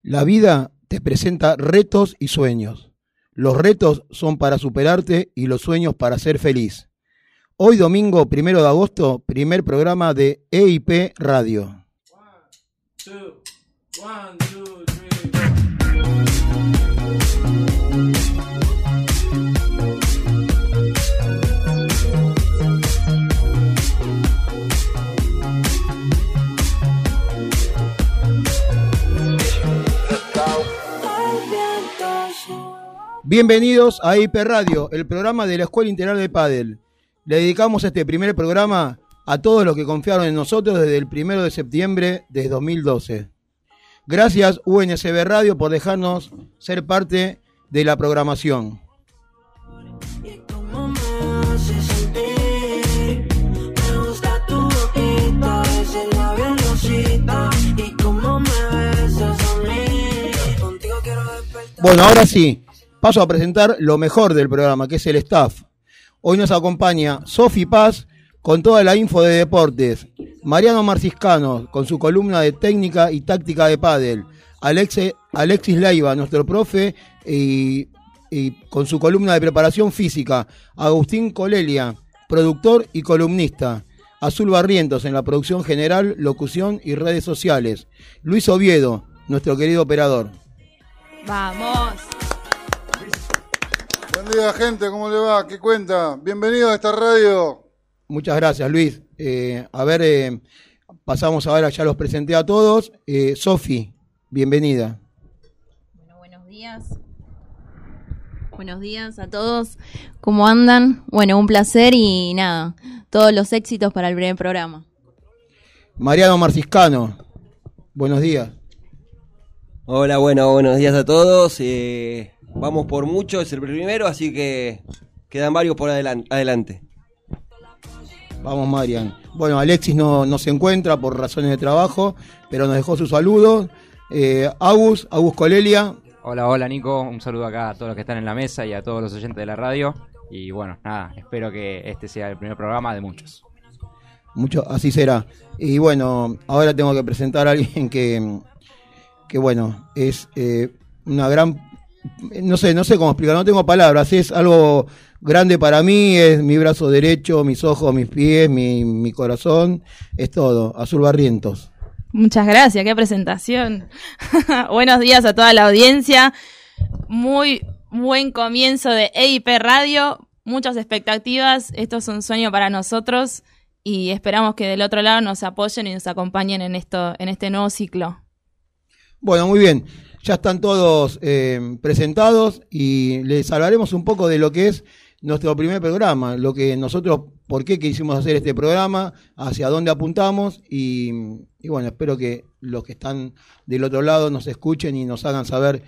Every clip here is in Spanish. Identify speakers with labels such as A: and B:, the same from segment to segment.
A: La vida te presenta retos y sueños. Los retos son para superarte y los sueños para ser feliz. Hoy domingo 1 de agosto, primer programa de EIP Radio.
B: 1, 2, 3.
A: Bienvenidos a EIP Radio, el programa de la Escuela Integral de Pádel. Le dedicamos este primer programa a todos los que confiaron en nosotros desde el 1 de septiembre de 2012. Gracias UNCB Radio por dejarnos ser parte de la programación. Bueno, ahora sí, paso a presentar lo mejor del programa, que es el staff. Hoy nos acompaña Sofi Paz con toda la info de deportes, Mariano Marciscano con su columna de técnica y táctica de pádel, Alexis Leiva, nuestro profe, y con su columna de preparación física, Agustín Colelia, productor y columnista, Azul Barrientos en la producción general, locución y redes sociales, Luis Oviedo, nuestro querido operador.
C: ¡Vamos!
D: Buen día, gente, ¿cómo le va? ¿Qué cuenta? Bienvenido a esta radio.
A: Muchas gracias, Luis. Pasamos ahora, ya los presenté a todos. Sofi, bienvenida.
C: Bueno, buenos días. Buenos días a todos. ¿Cómo andan? Bueno, un placer y nada, todos los éxitos para el primer programa.
A: Mariano Marciscano, buenos días.
E: Hola, buenos días a todos. Vamos por mucho, es el primero, así que quedan varios por adelante.
A: Vamos, Marian. Bueno, Alexis no se encuentra por razones de trabajo, pero nos dejó su saludo. Agus Colelia.
F: Hola Nico, un saludo acá a todos los que están en la mesa y a todos los oyentes de la radio. Y bueno, nada, espero que este sea el primer programa de muchos.
A: Así será. Y bueno, ahora tengo que presentar a alguien que bueno, es una gran... No sé cómo explicar, no tengo palabras, es algo grande para mí, es mi brazo derecho, mis ojos, mis pies, mi corazón, es todo. Azul Barrientos.
C: Muchas gracias, qué presentación. Buenos días a toda la audiencia. Muy buen comienzo de EIP Radio, muchas expectativas, esto es un sueño para nosotros y esperamos que del otro lado nos apoyen y nos acompañen en este nuevo ciclo.
A: Bueno, muy bien. Ya están todos presentados y les hablaremos un poco de lo que es nuestro primer programa, lo que nosotros, por qué quisimos hacer este programa, hacia dónde apuntamos y bueno, espero que los que están del otro lado nos escuchen y nos hagan saber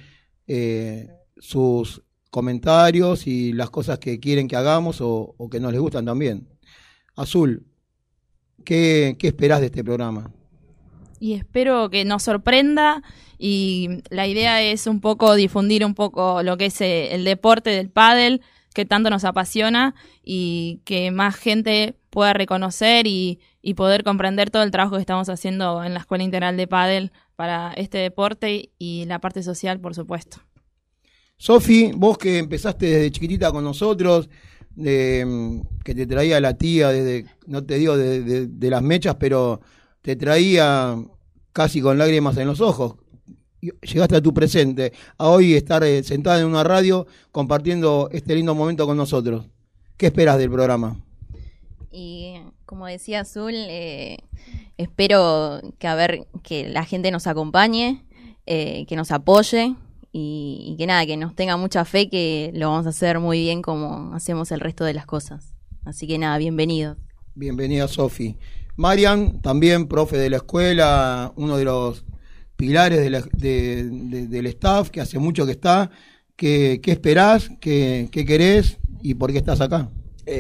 A: sus comentarios y las cosas que quieren que hagamos o que no les gustan también. Azul, ¿qué esperás de este programa?
C: Y espero que nos sorprenda y la idea es un poco difundir un poco lo que es el deporte del pádel que tanto nos apasiona y que más gente pueda reconocer y poder comprender todo el trabajo que estamos haciendo en la Escuela Integral de Pádel para este deporte y la parte social, por supuesto.
A: Sofi, vos que empezaste desde chiquitita con nosotros, que te traía la tía desde, no te digo de las mechas, pero te traía casi con lágrimas en los ojos. Llegaste a tu presente, a hoy estar sentada en una radio compartiendo este lindo momento con nosotros. ¿Qué esperas del programa?
C: Y como decía Azul, espero que la gente nos acompañe, que nos apoye y que nada, que nos tenga mucha fe que lo vamos a hacer muy bien como hacemos el resto de las cosas. Así que nada, bienvenidos.
A: Bienvenida, Sofi. Marian, también profe de la escuela, uno de los pilares del staff, que hace mucho que está. ¿Qué esperás? ¿Qué querés? ¿Y por qué estás acá?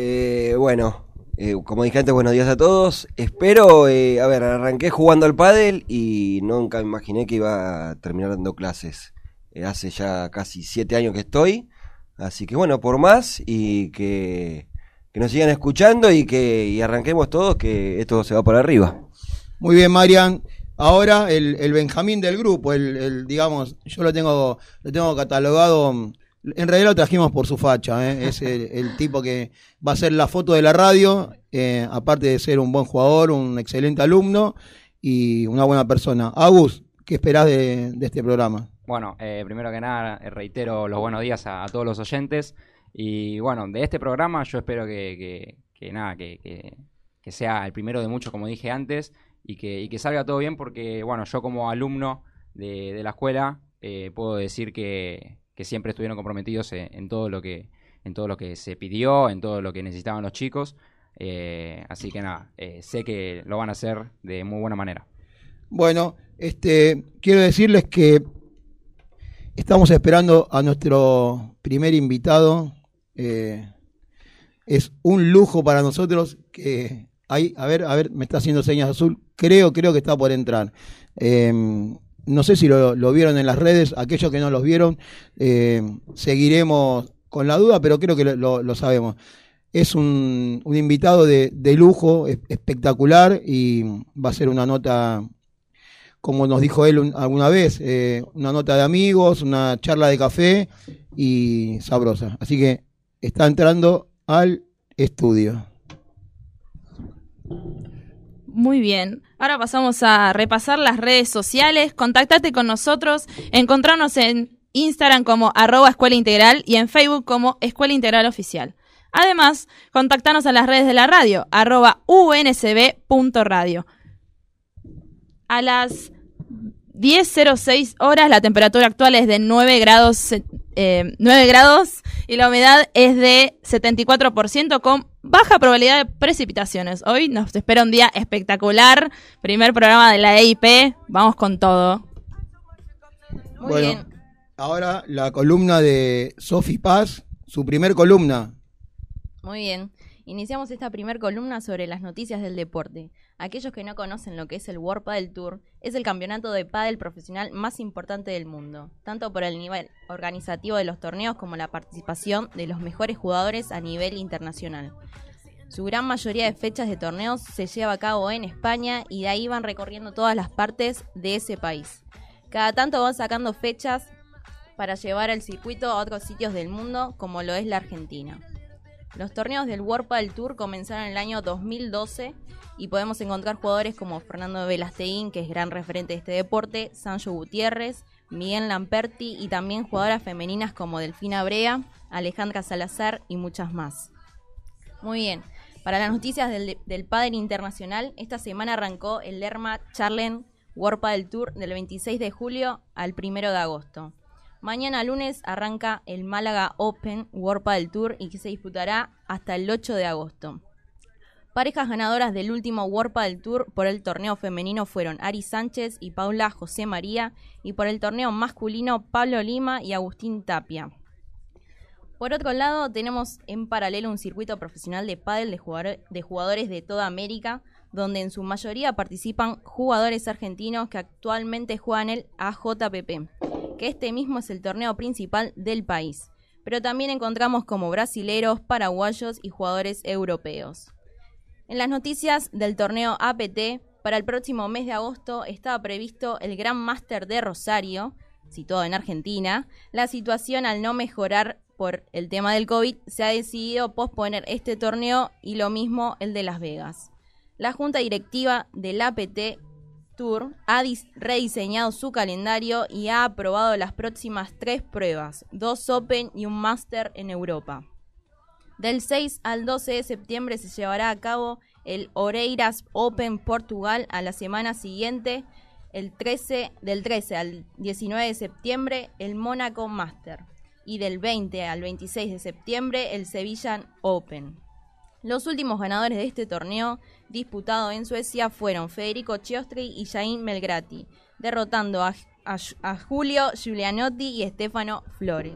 E: Como dije antes, buenos días a todos. Espero, arranqué jugando al pádel y nunca me imaginé que iba a terminar dando clases. Hace ya casi 7 años que estoy, así que bueno, por más y que nos sigan escuchando y arranquemos todos, que esto se va para arriba.
A: Muy bien, Marian. ahora el Benjamín del grupo, digamos, yo lo tengo catalogado. En realidad lo trajimos por su facha, es el tipo que va a ser la foto de la radio, aparte de ser un buen jugador, un excelente alumno y una buena persona. Agus, ¿qué esperás de este programa?
F: Bueno, primero que nada reitero los buenos días a todos los oyentes y bueno, de este programa yo espero que sea el primero de muchos, como dije antes, y que salga todo bien porque bueno, yo como alumno de la escuela puedo decir que siempre estuvieron comprometidos en todo lo que se pidió, en todo lo que necesitaban los chicos, así que nada, sé que lo van a hacer de muy buena manera.
A: Bueno, quiero decirles que estamos esperando a nuestro primer invitado. Es un lujo para nosotros que a ver, me está haciendo señas azul. Creo que está por entrar. No sé si lo vieron en las redes. Aquellos que no los vieron, seguiremos con la duda, pero creo que lo sabemos. Es un invitado de lujo, espectacular, y va a ser una nota, como nos dijo él alguna vez, una nota de amigos, una charla de café y sabrosa. Así que está entrando al estudio.
C: Muy bien, ahora pasamos a repasar las redes sociales. Contactate con nosotros, encontrarnos en Instagram como @Escuela Integral y en Facebook como Escuela Integral Oficial. Además, contactanos a las redes de la radio, @uncb.radio. A las 10:06 horas, la temperatura actual es de 9 grados y la humedad es de 74% con baja probabilidad de precipitaciones. Hoy nos espera un día espectacular, primer programa de la EIP, vamos con todo. Muy bien.
A: Ahora la columna de Sofi Paz, su primer columna.
B: Muy bien. Iniciamos esta primer columna sobre las noticias del deporte. Aquellos que no conocen lo que es el World Padel Tour, es el campeonato de pádel profesional más importante del mundo, tanto por el nivel organizativo de los torneos como la participación de los mejores jugadores a nivel internacional. Su gran mayoría de fechas de torneos se lleva a cabo en España y de ahí van recorriendo todas las partes de ese país. Cada tanto van sacando fechas para llevar el circuito a otros sitios del mundo, como lo es la Argentina. Los torneos del World Padel Tour comenzaron en el año 2012 y podemos encontrar jugadores como Fernando Velasteguín, que es gran referente de este deporte, Sancho Gutiérrez, Miguel Lamperti y también jugadoras femeninas como Delfina Brea, Alejandra Salazar y muchas más. Muy bien, para las noticias del pádel internacional, esta semana arrancó el Lerma Charlen World Padel Tour del 26 de julio al 1 de agosto. Mañana lunes arranca el Málaga Open World Padel Tour y que se disputará hasta el 8 de agosto. Parejas ganadoras del último World Padel Tour por el torneo femenino fueron Ari Sánchez y Paula José María, y por el torneo masculino Pablo Lima y Agustín Tapia. Por otro lado, tenemos en paralelo un circuito profesional de pádel de jugadores de toda América, donde en su mayoría participan jugadores argentinos que actualmente juegan el AJPP, que este mismo es el torneo principal del país, pero también encontramos como brasileros, paraguayos y jugadores europeos. En las noticias del torneo APT, para el próximo mes de agosto estaba previsto el Gran Máster de Rosario, situado en Argentina. La situación, al no mejorar por el tema del COVID, se ha decidido posponer este torneo y lo mismo el de Las Vegas. La junta directiva del APT Tour ha rediseñado su calendario y ha aprobado las próximas 3 pruebas, 2 Open y un Master en Europa. Del 6 al 12 de septiembre se llevará a cabo el Oreiras Open Portugal. A la semana siguiente, del 13 al 19 de septiembre, el Mónaco Master. Y del 20 al 26 de septiembre, el Sevillan Open. Los últimos ganadores de este torneo, disputado en Suecia, fueron Federico Chiostri y Jaime Melgrati, derrotando a Julio Giulianotti y Stefano Flores.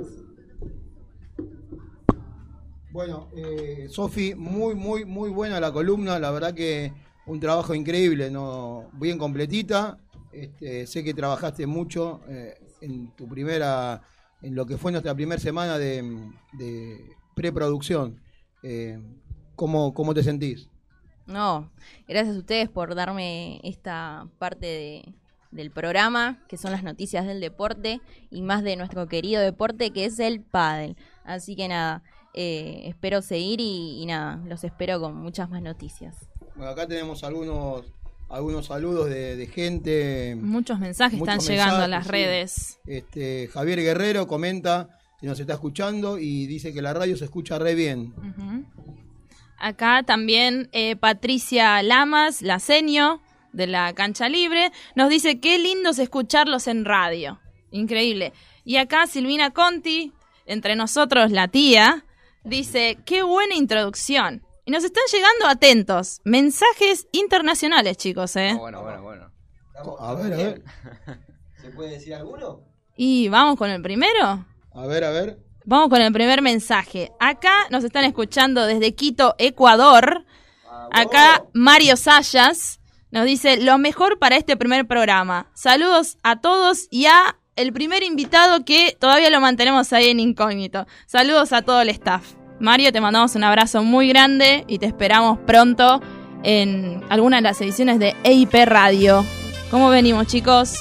A: Bueno, Sofi, muy buena la columna, la verdad que un trabajo increíble, ¿no? Bien completita. Sé que trabajaste mucho en lo que fue nuestra primera semana de preproducción. ¿Cómo te sentís?
B: No, gracias a ustedes por darme esta parte del programa, que son las noticias del deporte y más de nuestro querido deporte que es el pádel. Así que nada, espero seguir y nada, los espero con muchas más noticias.
A: Bueno, acá tenemos algunos saludos de gente.
C: Muchos mensajes están llegando a las redes.
A: Javier Guerrero comenta que nos está escuchando y dice que la radio se escucha re bien.
C: Uh-huh. Acá también Patricia Lamas, la seño de la Cancha Libre, nos dice qué lindo es escucharlos en radio. Increíble. Y acá Silvina Conti, entre nosotros la tía, dice qué buena introducción. Y nos están llegando atentos. Mensajes internacionales, chicos,
F: Bueno.
A: A ver.
E: ¿Se puede decir alguno?
C: Y vamos con el primero.
A: A ver.
C: Vamos con el primer mensaje. Acá nos están escuchando desde Quito, Ecuador. Acá Mario Sayas nos dice lo mejor para este primer programa. Saludos a todos y a el primer invitado que todavía lo mantenemos ahí en incógnito. Saludos a todo el staff. Mario, te mandamos un abrazo muy grande y te esperamos pronto en alguna de las ediciones de EIP Radio. ¿Cómo venimos, chicos?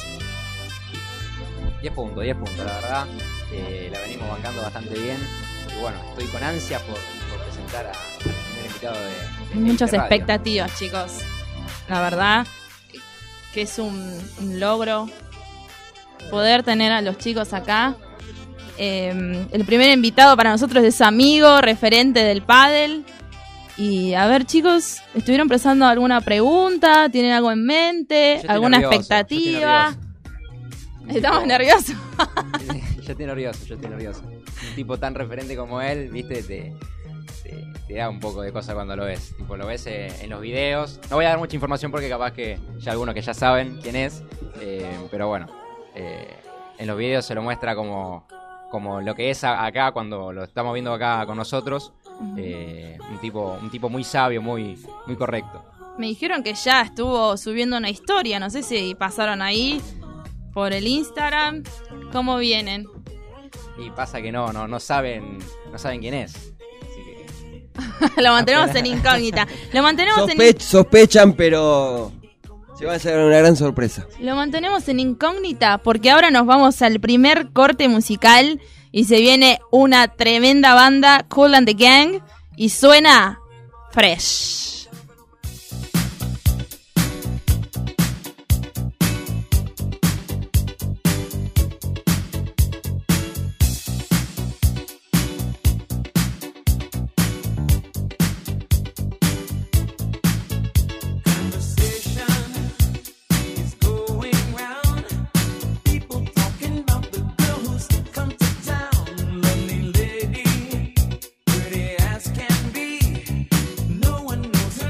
F: 10 puntos, la verdad. La venimos bancando bastante bien. Y bueno, estoy con ansias por presentar al primer invitado de
C: Muchas
F: EIP Radio.
C: expectativas, chicos. La verdad que es un logro poder tener a los chicos acá. El primer invitado para nosotros es amigo, referente del pádel. Y a ver, chicos, ¿estuvieron pensando alguna pregunta? ¿Tienen algo en mente? ¿Alguna expectativa? Estamos nerviosos.
F: Yo estoy nervioso. Un tipo tan referente como él, viste, te da un poco de cosa cuando lo ves. Tipo, lo ves en los videos. No voy a dar mucha información porque capaz que ya algunos que ya saben quién es. Pero bueno, en los videos se lo muestra como lo que es acá cuando lo estamos viendo acá con nosotros. Un tipo muy sabio, muy correcto.
C: Me dijeron que ya estuvo subiendo una historia. No sé si pasaron ahí por el Instagram. ¿Cómo vienen?
F: Y pasa que no saben quién es. Así que...
C: Lo mantenemos en incógnita.
E: Sospechan, pero se va a hacer una gran sorpresa.
C: Lo mantenemos en incógnita porque ahora nos vamos al primer corte musical y se viene una tremenda banda, Kool and the Gang, y suena Fresh.
G: Pretty as can be, no one knows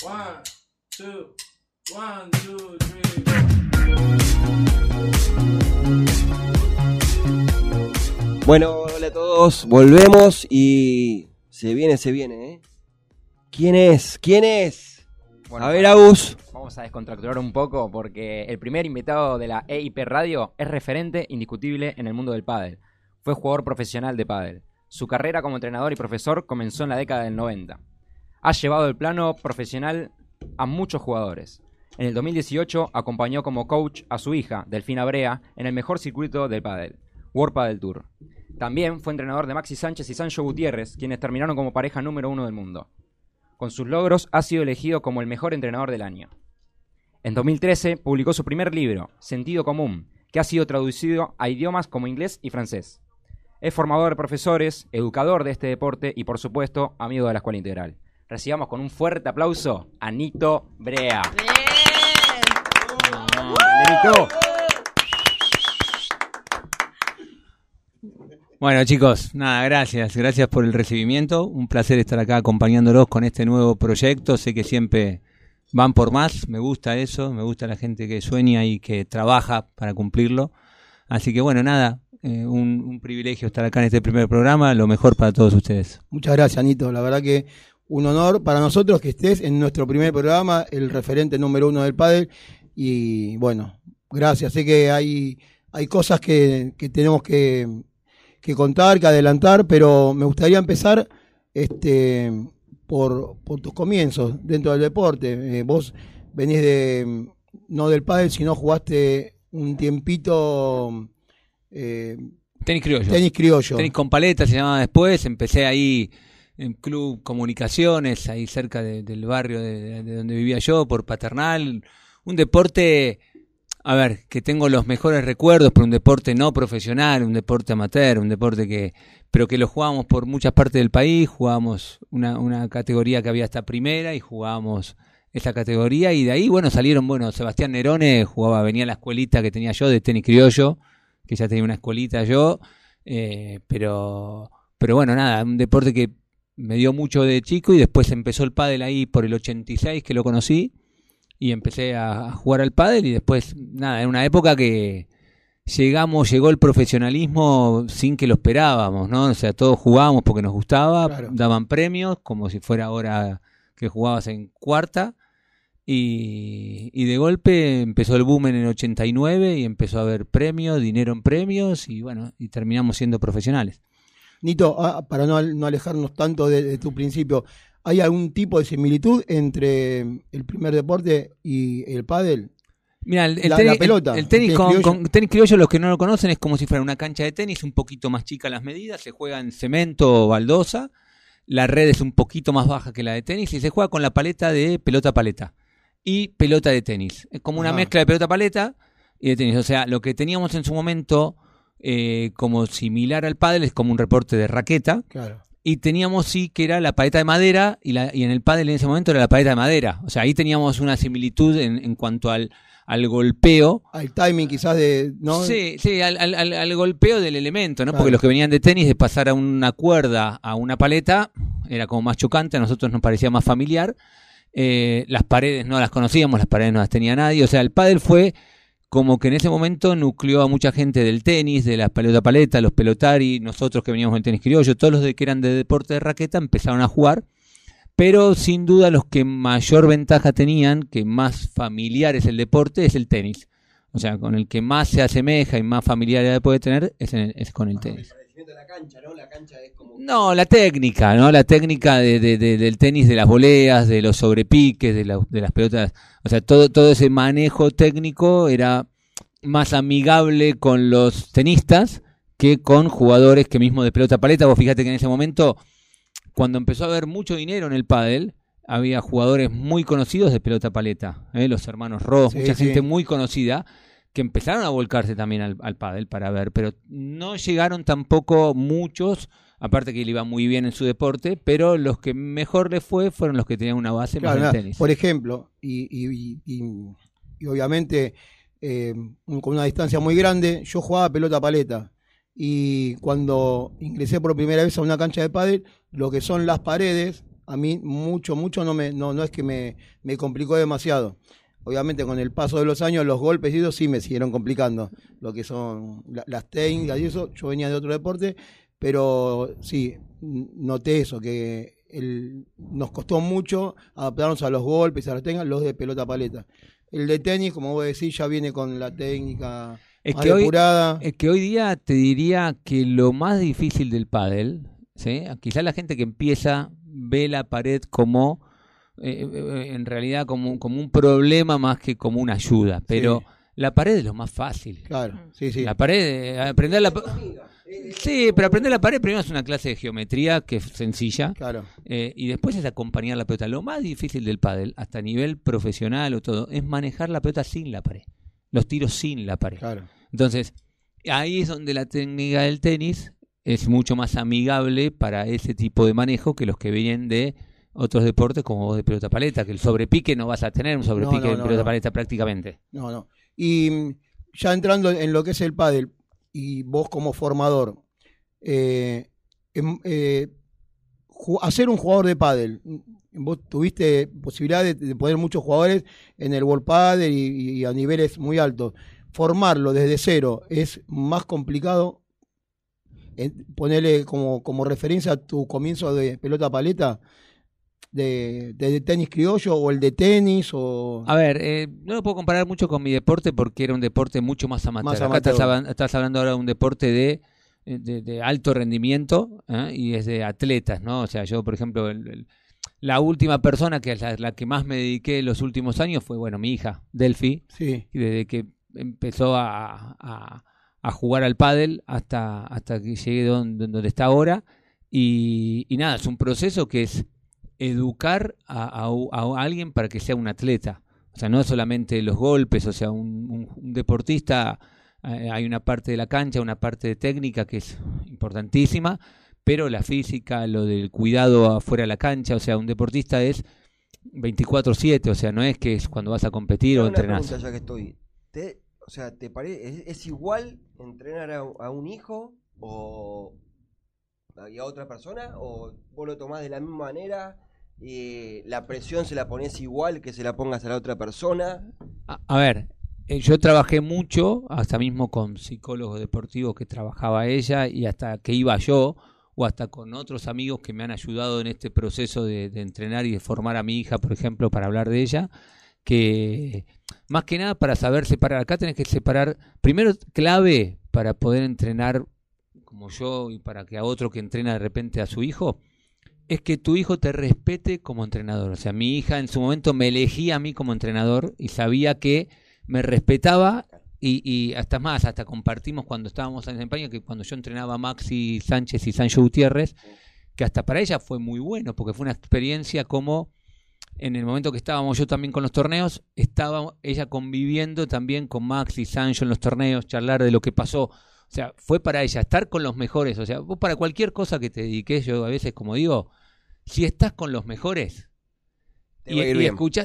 G: One, two, 1, 2, 3, 4.
E: Bueno, hola a todos, volvemos y se viene, ¿eh? ¿Quién es?
F: Bueno,
E: a ver, Agus.
F: Vamos a descontracturar un poco porque el primer invitado de la EIP Radio es referente indiscutible en el mundo del pádel. Fue jugador profesional de pádel. Su carrera como entrenador y profesor comenzó en la década del 90. Ha llevado el plano profesional a muchos jugadores. En el 2018 acompañó como coach a su hija, Delfina Brea, en el mejor circuito del pádel, World Padel Tour. También fue entrenador de Maxi Sánchez y Sancho Gutiérrez, quienes terminaron como pareja número 1 del mundo. Con sus logros ha sido elegido como el mejor entrenador del año. En 2013 publicó su primer libro, Sentido Común, que ha sido traducido a idiomas como inglés y francés. Es formador de profesores, educador de este deporte y, por supuesto, amigo de la Escuela Integral. Recibamos con un fuerte aplauso a Nito Brea. Nito.
H: Bueno, chicos, nada, gracias por el recibimiento. Un placer estar acá acompañándolos con este nuevo proyecto. Sé que siempre van por más, me gusta eso, me gusta la gente que sueña y que trabaja para cumplirlo. Así que bueno, nada, un privilegio estar acá en este primer programa, lo mejor para todos ustedes.
A: Muchas gracias, Nito, la verdad que un honor para nosotros que estés en nuestro primer programa, el referente número 1 del pádel, y bueno, gracias, sé que hay cosas que tenemos que contar, que adelantar, pero me gustaría empezar por tus comienzos dentro del deporte. Vos venís no del pádel, sino jugaste un tiempito
H: tenis criollo. Tenis con paleta se llamaba después. Empecé ahí en Club Comunicaciones, ahí cerca del barrio de donde vivía yo, por Paternal. Un deporte, a ver, que tengo los mejores recuerdos, pero un deporte no profesional, un deporte amateur, un deporte pero que lo jugábamos por muchas partes del país. Jugábamos una categoría que había hasta primera y jugábamos esa categoría, y de ahí, bueno, salieron, Sebastián Nerone venía a la escuelita que tenía yo de tenis criollo, que ya tenía una escuelita yo, pero bueno, nada, un deporte que me dio mucho de chico, y después empezó el pádel ahí por el 86 que lo conocí, y empecé a jugar al pádel, y después, nada, en una época que llegó el profesionalismo sin que lo esperábamos, ¿no? O sea, todos jugábamos porque nos gustaba, claro. Daban premios, como si fuera ahora que jugabas en cuarta, y de golpe empezó el boom en el 89 y empezó a haber premios, dinero en premios, y bueno, y terminamos siendo profesionales.
A: Nito, para no alejarnos tanto de tu principio, ¿hay algún tipo de similitud entre el primer deporte y el pádel?
H: Mira,
A: la pelota.
H: El tenis criollo, los que no lo conocen, es como si fuera una cancha de tenis, un poquito más chica las medidas, se juega en cemento o baldosa, la red es un poquito más baja que la de tenis, y se juega con la paleta de pelota-paleta y pelota de tenis. Es como una mezcla de pelota-paleta y de tenis. O sea, lo que teníamos en su momento como similar al pádel es como un reporte de raqueta. Claro. Y teníamos sí que era la paleta de madera, y en el pádel en ese momento era la paleta de madera. O sea, ahí teníamos una similitud en cuanto al golpeo.
A: Al timing quizás ¿no?
H: Sí, al golpeo del elemento, ¿no? Claro. Porque los que venían de tenis, de pasar a una cuerda a una paleta, era como más chocante, a nosotros nos parecía más familiar. Las paredes no las conocíamos, las paredes no las tenía nadie. O sea, el pádel fue como que en ese momento nucleó a mucha gente del tenis, de la pelota-paleta, los pelotari, nosotros que veníamos del tenis criollo, todos los que eran de deporte de raqueta empezaron a jugar, pero sin duda los que mayor ventaja tenían, que más familiar es el deporte, es el tenis. O sea, con el que más se asemeja y más familiaridad puede tener es con el tenis.
E: La cancha, ¿no? La cancha es como...
H: No, la técnica, ¿no? La técnica del tenis, de las voleas, de los sobrepiques, de las pelotas. O sea, todo ese manejo técnico era más amigable con los tenistas que con jugadores que mismo de pelota paleta. Vos fíjate que en ese momento, cuando empezó a haber mucho dinero en el pádel, había jugadores muy conocidos de pelota paleta, los hermanos Ross, mucha gente muy conocida, que empezaron a volcarse también al pádel para ver, pero no llegaron tampoco muchos, aparte que le iba muy bien en su deporte, pero los que mejor les fueron los que tenían una base más en tenis.
A: Por ejemplo, y obviamente con una distancia muy grande, yo jugaba pelota paleta, y cuando ingresé por primera vez a una cancha de pádel, lo que son las paredes a mí mucho no es que me complicó demasiado. Obviamente con el paso de los años los golpes y eso sí me siguieron complicando, lo que son las técnicas y eso. Yo venía de otro deporte, pero sí, noté eso, que nos costó mucho adaptarnos a los golpes, a las técnicas, los de pelota paleta. El de tenis, como vos decís, ya viene con la técnica más depurada.
H: Es que hoy día te diría que lo más difícil del pádel, ¿sí? Quizás la gente que empieza ve la pared como en realidad como un problema más que como una ayuda, pero sí, la pared es lo más fácil.
A: Claro, sí.
H: La pared, aprender la sí, pero aprender la pared primero es una clase de geometría que es sencilla,
A: claro,
H: y después es acompañar la pelota. Lo más difícil del pádel, hasta a nivel profesional o todo, es manejar la pelota sin la pared, los tiros sin la pared.
A: Claro.
H: Entonces, ahí es donde la técnica del tenis es mucho más amigable para ese tipo de manejo que los que vienen de otros deportes como vos de pelota paleta, que el sobrepique no vas a tener un sobrepique en pelota paleta prácticamente.
A: No. Y ya entrando en lo que es el pádel, y vos como formador, hacer un jugador de pádel, vos tuviste posibilidad de poner muchos jugadores en el World Padel y a niveles muy altos. Formarlo desde cero es más complicado. Ponerle como referencia a tu comienzo de pelota paleta, de tenis criollo o el de tenis o...
H: A ver, no lo puedo comparar mucho con mi deporte porque era un deporte mucho más amateur. Acá estás hablando ahora de un deporte de alto rendimiento, y es de atletas, ¿no? O sea, yo, por ejemplo, la última persona que es la que más me dediqué en los últimos años fue, bueno, mi hija, Delphi.
A: Sí.
H: Desde que empezó a jugar al pádel hasta que llegué donde está ahora. Y nada, es un proceso que es educar a alguien para que sea un atleta. O sea, no solamente los golpes, o sea, un deportista, hay una parte de la cancha, una parte de técnica que es importantísima, pero la física, lo del cuidado afuera de la cancha, o sea, un deportista es 24/7, o sea, no es que es cuando vas a competir o entrenás.
E: Ya que estoy, o sea, ¿te parece es igual entrenar a un hijo y a otra persona, o vos lo tomás de la misma manera? ¿La presión se la pones igual que se la pongas a la otra persona?
H: A ver, yo trabajé mucho, hasta mismo con psicólogos deportivos que trabajaba ella, y hasta que iba yo, o hasta con otros amigos que me han ayudado en este proceso de entrenar y de formar a mi hija, por ejemplo, para hablar de ella, que más que nada para saber separar. Acá tenés que separar, primero clave para poder entrenar como yo y para que a otro que entrena de repente a su hijo, es que tu hijo te respete como entrenador. O sea, mi hija en su momento me elegía a mí como entrenador y sabía que me respetaba, y hasta compartimos cuando estábamos en España, que cuando yo entrenaba a Maxi Sánchez y Sancho Gutiérrez, que hasta para ella fue muy bueno, porque fue una experiencia como en el momento que estábamos yo también con los torneos, estaba ella conviviendo también con Maxi y Sancho en los torneos, charlar de lo que pasó. O sea, fue para ella estar con los mejores. O sea, vos para cualquier cosa que te dediques, yo a veces, como digo, si estás con los mejores y escuchás,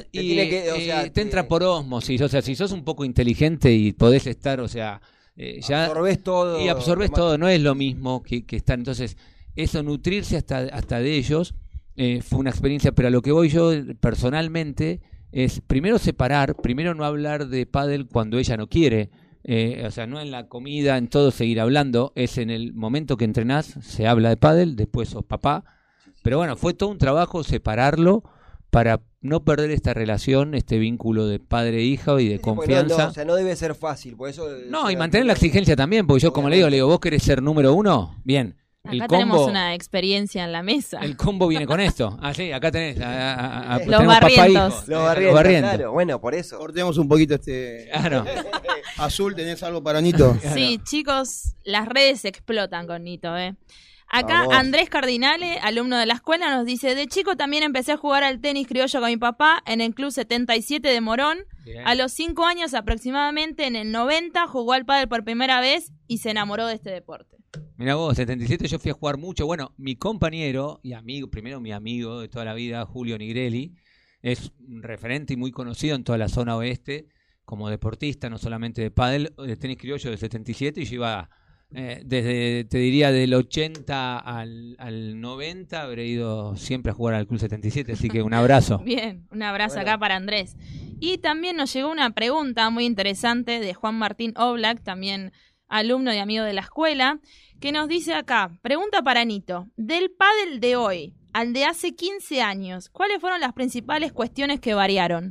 H: te entra por ósmosis. O sea, si sos un poco inteligente y podés estar, o sea, ya
E: absorbés todo.
H: Y absorbés todo, no es lo mismo que estar. Entonces, eso, nutrirse hasta de ellos, fue una experiencia. Pero a lo que voy yo personalmente es primero separar, primero no hablar de pádel cuando ella no quiere. O sea, no en la comida, en todo seguir hablando, es en el momento que entrenás, se habla de pádel, después sos papá. Pero bueno, fue todo un trabajo separarlo para no perder esta relación, este vínculo de padre-hija y de confianza.
E: No, o sea, no debe ser fácil, por eso...
H: No, y mantener la exigencia también, porque yo como le digo, vos querés ser número uno, bien.
C: Acá tenemos una experiencia en la mesa.
H: El combo viene con esto. Ah, sí, acá tenés
C: los barrientos.
E: Los barrientos, claro. Bueno, por eso.
A: Cortemos un poquito
H: Claro.
A: Azul, ¿tenés algo para Nito?
C: Sí, chicos, las redes explotan con Nito, Acá vamos. Andrés Cardinale, alumno de la escuela, nos dice: de chico también empecé a jugar al tenis criollo con mi papá en el Club 77 de Morón. Bien. A los 5 años aproximadamente, en el 90, jugó al pádel por primera vez y se enamoró de este deporte.
H: Mirá vos, 77 yo fui a jugar mucho. Bueno, mi compañero y amigo, primero mi amigo de toda la vida, Julio Nigrelli, es un referente y muy conocido en toda la zona oeste como deportista, no solamente de pádel, de tenis criollo del 77, y yo iba Desde, te diría, del 80 al 90 habré ido siempre a jugar al Club 77, así que un abrazo.
C: Bien, un abrazo acá para Andrés. Y también nos llegó una pregunta muy interesante de Juan Martín Oblak, también alumno y amigo de la escuela, que nos dice acá, pregunta para Nito, del pádel de hoy al de hace 15 años, ¿cuáles fueron las principales cuestiones que variaron?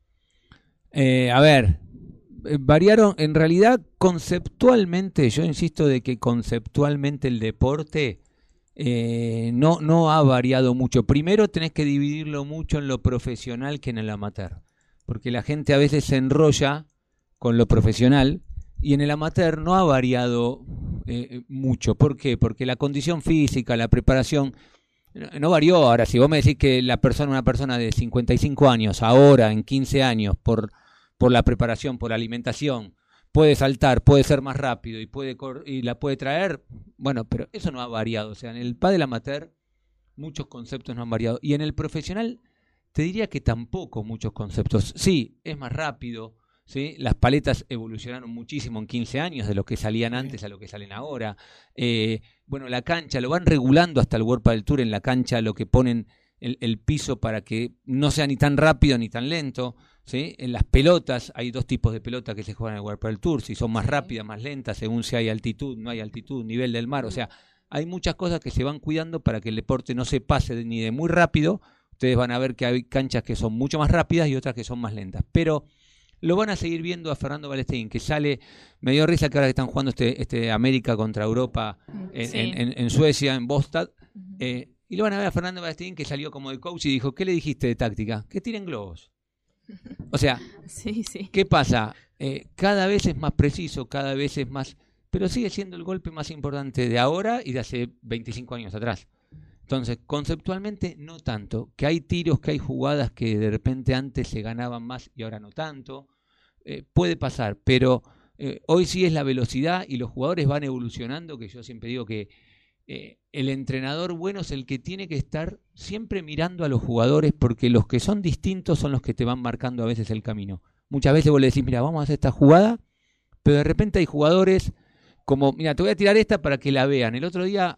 H: Variaron, en realidad conceptualmente, yo insisto de que conceptualmente el deporte no ha variado mucho. Primero tenés que dividirlo mucho en lo profesional que en el amateur, porque la gente a veces se enrolla con lo profesional y en el amateur no ha variado mucho. ¿Por qué? Porque la condición física, la preparación no varió. Ahora, si vos me decís que una persona de 55 años, ahora en 15 años, por la preparación, por la alimentación, puede saltar, puede ser más rápido y la puede traer, bueno, pero eso no ha variado. O sea, en el pádel amateur muchos conceptos no han variado. Y en el profesional te diría que tampoco muchos conceptos. Sí, es más rápido, ¿sí? Las paletas evolucionaron muchísimo en 15 años de lo que salían antes a lo que salen ahora. Bueno, la cancha, lo van regulando hasta el World Padel Tour. En la cancha lo que ponen el piso para que no sea ni tan rápido ni tan lento, ¿sí? En las pelotas, hay dos tipos de pelotas que se juegan en el World Padel Tour, si son más rápidas, más lentas, según si hay altitud, no hay altitud, nivel del mar. O sea, hay muchas cosas que se van cuidando para que el deporte no se pase ni de muy rápido. Ustedes van a ver que hay canchas que son mucho más rápidas y otras que son más lentas, pero lo van a seguir viendo a Fernando Ballestein, que sale, me dio risa que ahora que están jugando este América contra Europa en Suecia, en Båstad, y lo van a ver a Fernando Ballestein, que salió como de coach y dijo, ¿qué le dijiste de táctica? Que tiren globos. O sea, ¿qué pasa? Cada vez es más preciso, cada vez es más, pero sigue siendo el golpe más importante de ahora y de hace 25 años atrás. Entonces, conceptualmente no tanto, que hay tiros, que hay jugadas que de repente antes se ganaban más y ahora no tanto, puede pasar, pero hoy sí es la velocidad y los jugadores van evolucionando, que yo siempre digo que el entrenador bueno es el que tiene que estar siempre mirando a los jugadores, porque los que son distintos son los que te van marcando a veces el camino. Muchas veces vos le decís, mira, vamos a hacer esta jugada, pero de repente hay jugadores como, mira, te voy a tirar esta para que la vean. El otro día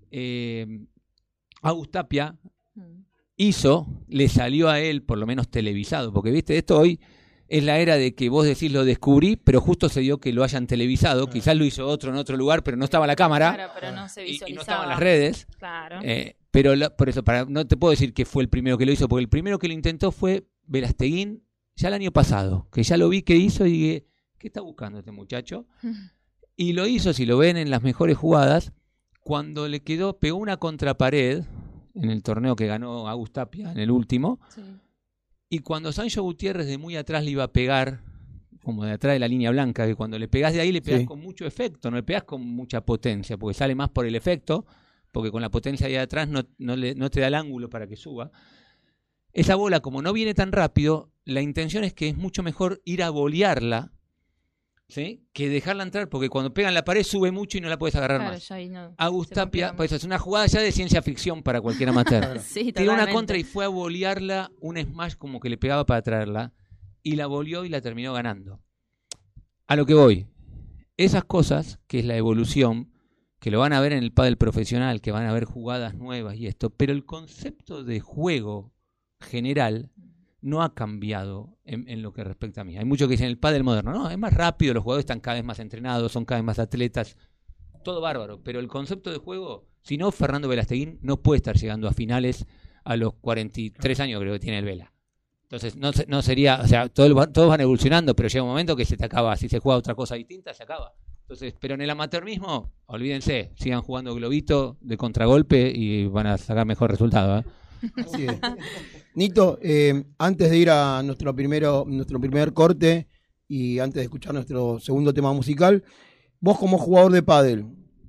H: Agus Tapia le salió a él, por lo menos televisado, porque viste, esto hoy es la era de que vos decís lo descubrí, pero justo se dio que lo hayan televisado, quizás lo hizo otro en otro lugar, pero no estaba la cámara,
C: claro, pero no se visualizaba.
H: Y no estaban las redes,
C: claro.
H: Pero por eso, no te puedo decir que fue el primero que lo hizo, porque el primero que lo intentó fue Velasteguín, ya el año pasado, que ya lo vi que hizo y dije, ¿qué está buscando este muchacho? Y lo hizo, si lo ven en las mejores jugadas, cuando pegó una contrapared en el torneo que ganó Agus Tapia, en el último, y cuando Sancho Gutiérrez de muy atrás le iba a pegar, como de atrás de la línea blanca, que cuando le pegás de ahí le pegás con mucho efecto, no le pegás con mucha potencia, porque sale más por el efecto, porque con la potencia de atrás no te da el ángulo para que suba. Esa bola, como no viene tan rápido, la intención es que es mucho mejor ir a bolearla, ¿sí?, que dejarla entrar, porque cuando pegan la pared sube mucho y no la puedes agarrar más. Agus Tapia, pues es una jugada ya de ciencia ficción para cualquier amateur. Tiró una contra y fue a bolearla, un smash como que le pegaba para traerla, y la boleó y la terminó ganando. A lo que voy, esas cosas, que es la evolución, que lo van a ver en el pádel profesional, que van a ver jugadas nuevas y esto, pero el concepto de juego general no ha cambiado en lo que respecta a mí. Hay muchos que dicen el pádel moderno, no, es más rápido, los jugadores están cada vez más entrenados, son cada vez más atletas, todo bárbaro, pero el concepto de juego, si no, Fernando Velasteguín no puede estar llegando a finales a los 43 años creo que tiene el Vela. Entonces no sería, o sea, todos van evolucionando, pero llega un momento que se te acaba, si se juega otra cosa distinta, se acaba. Entonces, pero en el amateur mismo, olvídense, sigan jugando globito de contragolpe y van a sacar mejor resultado, ¿eh?
A: Así es. Nito, antes de ir a nuestro primer corte y antes de escuchar nuestro segundo tema musical, vos como jugador de pádel,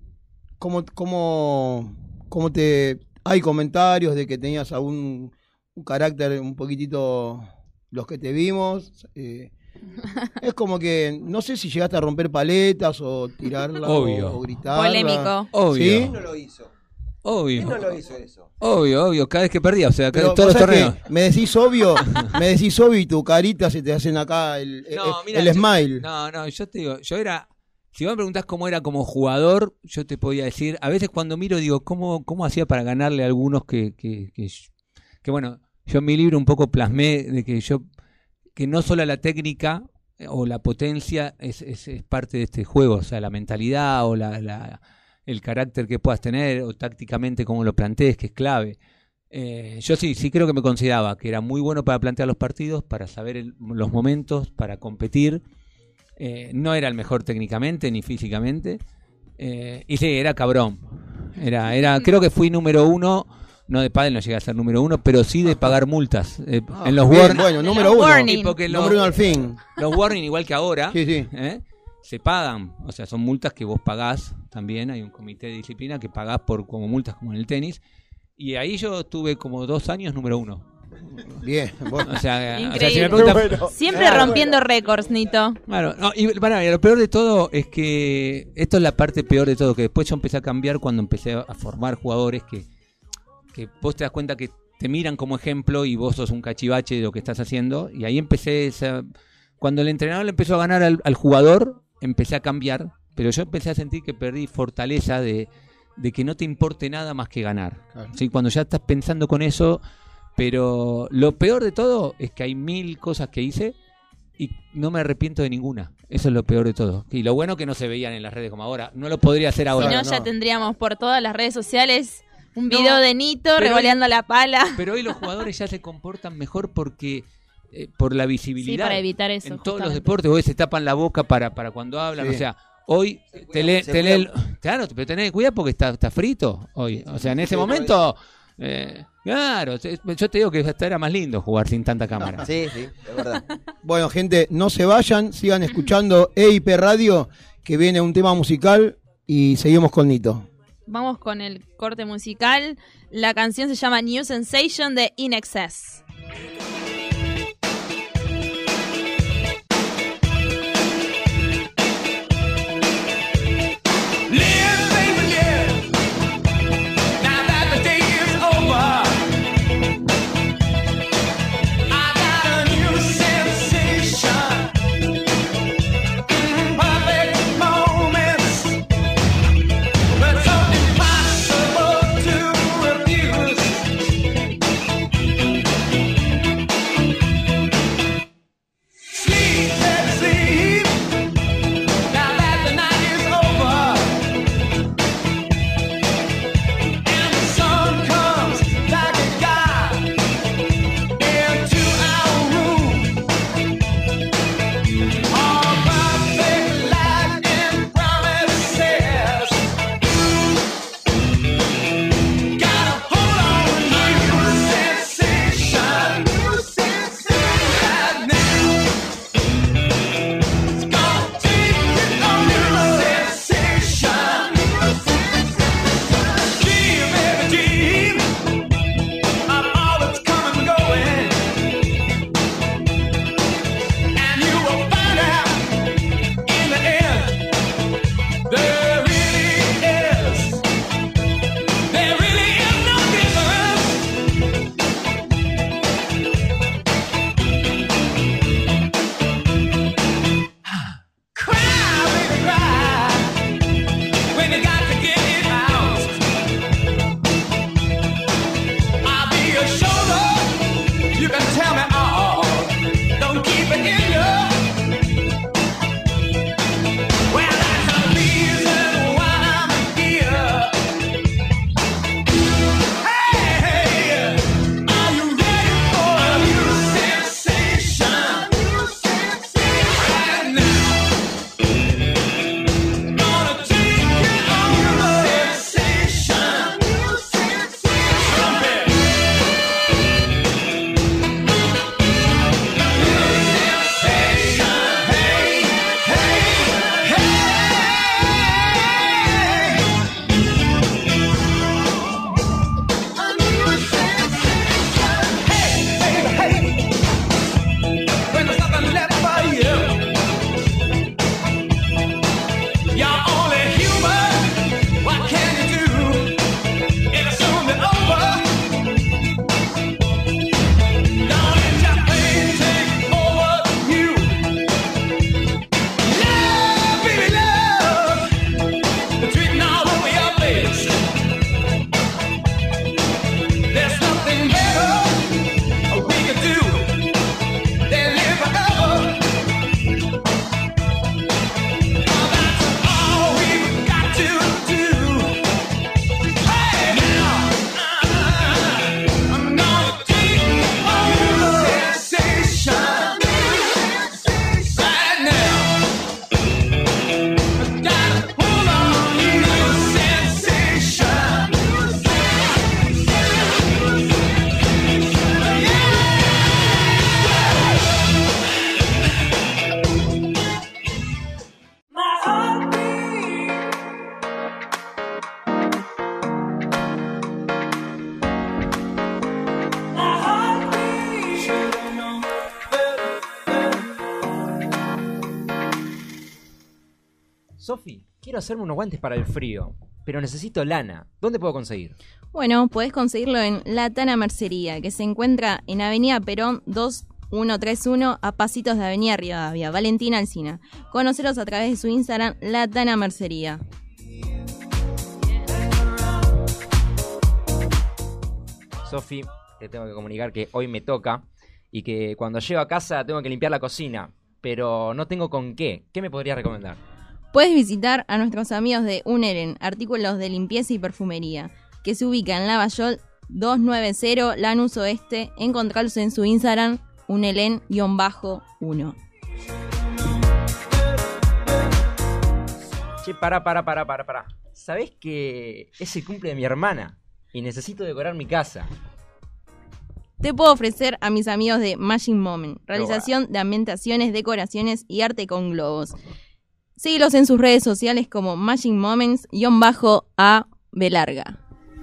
A: ¿cómo hay comentarios de que tenías un carácter un poquitito, los que te vimos? Es como que no sé si llegaste a romper paletas o tirarla o gritarla.
C: Polémico.
H: Obvio.
A: ¿Sí?
E: ¿Quién no lo hizo?
H: Obvio.
E: ¿Quién no lo hizo eso?
H: Obvio, cada vez que perdía, o sea,
A: pero
H: todos los torneos.
A: Me decís obvio y tu carita se te hacen acá el smile.
H: No, yo te digo, yo era Si vos me preguntás cómo era como jugador, yo te podía decir, a veces cuando miro digo, ¿cómo hacía para ganarle a algunos que bueno, yo en mi libro un poco plasmé de que no solo la técnica o la potencia es parte de este juego, o sea, la mentalidad o el carácter que puedas tener o tácticamente cómo lo plantees, que es clave. Yo sí creo que me consideraba que era muy bueno para plantear los partidos, para saber los momentos, para competir. No era el mejor técnicamente ni físicamente. Y sí, era cabrón. Creo que fui número 1. No de pádel, no llegué a ser número 1, pero sí de pagar multas. En los warnings.
A: Bueno, número 1.
H: Número
A: 1 al fin.
H: Los warnings, igual que ahora,
A: sí.
H: Se pagan. O sea, son multas que vos pagás también. Hay un comité de disciplina que pagás como multas como en el tenis. Y ahí yo estuve como 2 años número 1.
A: Bien, bueno.
C: O sea, si me preguntas, siempre rompiendo récords, Nito.
H: Claro, no, y lo peor de todo es que esto es la parte peor de todo, que después yo empecé a cambiar cuando empecé a formar jugadores que vos te das cuenta que te miran como ejemplo y vos sos un cachivache de lo que estás haciendo. Y ahí empecé, cuando el entrenador le empezó a ganar al jugador, empecé a cambiar, pero yo empecé a sentir que perdí fortaleza de que no te importe nada más que ganar. Claro. ¿Sí? Cuando ya estás pensando con eso. Pero lo peor de todo es que hay 1000 cosas que hice y no me arrepiento de ninguna. Eso es lo peor de todo. Y lo bueno que no se veían en las redes como ahora. No lo podría hacer ahora.
C: Si no, ya tendríamos por todas las redes sociales un video de Nito revoleando la pala.
H: Pero hoy los jugadores ya se comportan mejor porque por la visibilidad.
C: Sí, para evitar eso.
H: En todos los deportes hoy se tapan la boca para cuando hablan. Sí. O sea, hoy te lee claro, pero tenés cuidado porque está frito hoy. O sea, en ese momento... claro, yo te digo que hasta era más lindo jugar sin tanta cámara.
E: Sí, es verdad.
A: Bueno, gente, no se vayan, sigan escuchando EIP Radio, que viene un tema musical y seguimos con Nito.
C: Vamos con el corte musical. La canción se llama New Sensation de In Excess.
I: Sofi, quiero hacerme unos guantes para el frío, pero necesito lana. ¿Dónde puedo conseguir?
B: Bueno, podés conseguirlo en La Tana Mercería, que se encuentra en Avenida Perón 2131, a pasitos de Avenida Rivadavia. Valentina Alsina. Conoceros a través de su Instagram, La Tana Mercería.
I: Sofi, te tengo que comunicar que hoy me toca y que cuando llego a casa tengo que limpiar la cocina, pero no tengo con qué. ¿Qué me podrías recomendar?
B: Puedes visitar a nuestros amigos de Uneren, artículos de limpieza y perfumería, que se ubica en Lavallol 290 Lanús Oeste. Encontrarlos en su Instagram, unelen_1.
I: Che, pará. ¿Sabés que es el cumple de mi hermana? Y necesito decorar mi casa.
B: Te puedo ofrecer a mis amigos de Magic Moment, realización de ambientaciones, decoraciones y arte con globos. Síguelos en sus redes sociales como Magic Moments_a Belarga.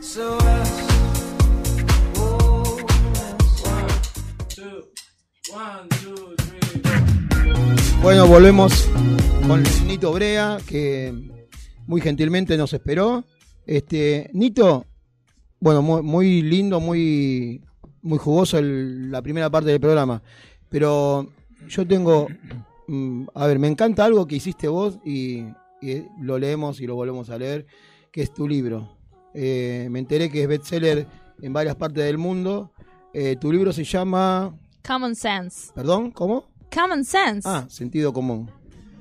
A: Bueno, volvemos con Nito Brea, que muy gentilmente nos esperó. Nito, bueno, muy lindo, muy jugoso la primera parte del programa, pero yo tengo... A ver, me encanta algo que hiciste vos y lo leemos y lo volvemos a leer, que es tu libro. Me enteré que es bestseller en varias partes del mundo. Tu libro se llama...
C: Common Sense.
A: ¿Perdón? ¿Cómo?
C: Common Sense.
A: Sentido común.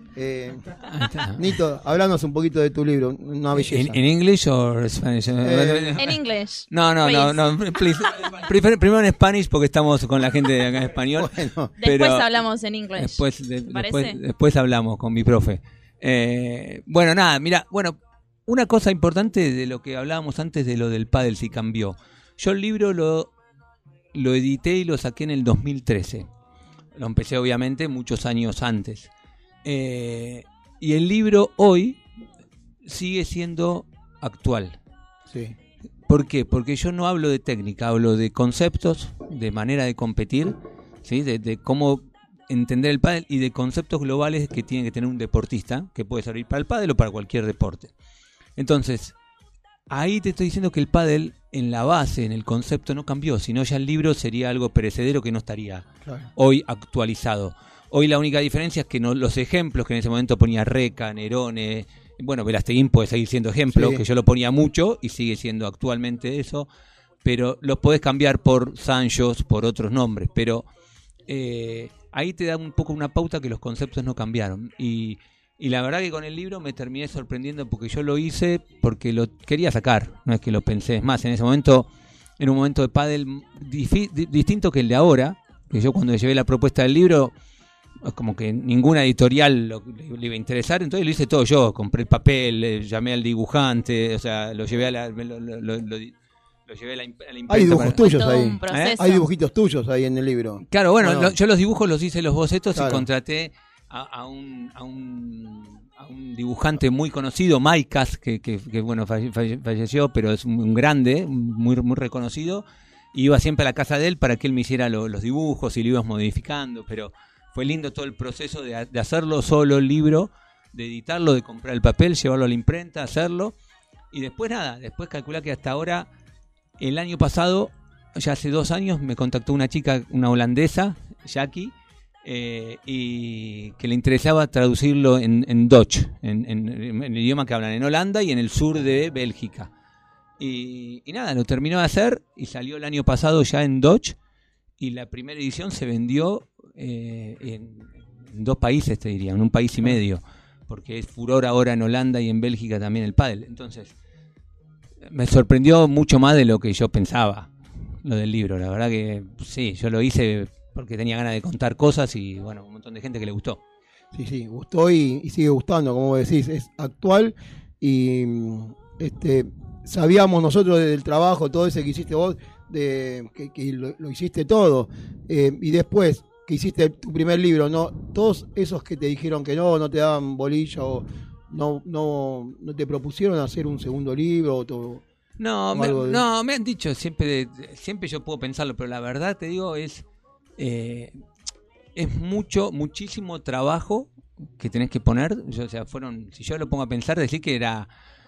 A: Nito, háblanos un poquito de tu libro, una belleza.
H: ¿En inglés o en Spanish?
C: En inglés.
H: No, please. Primero en Spanish porque estamos con la gente de acá en español.
A: Bueno,
C: Después hablamos en inglés.
H: Después hablamos con mi profe. Bueno, nada, mira, una cosa importante de lo que hablábamos antes de lo del pádel, si cambió. Yo el libro lo edité y lo saqué en el 2013. Lo empecé obviamente muchos años antes. Y el libro hoy sigue siendo actual.
A: Sí.
H: ¿Por qué? Porque yo no hablo de técnica, hablo de conceptos, de manera de competir, ¿sí? De cómo entender el pádel y de conceptos globales que tiene que tener un deportista, que puede servir para el pádel o para cualquier deporte. Entonces, ahí te estoy diciendo que el pádel en la base, en el concepto, no cambió, sino ya el libro sería algo perecedero que no estaría hoy actualizado. Hoy la única diferencia es que los ejemplos que en ese momento ponía Reca, Nerone, bueno, Velasteguín puede seguir siendo ejemplo, que yo lo ponía mucho y sigue siendo actualmente eso, pero los podés cambiar por Sanchos, por otros nombres, pero ahí te da un poco una pauta que los conceptos no cambiaron. Y la verdad que con el libro me terminé sorprendiendo porque yo lo hice porque lo quería sacar, no es que lo pensé. Es más, en ese momento, en un momento de pádel distinto que el de ahora, que yo cuando llevé la propuesta del libro... como que ninguna editorial le iba a interesar, entonces lo hice todo yo, compré el papel, llamé al dibujante, o sea, lo llevé a la imprenta.
A: Hay dibujos tuyos ahí. Hay dibujitos tuyos ahí en el libro.
H: Claro, bueno. Yo los dibujos los hice los bocetos y contraté a un dibujante muy conocido, Maicas, que bueno, falleció, pero es un grande, muy reconocido. Iba siempre a la casa de él para que él me hiciera los dibujos y lo ibas modificando, pero fue lindo todo el proceso de hacerlo solo el libro, de editarlo, de comprar el papel, llevarlo a la imprenta, hacerlo. Y después después calculá que hasta ahora, el año pasado, ya hace 2 años, me contactó una chica, una holandesa, Jackie, y que le interesaba traducirlo en Dutch, en el idioma que hablan en Holanda y en el sur de Bélgica. Y nada, lo terminó de hacer y salió el año pasado ya en Dutch, y la primera edición se vendió en 2 países, te diría, en 1 país y medio, porque es furor ahora en Holanda y en Bélgica también el pádel. Entonces, me sorprendió mucho más de lo que yo pensaba, lo del libro. La verdad que sí, yo lo hice porque tenía ganas de contar cosas y bueno, un montón de gente que le gustó.
A: Sí, gustó y sigue gustando, como decís, es actual y sabíamos nosotros del trabajo, todo ese que hiciste vos, que lo hiciste todo, y después que hiciste tu primer libro, no, todos esos que te dijeron que no te daban bolilla o no te propusieron hacer un segundo libro
H: No, me han dicho siempre yo puedo pensarlo, pero la verdad te digo es muchísimo trabajo que tenés que poner, si yo lo pongo a pensar, decir que era...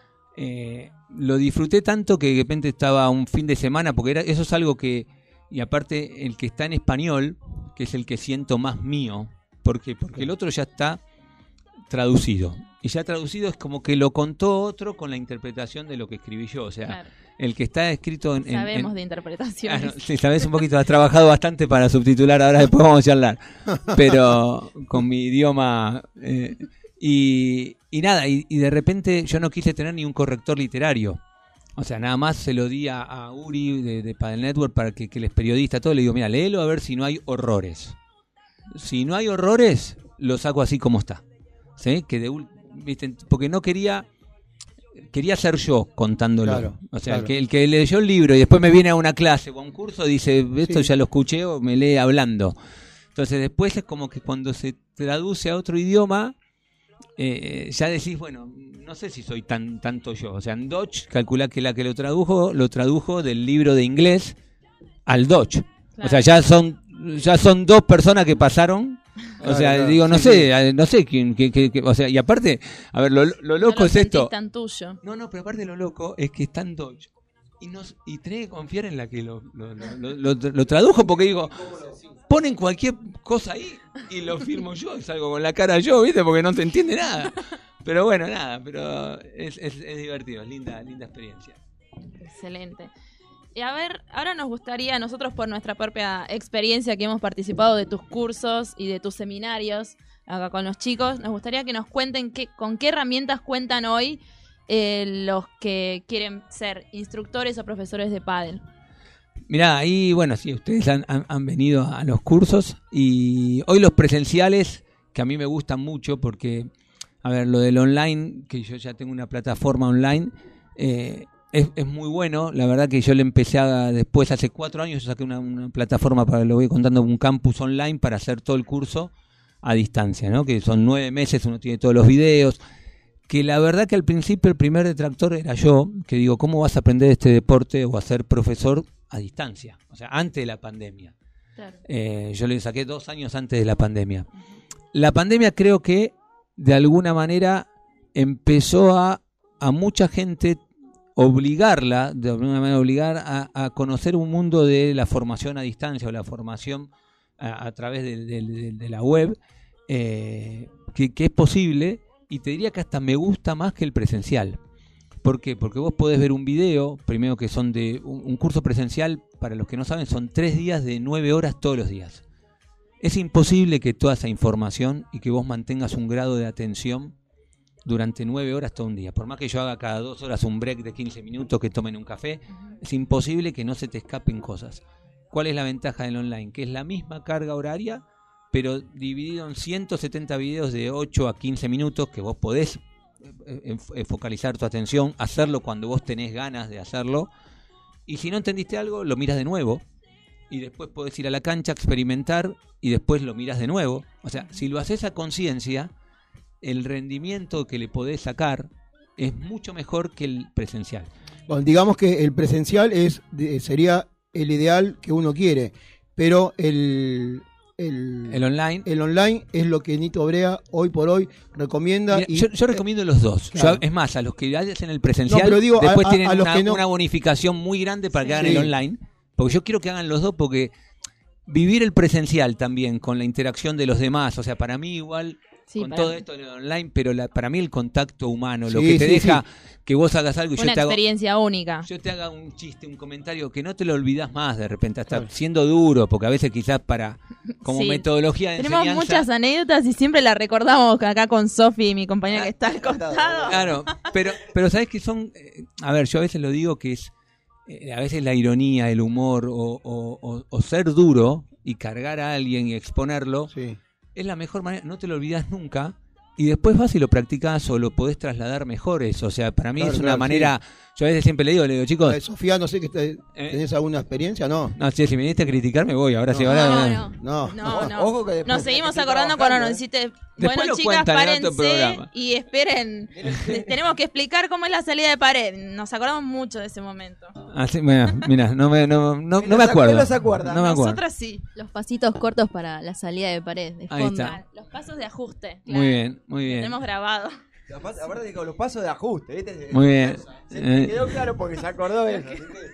H: lo disfruté tanto que de repente estaba un fin de semana, porque eso es algo que... Y aparte, el que está en español, que es el que siento más mío, porque el otro ya está traducido. Y ya traducido es como que lo contó otro con la interpretación de lo que escribí yo. O sea, claro. El que está escrito en...
C: Sabemos de interpretaciones.
H: Sí, sabes un poquito, has trabajado bastante para subtitular, ahora después vamos a charlar. Pero con mi idioma... y nada, y de repente yo no quise tener ni un corrector literario. O sea, nada más se lo di a Uri de Padel Network para que él es periodista, todo. Le digo, mira, léelo a ver si no hay horrores. Si no hay horrores, lo saco así como está. ¿Sí? ¿Viste? Porque no quería ser yo contándolo. Claro, o sea, claro. El que leyó el libro y después me viene a una clase o a un curso, dice, esto sí. Ya lo escuché o me lee hablando. Entonces después es como que cuando se traduce a otro idioma... ya decís, bueno, no sé si soy tanto yo. O sea, en Dutch, calculá que la que lo tradujo del libro de inglés al Dutch. Claro. O sea, ya son dos personas que pasaron. O sea, claro, digo, no sé quién, o sea, y aparte, a ver, lo loco
C: no
H: es esto.
C: Tan tuyo.
H: No, pero aparte lo loco es que está en Dutch. Y tenés que confiar en la que lo tradujo, porque digo, ponen cualquier cosa ahí y lo firmo yo y salgo con la cara yo, ¿viste? Porque no se entiende nada. Pero bueno, pero es divertido, es linda experiencia.
C: Excelente. Y a ver, ahora nos gustaría, nosotros por nuestra propia experiencia que hemos participado de tus cursos y de tus seminarios acá con los chicos, nos gustaría que nos cuenten con qué herramientas cuentan hoy los que quieren ser instructores o profesores de pádel.
H: Mirá, ahí, bueno, sí, ustedes han venido a los cursos y hoy los presenciales, que a mí me gustan mucho porque, a ver, lo del online, que yo ya tengo una plataforma online, es muy bueno. La verdad que yo le empecé después, hace 4 años, yo saqué una plataforma, lo voy contando, un campus online para hacer todo el curso a distancia, ¿no? Que son 9 meses, uno tiene todos los videos. Que la verdad que al principio el primer detractor era yo, que digo, ¿cómo vas a aprender este deporte o a ser profesor a distancia? O sea, antes de la pandemia. Claro. Yo le saqué 2 años antes de la pandemia. La pandemia creo que de alguna manera empezó a mucha gente obligar a conocer un mundo de la formación a distancia o la formación a través de la web, que es posible. Y te diría que hasta me gusta más que el presencial. ¿Por qué? Porque vos podés ver un video, primero que son de un curso presencial, para los que no saben, son 3 días de 9 horas todos los días. Es imposible que toda esa información y que vos mantengas un grado de atención durante 9 horas todo un día. Por más que yo haga cada 2 horas un break de 15 minutos, que tomen un café, es imposible que no se te escapen cosas. ¿Cuál es la ventaja del online? Que es la misma carga horaria, pero dividido en 170 videos de 8 a 15 minutos que vos podés focalizar tu atención, hacerlo cuando vos tenés ganas de hacerlo, y si no entendiste algo, lo miras de nuevo, y después podés ir a la cancha, experimentar, y después lo miras de nuevo. O sea, si lo haces a conciencia, el rendimiento que le podés sacar es mucho mejor que el presencial.
A: Bueno, digamos que el presencial sería el ideal que uno quiere, pero el online es lo que Nito Brea hoy por hoy recomienda.
H: Mira, yo recomiendo los dos. Claro. Es más, a los que hacen el presencial, después tienen una bonificación muy grande para que hagan el online. Porque yo quiero que hagan los dos, porque vivir el presencial también con la interacción de los demás, o sea, para mí igual, con todo esto en online, pero para mí el contacto humano, lo que te deja que vos hagas algo y
C: una experiencia única.
H: Yo te haga un chiste, un comentario que no te lo olvidás más de repente, hasta siendo duro, porque a veces quizás como metodología de
C: enseñanza. Tenemos muchas anécdotas y siempre las recordamos acá con Sofi, mi compañera que está al costado.
H: Claro, pero sabés que son, a ver, yo a veces lo digo que es, a veces la ironía, el humor o ser duro y cargar a alguien y exponerlo es la mejor manera, no te lo olvidas nunca y después vas y lo practicás o lo podés trasladar mejor eso. O sea, para mí es una manera Yo a veces siempre le digo, chicos...
A: Sofía, no sé que tenés alguna experiencia, ¿no?
H: No, si me viniste a criticar me voy, ahora sí.
B: No.
E: Ojo que después
B: Nos seguimos acordando cuando nos hiciste... Bueno, chicas, párense y esperen. Tenemos que explicar cómo es la salida de pared. Nos acordamos mucho de ese momento.
H: Así, mira, no me acuerdo.
E: No se acuerda.
H: No me acuerdo.
B: Nosotras sí. Los pasitos cortos para la salida de pared, de
H: Ahí
B: fondo.
H: está.
B: Los pasos de ajuste.
H: Muy bien, muy bien.
B: Lo tenemos grabado.
E: Aparte de los pasos de ajuste, ¿viste?
H: Muy bien.
E: Se me quedó claro porque se acordó de eso.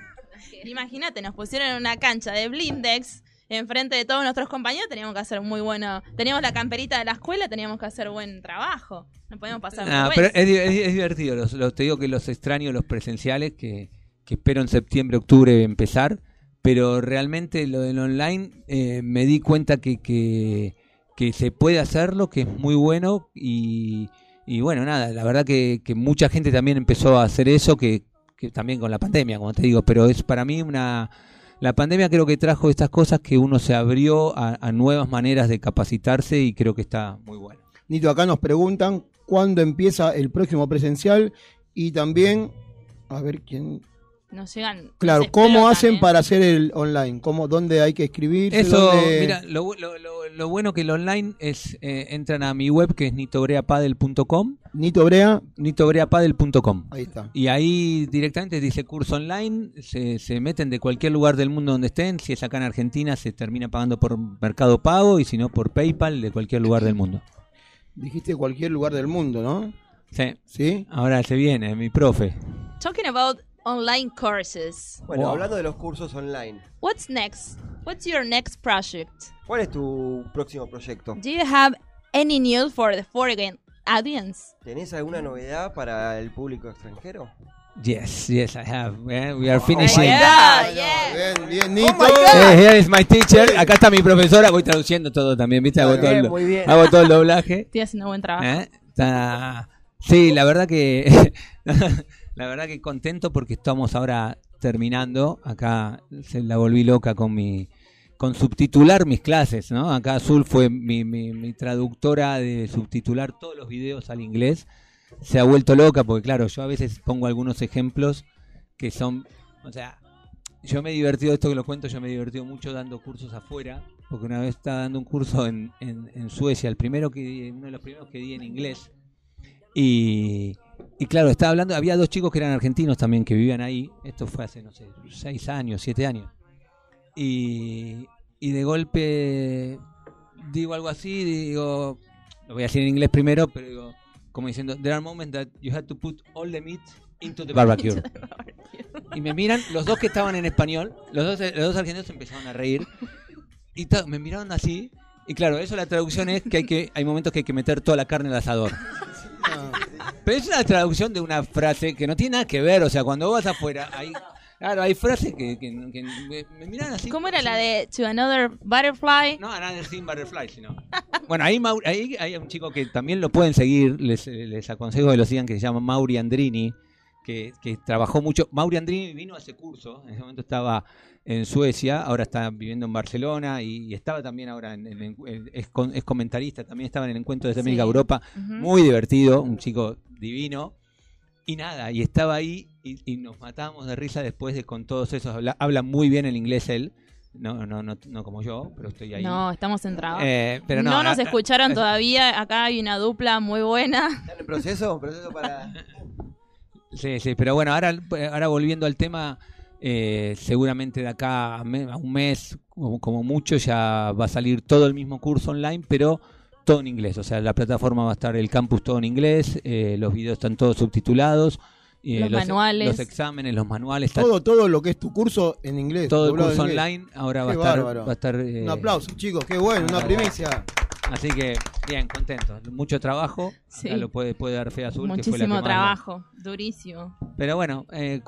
B: Imagínate, nos pusieron en una cancha de blindex enfrente de todos nuestros compañeros, teníamos que hacer muy bueno. Teníamos la camperita de la escuela, teníamos que hacer buen trabajo. No podemos pasar
H: pero es divertido. Te digo que los extraño, los presenciales, que espero en septiembre, octubre empezar. Pero realmente lo del online me di cuenta que se puede hacerlo, que es muy bueno. Y bueno, nada, la verdad que mucha gente también empezó a hacer eso, que también con la pandemia, como te digo. Pero es para mí la pandemia creo que trajo estas cosas que uno se abrió a nuevas maneras de capacitarse y creo que está muy bueno.
A: Nito, acá nos preguntan cuándo empieza el próximo presencial y también, a ver quién...
B: Nos llegan...
A: Claro, ¿cómo hacen para hacer el online? ¿Dónde hay que escribir?
H: Eso, mira, lo bueno que el online es, entran a mi web que es nitobreapadel.com. nitobreapadel.com.
A: Ahí está.
H: Y ahí directamente dice curso online, se meten de cualquier lugar del mundo donde estén. Si es acá en Argentina se termina pagando por Mercado Pago y si no por PayPal, de cualquier lugar del mundo.
A: Dijiste cualquier lugar del mundo, ¿no?
H: Sí.
A: ¿Sí?
H: Ahora se viene, mi profe.
B: Talking about online courses.
E: Bueno, hablando de los cursos online.
B: What's next? What's your next project?
E: ¿Cuál es tu próximo proyecto?
B: Do you have any news for the foreign audience?
E: ¿Tenés alguna novedad para el público extranjero?
H: Yes, I have. We are finishing.
A: Bien, Nito.
H: Here is my teacher. Acá está mi profesora. Voy traduciendo todo también, ¿viste? Hago todo el doblaje.
B: Estoy haciendo buen trabajo.
H: Sí, la verdad que contento porque estamos ahora terminando. Acá se la volví loca con subtitular mis clases, ¿no? Acá Azul fue mi traductora de subtitular todos los videos al inglés. Se ha vuelto loca porque, claro, yo a veces pongo algunos ejemplos que son, o sea, yo me he divertido, esto que lo cuento, yo me he divertido mucho dando cursos afuera, porque una vez estaba dando un curso en Suecia, uno de los primeros que di en inglés, y claro, estaba hablando, había 2 chicos que eran argentinos también que vivían ahí, esto fue hace, no sé, 6 años, 7 años, y de golpe digo algo así, lo voy a decir en inglés primero, pero digo, como diciendo, there are moments that you have to put all the meat into the barbecue. Y me miran, los dos que estaban en español, los dos argentinos empezaron a reír, y me miraron así, y claro, eso la traducción es que hay momentos que hay que meter toda la carne al asador. Pero es una traducción de una frase que no tiene nada que ver, o sea, cuando vas afuera, hay frases que me miran así.
B: ¿Cómo era la de To Another Butterfly?
H: No, Another Thin Butterfly, sino. Bueno, ahí hay un chico que también lo pueden seguir, les aconsejo que lo sigan, que se llama Mauri Andrini, que trabajó mucho. Mauri Andrini vino a ese curso, en ese momento estaba en Suecia, ahora está viviendo en Barcelona y estaba también ahora, es comentarista, también estaba en el encuentro de América Europa, muy divertido, un chico divino. Y nada, y estaba ahí y nos matábamos de risa después de con todos esos. Habla muy bien el inglés él, no como yo, pero estoy ahí.
B: No, estamos en trabajo.
H: Pero
B: no nos escucharon todavía, acá hay una dupla muy buena.
E: ¿Están en proceso para...?
H: Sí, pero bueno, ahora volviendo al tema, seguramente de acá a un mes, como mucho, ya va a salir todo el mismo curso online, pero... todo en inglés, o sea, la plataforma va a estar, el campus todo en inglés, los videos están todos subtitulados,
B: los manuales,
H: los exámenes, los manuales,
A: todo lo que es tu curso en inglés,
H: todo el curso online, ahora va a estar
A: un aplauso, chicos, qué bueno, una primicia.
H: Así que bien, contento, mucho trabajo, sí. Lo puede dar fe Azul,
B: muchísimo
H: que fue la que
B: trabajo, durísimo.
H: Pero bueno,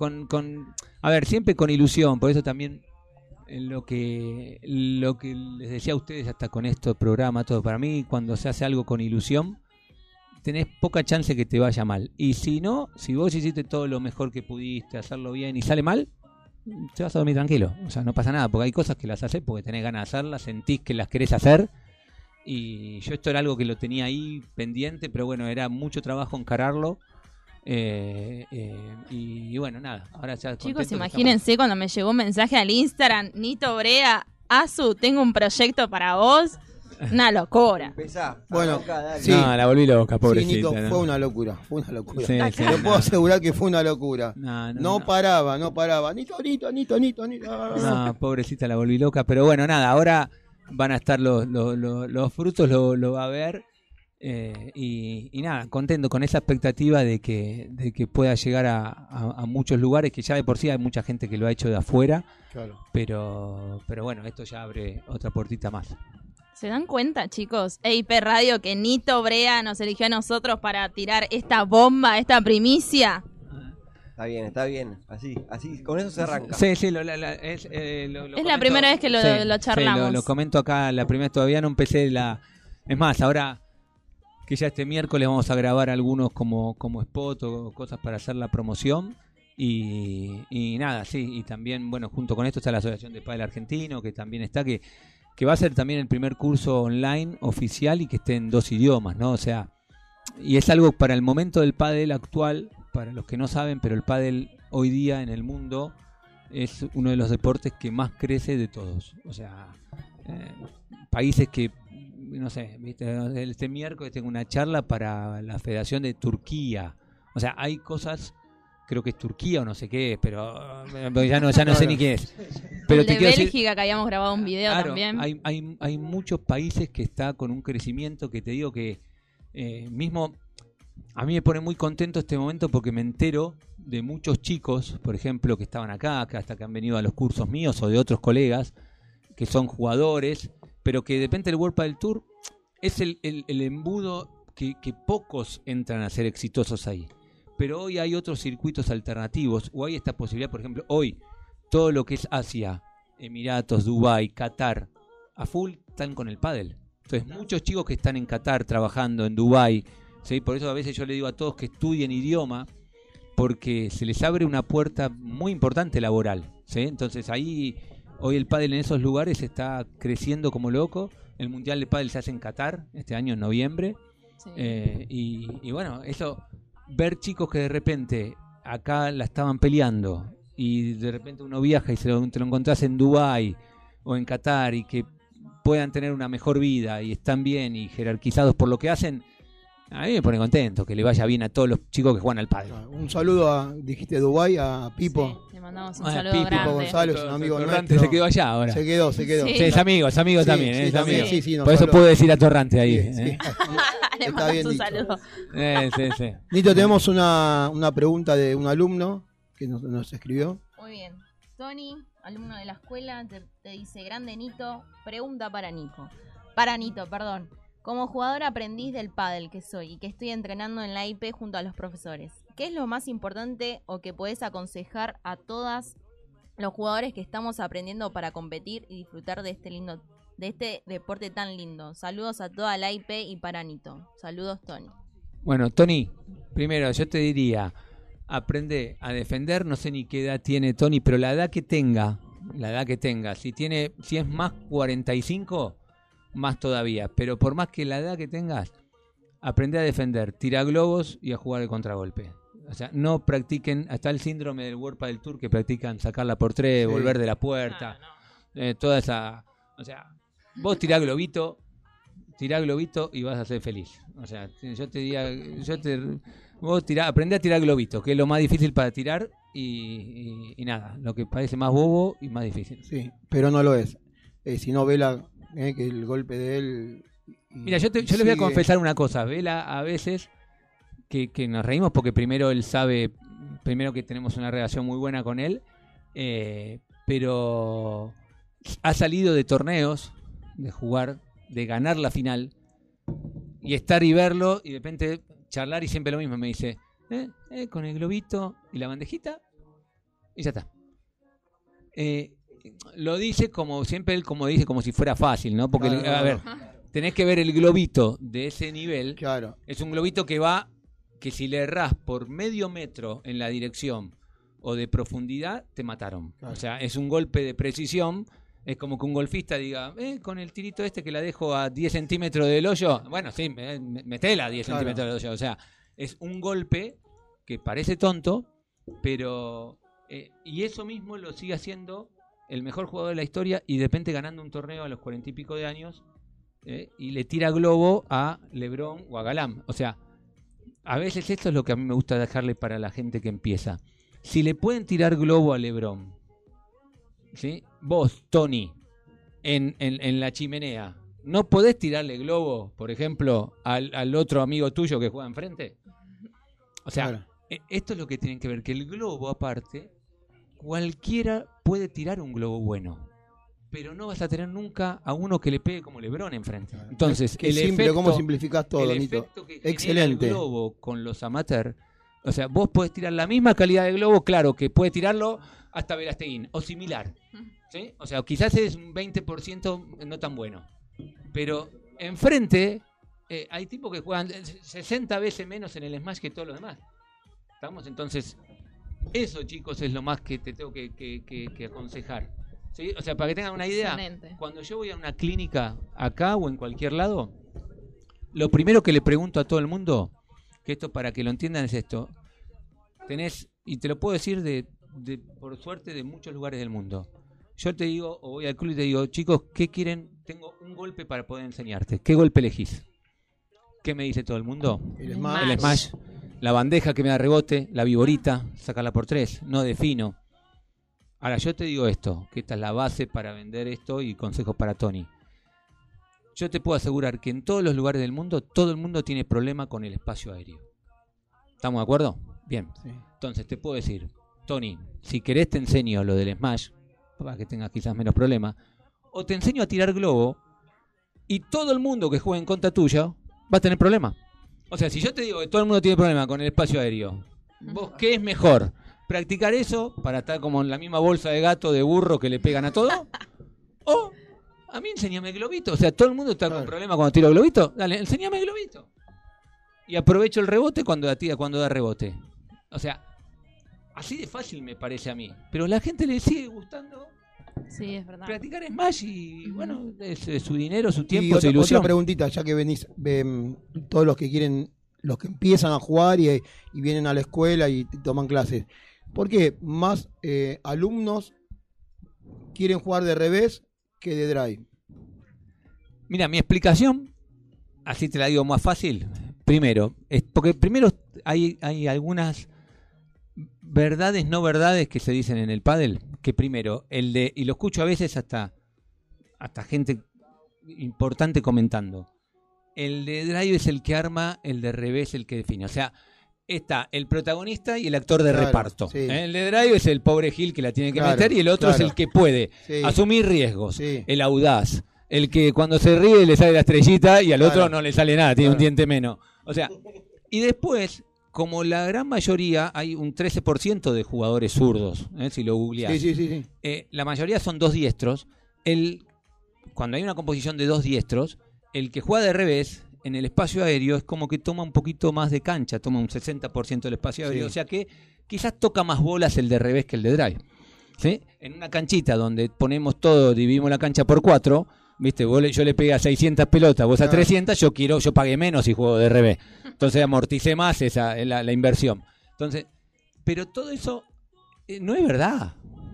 H: a ver, siempre con ilusión, por eso también lo que les decía a ustedes hasta con esto programa, todo para mí, cuando se hace algo con ilusión, tenés poca chance que te vaya mal. Y si no, si vos hiciste todo lo mejor que pudiste, hacerlo bien y sale mal, te vas a dormir tranquilo. O sea, no pasa nada, porque hay cosas que las haces porque tenés ganas de hacerlas, sentís que las querés hacer. Y yo esto era algo que lo tenía ahí pendiente, pero bueno, era mucho trabajo encararlo. Y bueno, nada, ahora ya
C: chicos, imagínense cuando me llegó un mensaje al Instagram, Nito Brea, Azu, tengo un proyecto para vos. Una locura.
E: Empezá.
A: Bueno,
H: sí. No, la volví loca, pobrecita.
A: Sí, Nito,
H: ¿no?
A: fue una locura.
H: Sí,
A: Lo puedo asegurar que fue una locura. No paraba. Nito.
H: No, pobrecita, la volví loca. Pero bueno, nada, ahora van a estar los frutos, lo va a ver. Y nada, contento con esa expectativa de que pueda llegar a muchos lugares, que ya de por sí hay mucha gente que lo ha hecho de afuera.
A: Claro.
H: Pero bueno, esto ya abre otra puertita más.
C: ¿Se dan cuenta, chicos? EIP Radio, que Nito Brea nos eligió a nosotros para tirar esta bomba, esta primicia.
E: Está bien. Así, con eso se arranca.
H: Sí, es
C: la primera vez que lo charlamos.
H: Sí, lo comento acá, la primera todavía no empecé Es más, ahora que ya este miércoles vamos a grabar algunos como spot o cosas para hacer la promoción. Y nada, sí, y también, bueno, junto con esto está la Asociación de Pádel Argentino, que también está, que va a ser también el primer curso online oficial y que esté en 2 idiomas, ¿no? O sea, y es algo para el momento del pádel actual, para los que no saben, pero el pádel hoy día en el mundo es uno de los deportes que más crece de todos. O sea, países que, no sé, ¿viste? Este miércoles tengo una charla para la Federación de Turquía. O sea, hay cosas... Creo que es Turquía o no sé qué, pero ya no sé ni qué es. Pero
C: el de Bélgica, que habíamos grabado un video también.
H: Hay muchos países que está con un crecimiento que te digo que mismo a mí me pone muy contento este momento porque me entero de muchos chicos, por ejemplo, que estaban acá, que hasta que han venido a los cursos míos o de otros colegas, que son jugadores, pero que de repente el World Padel Tour es el embudo que pocos entran a ser exitosos ahí. Pero hoy hay otros circuitos alternativos, o hay esta posibilidad, por ejemplo, hoy todo lo que es Asia, Emiratos, Dubái, Qatar, a full están con el pádel. Entonces muchos chicos que están en Qatar trabajando, en Dubái, ¿sí? Por eso a veces yo le digo a todos que estudien idioma, porque se les abre una puerta muy importante laboral, ¿sí? Entonces ahí, hoy el pádel en esos lugares está creciendo como loco. El Mundial de Pádel se hace en Qatar, este año en noviembre. Sí. Y bueno, eso... Ver chicos que de repente acá la estaban peleando y de repente uno viaja y te lo encontrás en Dubái o en Qatar y que puedan tener una mejor vida y están bien y jerarquizados por lo que hacen, a mí me pone contento que le vaya bien a todos los chicos que juegan al pádel.
A: Un saludo dijiste Dubái, a Pipo.
C: Sí, le mandamos un saludo grande.
A: Pipo González, un amigo nuestro.
H: Se quedó allá ahora.
A: Se quedó. Sí,
H: es amigo también.
A: Sí,
H: es amigo.
A: Sí,
H: por eso puedo decir a Torrante ahí.
C: Le
A: está bien
C: un
A: dicho.
C: saludo.
H: Sí.
A: Nito, tenemos una pregunta de un alumno que nos escribió.
B: Muy bien. Tony, alumno de la escuela, te dice: grande Nito, pregunta para Nito, perdón. Como jugador aprendiz del pádel que soy y que estoy entrenando en la IP junto a los profesores, ¿qué es lo más importante o que podés aconsejar a todos los jugadores que estamos aprendiendo para competir y disfrutar de este deporte tan lindo? Saludos a toda la IP y para Nito. Saludos, Tony.
H: Bueno, Tony, primero yo te diría, aprende a defender, no sé ni qué edad tiene Tony, pero la edad que tenga, si es más 45, más todavía, pero por más que la edad que tengas, aprende a defender, tira globos y a jugar el contragolpe. O sea, no practiquen, hasta el síndrome del World Padel Tour que practican sacarla por 3, sí, volver de la puerta, toda esa, o sea, vos tirá globito y vas a ser feliz. O sea, yo te diría, vos aprendé a tirar globito, que es lo más difícil para tirar y nada, lo que parece más bobo y más difícil.
A: Sí, pero no lo es. Si no, Vela, que el golpe de él...
H: Mira, yo les voy a confesar una cosa. Vela a veces que nos reímos porque primero él sabe, primero que tenemos una relación muy buena con él, pero ha salido de torneos, de jugar, de ganar la final y estar y verlo y de repente charlar y siempre lo mismo. Me dice, con el globito y la bandejita y ya está. Lo dice como siempre él dice como si fuera fácil, ¿no? Porque claro, a ver, tenés que ver el globito de ese nivel.
A: Claro.
H: Es un globito que si le errás por medio metro en la dirección o de profundidad, te mataron. Claro. O sea, es un golpe de precisión. Es como que un golfista diga, con el tirito este que la dejo a 10 centímetros del hoyo. Bueno, sí, metela a 10 centímetros del hoyo. O sea, es un golpe que parece tonto, pero y eso mismo lo sigue haciendo el mejor jugador de la historia y de repente ganando un torneo a los 40 y pico de años y le tira globo a LeBron o a Galán. O sea, a veces esto es lo que a mí me gusta dejarle para la gente que empieza. Si le pueden tirar globo a LeBron, ¿sí? Vos, Tony, en la chimenea, ¿no podés tirarle globo, por ejemplo, al otro amigo tuyo que juega enfrente? O sea, claro. Esto es lo que tienen que ver, que el globo aparte, cualquiera puede tirar un globo bueno, pero no vas a tener nunca a uno que le pegue como LeBron enfrente. Entonces,
A: qué simple, efecto, ¿cómo simplificás todo,
H: el
A: Nito?
H: Efecto que excelente. El globo con los amateurs, o sea, vos podés tirar la misma calidad de globo, claro, que puede tirarlo hasta Velasteguín, o similar, ¿sí? O sea, quizás es un 20% no tan bueno, pero enfrente hay tipos que juegan 60 veces menos en el Smash que todos los demás. ¿Estamos? Entonces, eso, chicos, es lo más que te tengo que aconsejar. ¿Sí? O sea, para que tengan una idea, cuando yo voy a una clínica acá o en cualquier lado, lo primero que le pregunto a todo el mundo, que esto para que lo entiendan es esto, tenés, y te lo puedo decir por suerte de muchos lugares del mundo, yo te digo, o voy al club y te digo, chicos, ¿qué quieren? Tengo un golpe para poder enseñarte. ¿Qué golpe elegís? ¿Qué me dice todo el mundo?
A: El Smash.
H: El Smash. La bandeja que me da rebote, la viborita, sacarla por 3, no defino. Ahora, yo te digo esto, que esta es la base para vender esto y consejos para Tony. Yo te puedo asegurar que en todos los lugares del mundo, todo el mundo tiene problema con el espacio aéreo. ¿Estamos de acuerdo? Bien. Sí. Entonces, te puedo decir, Tony, si querés te enseño lo del Smash, para que tengas quizás menos problema, o te enseño a tirar globo, y todo el mundo que juegue en contra tuya va a tener problema. O sea, si yo te digo que todo el mundo tiene problema con el espacio aéreo, ¿vos qué es mejor? ¿Practicar eso para estar como en la misma bolsa de gato, de burro que le pegan a todo? ¿O a mí enséñame globito? O sea, todo el mundo está con problemas cuando tiro globito. Dale, enséñame globito. Y aprovecho el rebote cuando da rebote. O sea, así de fácil me parece a mí. Pero a la gente le sigue gustando.
C: Sí, es verdad.
H: Practicar Smash y, bueno, es su dinero, su tiempo, su ilusión.
A: Otra preguntita, ya que venís, todos los que quieren, los que empiezan a jugar y vienen a la escuela y toman clases. ¿Por qué más alumnos quieren jugar de revés que de drive?
H: Mira, mi explicación, así te la digo más fácil. Primero, porque primero hay algunas verdades, no verdades que se dicen en el pádel, que primero, y lo escucho a veces hasta gente importante comentando, el de drive es el que arma, el de revés el que define. O sea, está el protagonista y el actor de reparto. Sí. El de drive es el pobre Gil que la tiene que meter y el otro es el que puede asumir riesgos, el audaz, el que cuando se ríe le sale la estrellita y al otro no le sale nada, tiene un diente menos. O sea, y después, como la gran mayoría, hay un 13% de jugadores zurdos, si lo googleás.
A: Sí.
H: La mayoría son dos diestros. Cuando hay una composición de dos diestros, el que juega de revés en el espacio aéreo es como que toma un poquito más de cancha, toma un 60% del espacio aéreo, o sea que quizás toca más bolas el de revés que el de drive. ¿Sí? En una canchita donde ponemos todo, dividimos la cancha por 4, ¿viste? Yo le pegué a 600 pelotas, vos a 300, yo pagué menos si juego de revés. Entonces amorticé más la inversión. Entonces, pero todo eso no es verdad.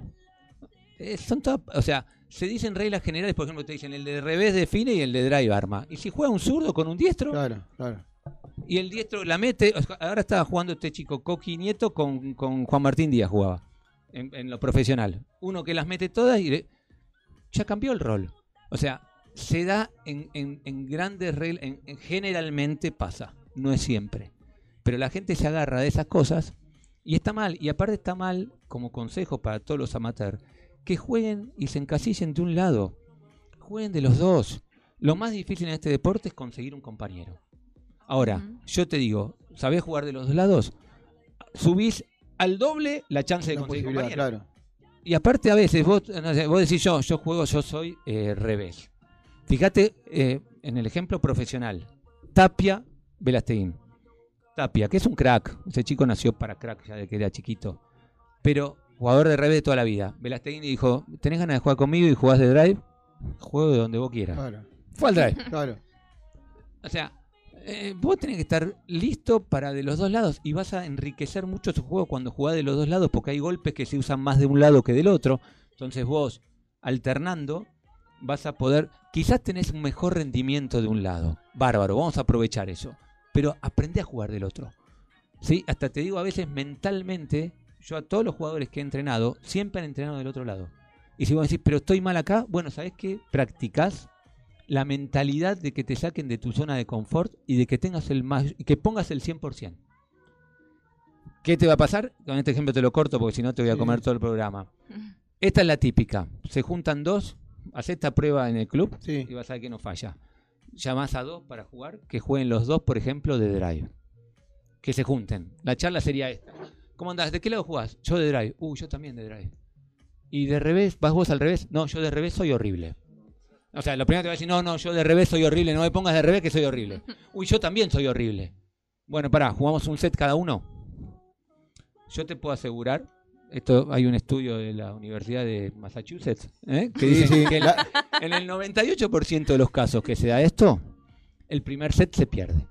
H: Son todas, o sea, se dicen reglas generales, por ejemplo, te dicen el de revés define y el de drive arma. Y si juega un zurdo con un diestro,
A: claro.
H: Y el diestro la mete, ahora estaba jugando este chico Coqui Nieto con Juan Martín Díaz jugaba en lo profesional. Uno que las mete todas y ya cambió el rol. O sea, se da en grandes reglas, generalmente pasa, no es siempre. Pero la gente se agarra de esas cosas y está mal. Y aparte está mal, como consejo para todos los amateurs, que jueguen y se encasillen de un lado. Jueguen de los dos. Lo más difícil en este deporte es conseguir un compañero. Ahora, yo te digo, ¿sabés jugar de los dos lados? Subís al doble la chance de conseguir compañero.
A: Claro.
H: Y aparte a veces, vos decís yo soy revés. Fíjate en el ejemplo profesional. Tapia, Velasteguín. Tapia, que es un crack. Ese chico nació para crack ya de que era chiquito. Pero jugador de revés de toda la vida. Velasteguín dijo, ¿tenés ganas de jugar conmigo y jugás de drive? Juego de donde vos quieras.
A: Claro.
H: Fue al drive.
A: Claro.
H: O sea, vos tenés que estar listo para de los dos lados y vas a enriquecer mucho tu juego cuando jugás de los dos lados porque hay golpes que se usan más de un lado que del otro. Entonces vos, alternando, vas a poder... Quizás tenés un mejor rendimiento de un lado. Bárbaro, vamos a aprovechar eso. Pero aprende a jugar del otro. ¿Sí? Hasta te digo, a veces mentalmente, yo a todos los jugadores que he entrenado, siempre han entrenado del otro lado. Y si vos decís, pero estoy mal acá, bueno, ¿sabés qué? Practicás la mentalidad de que te saquen de tu zona de confort y de que tengas que pongas el 100%. ¿Qué te va a pasar? Con este ejemplo te lo corto porque si no te voy a comer todo el programa. Esta es la típica. Se juntan dos, haces esta prueba en el club y vas a ver que no falla. Llamás a dos para jugar, que jueguen los dos, por ejemplo, de drive. Que se junten. La charla sería esta. ¿Cómo andás? ¿De qué lado jugás? Yo de drive. Yo también de drive. ¿Y de revés? ¿Vas vos al revés? No, yo de revés soy horrible. O sea, lo primero que te va a decir, no, yo de revés soy horrible, no me pongas de revés que soy horrible. Yo también soy horrible. Bueno, pará, ¿jugamos un set cada uno? Yo te puedo asegurar, esto hay un estudio de la Universidad de Massachusetts, que dice que en el 98% de los casos que se da esto, el primer set se pierde.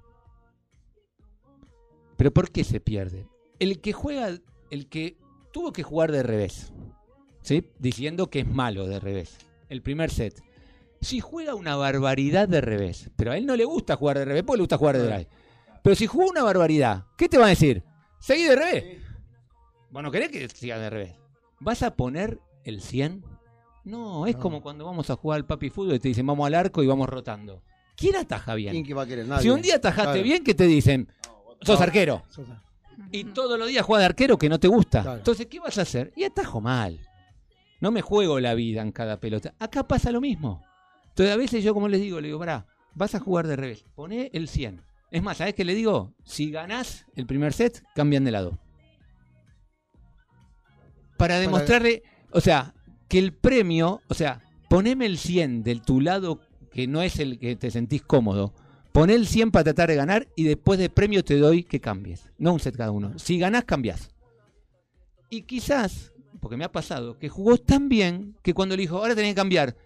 H: ¿Pero por qué se pierde? El que tuvo que jugar de revés, ¿sí? Diciendo que es malo de revés, el primer set. Si juega una barbaridad de revés, pero a él no le gusta jugar de revés, porque le gusta jugar de drive. Pero si juega una barbaridad, ¿qué te va a decir? ¿Seguí de revés? ¿Vos no querés que sigas de revés? ¿Vas a poner el 100? No, es como cuando vamos a jugar al papi fútbol y te dicen vamos al arco y vamos rotando. ¿Quién ataja bien?
A: ¿Quién que va a querer? Nadie.
H: Si un día atajaste bien, ¿qué te dicen? Sos arquero. Y todos los días jugás de arquero que no te gusta. Claro. Entonces, ¿qué vas a hacer? Y atajo mal. No me juego la vida en cada pelota. Acá pasa lo mismo. Entonces a veces yo, como les digo, pará, vas a jugar de revés, poné el 100. Es más, ¿sabés qué le digo? Si ganás el primer set, cambian de lado. Para demostrarle, o sea, que el premio, o sea, poneme el 100 de tu lado que no es el que te sentís cómodo, poné el 100 para tratar de ganar y después de premio te doy que cambies. No un set cada uno. Si ganás, cambiás. Y quizás, porque me ha pasado, que jugó tan bien que cuando le dijo, ahora tenés que cambiar,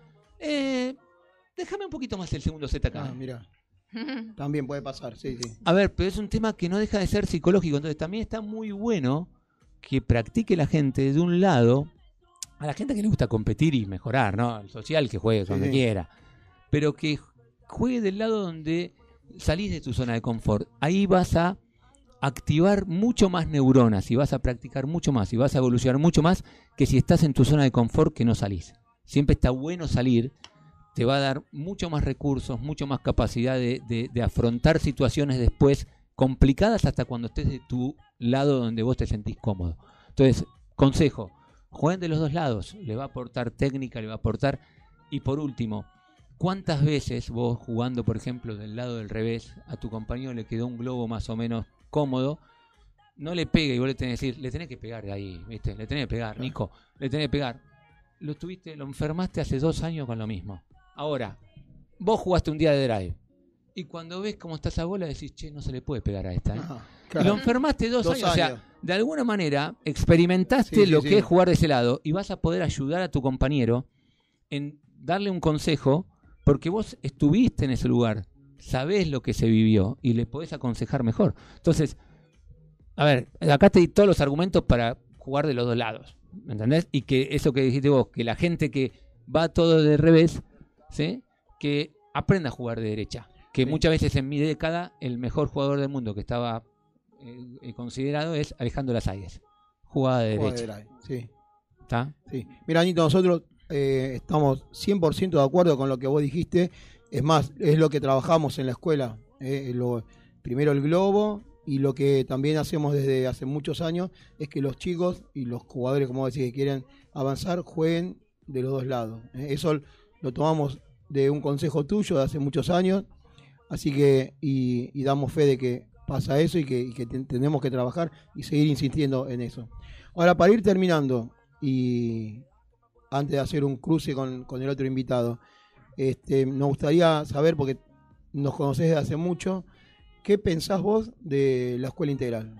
H: déjame un poquito más el segundo set acá.
A: Mira. También puede pasar, sí.
H: A ver, pero es un tema que no deja de ser psicológico. Entonces también está muy bueno que practique la gente de un lado, a la gente que le gusta competir y mejorar, ¿no? El social que juegue donde quiera. Pero que juegue del lado donde salís de tu zona de confort. Ahí vas a activar mucho más neuronas y vas a practicar mucho más y vas a evolucionar mucho más que si estás en tu zona de confort que no salís. Siempre está bueno salir. Te va a dar mucho más recursos, mucho más capacidad de afrontar situaciones después complicadas hasta cuando estés de tu lado donde vos te sentís cómodo. Entonces, consejo, jueguen de los dos lados, le va a aportar técnica, le va a aportar. Y por último, ¿cuántas veces vos jugando, por ejemplo, del lado del revés, a tu compañero le quedó un globo más o menos cómodo, no le pegue y vos le tenés que decir, le tenés que pegar de ahí, ¿viste? Le tenés que pegar, Nico, le tenés que pegar. Lo enfermaste hace 2 años con lo mismo. Ahora, vos jugaste un día de drive y cuando ves cómo está esa bola decís, che, no se le puede pegar a esta. Claro. Lo enfermaste 2 años. O sea, de alguna manera experimentaste lo que es jugar de ese lado y vas a poder ayudar a tu compañero en darle un consejo porque vos estuviste en ese lugar, sabés lo que se vivió y le podés aconsejar mejor. Entonces, a ver, acá te di todos los argumentos para jugar de los dos lados, ¿me entendés? Y que eso que dijiste vos, que la gente que va todo de revés, ¿sí? Que aprenda a jugar de derecha. Que muchas veces en mi década el mejor jugador del mundo que estaba considerado es Alejandro Lasalles. Jugaba de derecha. ¿Está?
A: Sí. Mira, Anito, nosotros estamos 100% de acuerdo con lo que vos dijiste. Es más, es lo que trabajamos en la escuela. Primero el globo, y lo que también hacemos desde hace muchos años es que los chicos y los jugadores, como decís, que quieren avanzar, jueguen de los dos lados. Eso lo tomamos de un consejo tuyo de hace muchos años, así que y damos fe de que pasa eso y que tenemos que trabajar y seguir insistiendo en eso. Ahora, para ir terminando y antes de hacer un cruce con el otro invitado, nos gustaría saber, porque nos conocés desde hace mucho, ¿qué pensás vos de la escuela integral?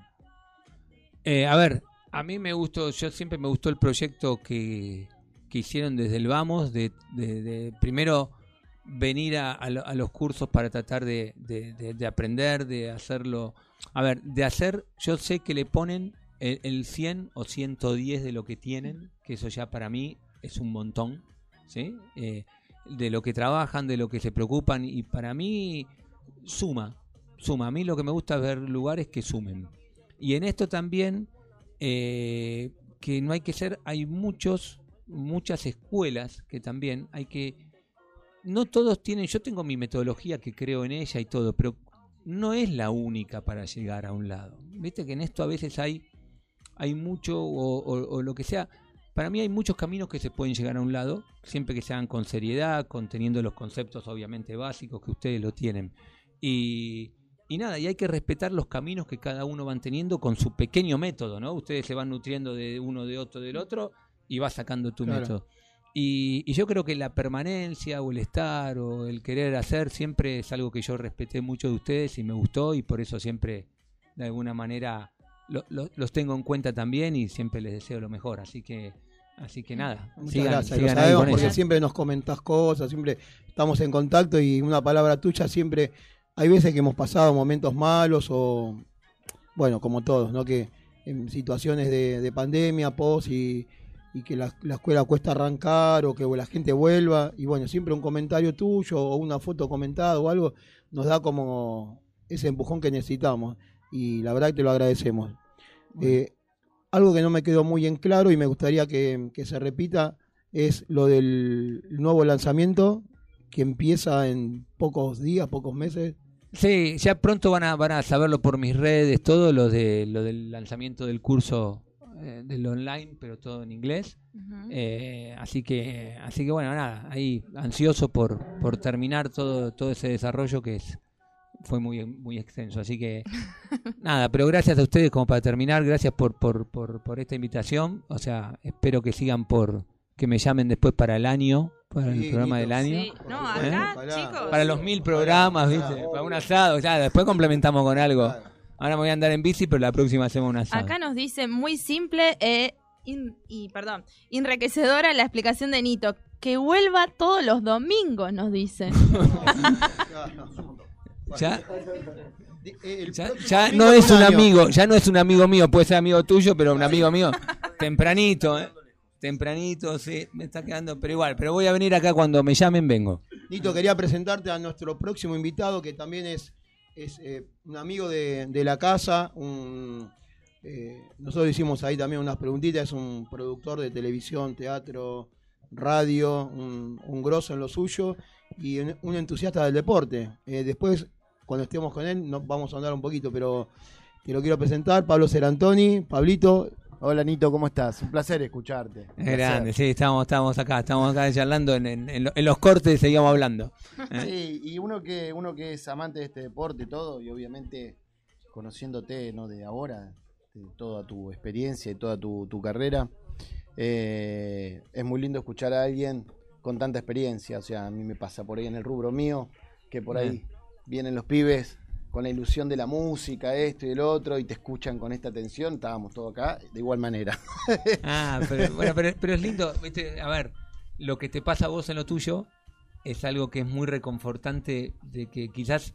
H: A ver, a mí yo siempre me gustó el proyecto que hicieron desde el Vamos, de primero venir a los cursos para tratar de aprender, de hacerlo. A ver, de hacer, yo sé que le ponen el 100 o 110 de lo que tienen, que eso ya para mí es un montón, ¿sí? De lo que trabajan, de lo que se preocupan, y para mí suma. A mí lo que me gusta es ver lugares que sumen. Y en esto también, que no hay que ser, hay muchas escuelas que también hay que, no todos tienen, yo tengo mi metodología que creo en ella y todo, pero no es la única para llegar a un lado. Viste que en esto a veces hay mucho o lo que sea. Para mí hay muchos caminos que se pueden llegar a un lado, siempre que se hagan con seriedad, conteniendo los conceptos obviamente básicos que ustedes lo tienen. Y nada, y hay que respetar los caminos que cada uno van teniendo con su pequeño método, ¿no? Ustedes se van nutriendo de uno, de otro, del otro, y vas sacando tu método. Y yo creo que la permanencia o el estar o el querer hacer siempre es algo que yo respeté mucho de ustedes y me gustó, y por eso siempre de alguna manera los tengo en cuenta también y siempre les deseo lo mejor. Así que nada.
A: Muchas gracias, lo sabemos porque siempre nos comentás cosas, siempre estamos en contacto, y una palabra tuya siempre. Hay veces que hemos pasado momentos malos o, bueno, como todos, ¿no? Que en situaciones de pandemia, post y que la escuela cuesta arrancar o que la gente vuelva, y bueno, siempre un comentario tuyo o una foto comentada o algo nos da como ese empujón que necesitamos, y la verdad que te lo agradecemos. Algo que no me quedó muy en claro y me gustaría que se repita es lo del nuevo lanzamiento que empieza en pocos días, pocos meses.
H: Sí, ya pronto van a saberlo por mis redes, todo lo del lanzamiento del curso del online, pero todo en inglés. Así que bueno, nada, ahí ansioso por terminar todo ese desarrollo que fue muy, muy extenso. Así que nada, pero gracias a ustedes como para terminar, gracias por esta invitación. O sea, espero que sigan que me llamen después para el año, para el programa del año.
C: Sí. No, acá, chicos.
H: Para los 1000 programas, ¿viste? Para un asado, ya, después complementamos con algo. Ahora me voy a andar en bici, pero la próxima hacemos un asado.
C: Acá nos dice muy simple enriquecedora la explicación de Nito. Que vuelva todos los domingos, nos dice.
H: Ya no es un amigo, ya no es un amigo mío, puede ser amigo tuyo, pero un amigo mío tempranito, sí, me está quedando, pero igual, pero voy a venir acá cuando me llamen, vengo.
A: Nito, quería presentarte a nuestro próximo invitado, que también es un amigo de la casa, nosotros hicimos ahí también unas preguntitas, es un productor de televisión, teatro, radio, un grosso en lo suyo y un entusiasta del deporte. Después, cuando estemos con él, vamos a hablar un poquito, pero te lo quiero presentar, Pablo Serantoni. Pablito.
J: Hola Nito, ¿cómo estás? Un placer escucharte.
H: Grande, sí, estamos acá charlando en los cortes, seguimos hablando.
J: Sí, y uno que es amante de este deporte y todo, y obviamente conociéndote, ¿no? De ahora, de toda tu experiencia y toda tu carrera, es muy lindo escuchar a alguien con tanta experiencia. O sea, a mí me pasa por ahí en el rubro mío, que por ahí vienen los pibes con la ilusión de la música, esto y el otro, y te escuchan con esta atención. Estábamos todos acá de igual manera.
H: Pero es lindo, ¿viste? A ver, lo que te pasa a vos en lo tuyo es algo que es muy reconfortante, de que quizás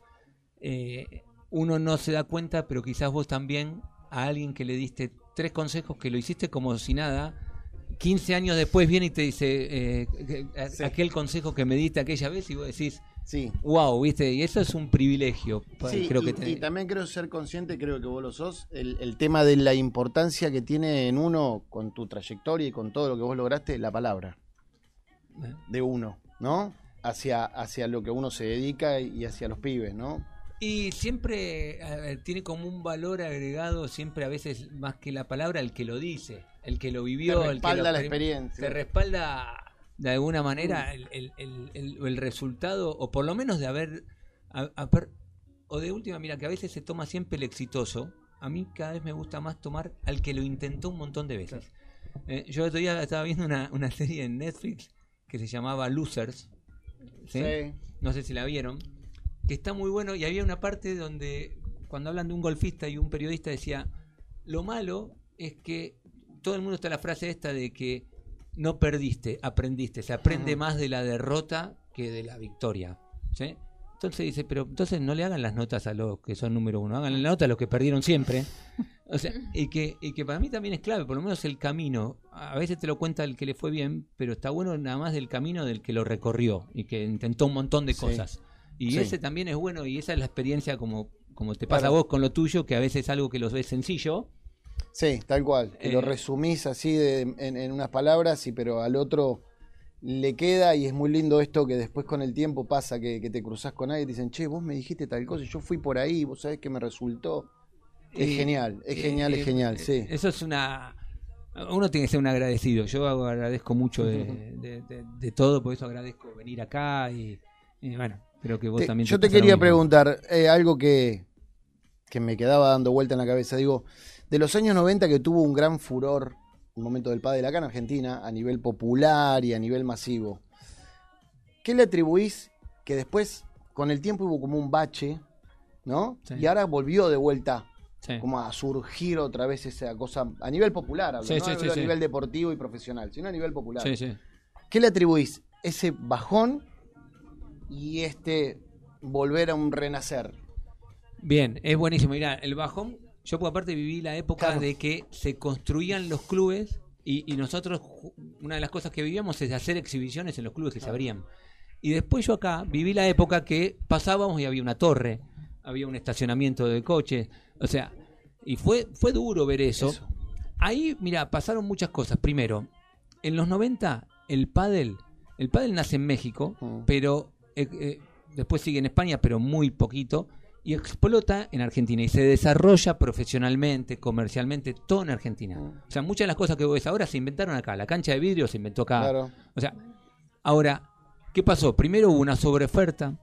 H: uno no se da cuenta, pero quizás vos también, a alguien que le diste 3 consejos, que lo hiciste como si nada, 15 años después viene y te dice aquel consejo que me diste aquella vez, y vos decís,
J: sí,
H: wow, ¿viste? Y eso es un privilegio.
J: Sí, y también creo ser consciente, creo que vos lo sos, el tema de la importancia que tiene en uno, con tu trayectoria y con todo lo que vos lograste, la palabra de uno, ¿no? Hacia lo que uno se dedica y hacia los pibes, ¿no?
H: Y siempre tiene como un valor agregado, siempre a veces más que la palabra, el que lo dice, el que lo vivió,
J: te respalda la experiencia.
H: Te respalda de alguna manera el resultado, o por lo menos de haber, o de última, mira, que a veces se toma siempre el exitoso. A mí cada vez me gusta más tomar al que lo intentó un montón de veces. Yo el otro día estaba viendo una serie en Netflix que se llamaba Losers, ¿sí? No sé si la vieron, que está muy bueno, y había una parte donde cuando hablan de un golfista y un periodista decía, lo malo es que todo el mundo está la frase esta de que no perdiste, aprendiste. Se aprende más de la derrota que de la victoria, ¿sí? Entonces dice, pero entonces no le hagan las notas a los que son número uno, hagan la nota a los que perdieron siempre. O sea, y que para mí también es clave, por lo menos el camino. A veces te lo cuenta el que le fue bien, pero está bueno nada más del camino del que lo recorrió y que intentó un montón de cosas. Y ese también es bueno, y esa es la experiencia como te pasa a vos con lo tuyo, que a veces es algo que los ves sencillo.
J: Sí, tal cual. Lo resumís así en unas palabras, pero al otro le queda, y es muy lindo esto que después con el tiempo pasa, que te cruzás con alguien y te dicen, che, vos me dijiste tal cosa y yo fui por ahí, vos sabés que me resultó. Es genial, sí.
H: Eso es uno tiene que ser un agradecido. Yo agradezco mucho de todo, por eso agradezco venir acá y bueno, creo que vos también.
J: Yo te quería preguntar algo que me quedaba dando vuelta en la cabeza. Digo, de los años 90 que tuvo un gran furor el momento del pádel acá en Argentina, a nivel popular y a nivel masivo, ¿qué le atribuís que después, con el tiempo, hubo como un bache, ¿no? Sí. Y ahora volvió de vuelta como a surgir otra vez esa cosa a nivel popular, hablo, no a nivel deportivo y profesional, sino a nivel popular. ¿Qué le atribuís ese bajón y volver a un renacer?
H: Bien, es buenísimo. Mirá, el bajón, yo por aparte viví la época de que se construían los clubes y nosotros, una de las cosas que vivíamos es hacer exhibiciones en los clubes que se abrían. Y después yo acá viví la época que pasábamos y había una torre, había un estacionamiento de coches, o sea, y fue duro ver eso. Ahí, mira, pasaron muchas cosas. Primero, en los 90 el pádel nace en México, pero después sigue en España, pero muy poquito, y explota en Argentina y se desarrolla profesionalmente, comercialmente, todo en Argentina. O sea, muchas de las cosas que vos ves ahora se inventaron acá. La cancha de vidrio se inventó acá. Claro. O sea, ahora, ¿qué pasó? Primero hubo una sobreoferta,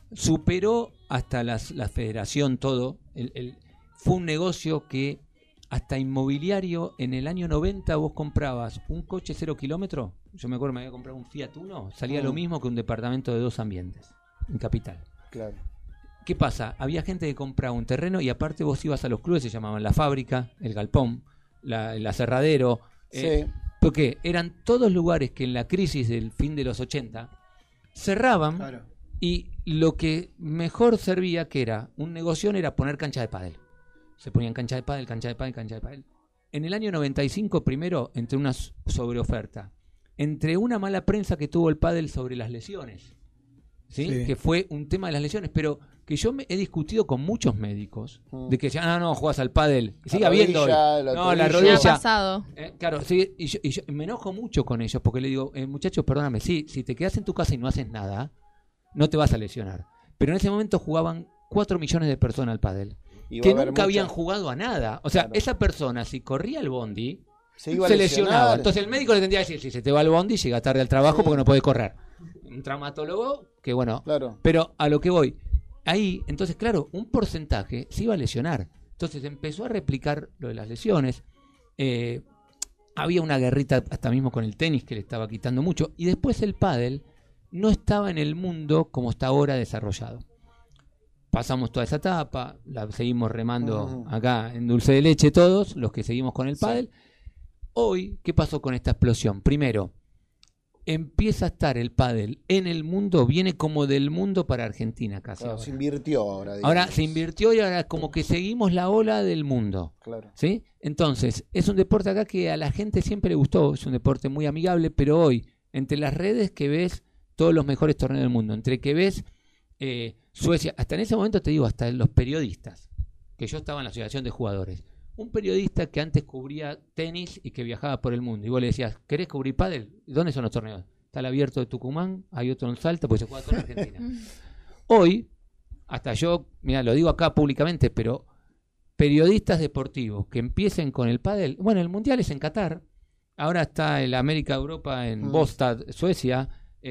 H: superó hasta la federación todo. Fue un negocio que hasta inmobiliario, en el año 90 vos comprabas un coche 0 kilómetros. Yo me acuerdo, me había comprado un Fiat Uno, salía lo mismo que un departamento de 2 ambientes en Capital. Claro. ¿Qué pasa? Había gente que compraba un terreno y aparte vos ibas a los clubes, se llamaban La Fábrica, El Galpón, el Aserradero. Porque eran todos lugares que en la crisis del fin de los 80 cerraban y lo que mejor servía, que era un negocio, era poner cancha de pádel. Se ponían cancha de pádel, cancha de pádel, cancha de pádel. En el año 95, primero, entre una sobreoferta, entre una mala prensa que tuvo el pádel sobre las lesiones, ¿sí? Que fue un tema de las lesiones, pero que yo he discutido con muchos médicos de que decían, no, jugás al pádel, sigue habiendo la rodilla.
C: Pasado.
H: Claro, sí, y yo me enojo mucho con ellos porque le digo, muchachos, perdóname, si te quedas en tu casa y no haces nada, no te vas a lesionar. Pero en ese momento jugaban 4 millones de personas al pádel, que nunca habían jugado a nada. O sea, esa persona, si corría el bondi, se lesionaba. Entonces el médico le tendría que decir, si se te va el bondi, llega tarde al trabajo porque no puede correr. Un traumatólogo, que bueno, pero a lo que voy, ahí, entonces claro, un porcentaje se iba a lesionar. Entonces empezó a replicar lo de las lesiones. Había una guerrita hasta mismo con el tenis que le estaba quitando mucho. Y después el pádel no estaba en el mundo como está ahora desarrollado. Pasamos toda esa etapa, la seguimos remando acá en dulce de leche todos, los que seguimos con el pádel. Hoy, ¿qué pasó con esta explosión? Primero, empieza a estar el pádel en el mundo, viene como del mundo para Argentina casi.
J: Se invirtió ahora. Digamos.
H: Ahora se invirtió y ahora como que seguimos la ola del mundo. ¿Sí? Entonces, es un deporte acá que a la gente siempre le gustó, es un deporte muy amigable, pero hoy, entre las redes que ves todos los mejores torneos del mundo, entre que ves Suecia, hasta en ese momento te digo, hasta los periodistas, que yo estaba en la asociación de jugadores, un periodista que antes cubría tenis y que viajaba por el mundo, y vos le decías, ¿querés cubrir pádel? ¿Dónde son los torneos? Está el Abierto de Tucumán, hay otro en Salta, pues se juega todo en Argentina. Hoy, hasta yo, mira, lo digo acá públicamente, pero periodistas deportivos que empiecen con el pádel, bueno, el Mundial es en Qatar, ahora está el América Europa en Båstad, Suecia,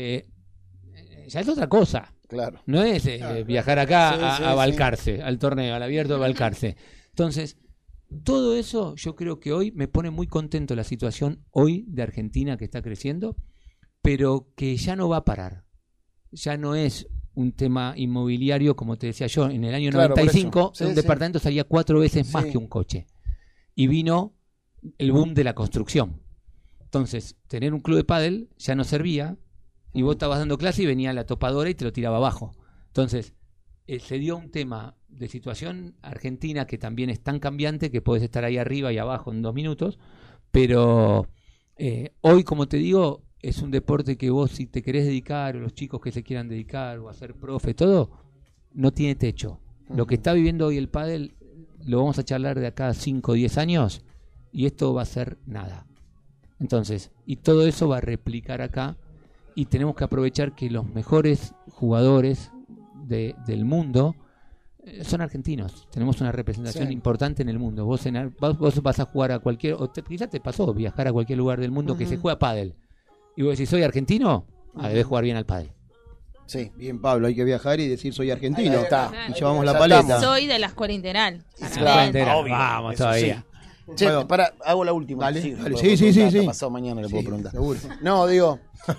H: ya es otra cosa.
J: Claro.
H: No es viajar acá a Balcarce, al torneo, al Abierto de Balcarce. Entonces, todo eso yo creo que hoy me pone muy contento la situación hoy de Argentina que está creciendo, pero que ya no va a parar. Ya no es un tema inmobiliario, como te decía yo, en el año 95 un departamento salía 4 veces más que un coche. Y vino el boom de la construcción. Entonces, tener un club de pádel ya no servía, y vos estabas dando clase y venía la topadora y te lo tiraba abajo. Entonces, se dio un tema de situación argentina que también es tan cambiante que podés estar ahí arriba y abajo en 2 minutos, pero hoy, como te digo, es un deporte que vos, si te querés dedicar, o los chicos que se quieran dedicar, o a ser profe, todo, no tiene techo. Lo que está viviendo hoy el pádel lo vamos a charlar de acá a 5 o 10 años y esto va a ser nada. Entonces, y todo eso va a replicar acá y tenemos que aprovechar que los mejores jugadores del mundo son argentinos. Tenemos una representación importante en el mundo. Vos vas a jugar a cualquier, quizás te pasó viajar a cualquier lugar del mundo que se juega pádel. Y vos decís, ¿soy argentino? Debes jugar bien al pádel.
A: Sí, bien, Pablo, hay que viajar y decir soy argentino.
J: Ahí está.
A: Y llevamos la paleta.
C: Soy de la escuela integral.
J: Claro,
H: vamos todavía.
J: Che,
A: Bueno,
J: hago la última.
A: dale,
J: Sí,
A: dale.
J: sí. Pasado mañana le puedo preguntar.
A: Seguro.
J: No, digo,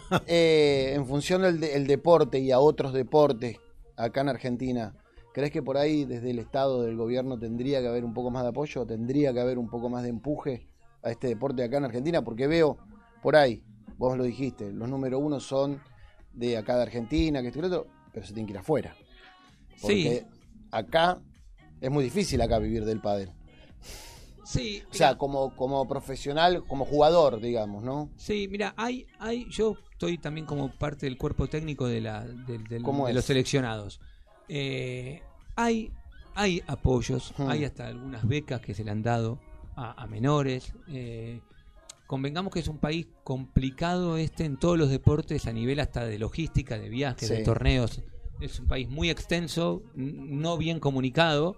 J: en función del deporte y a otros deportes acá en Argentina, ¿crees que por ahí desde el Estado, del gobierno, tendría que haber un poco más de apoyo? ¿Tendría que haber un poco más de empuje a este deporte acá en Argentina? Porque veo por ahí, vos lo dijiste, los número 1 son de acá de Argentina, que esto y lo otro, pero se tienen que ir afuera. Porque acá es muy difícil acá vivir del pádel.
H: Sí,
J: o sea, como profesional, como jugador, digamos, ¿no?
H: Sí, mira, yo estoy también como parte del cuerpo técnico de los seleccionados. Hay apoyos, hay hasta algunas becas que se le han dado a menores. Convengamos que es un país complicado en todos los deportes, a nivel hasta de logística, de viajes, de torneos. Es un país muy extenso, no bien comunicado,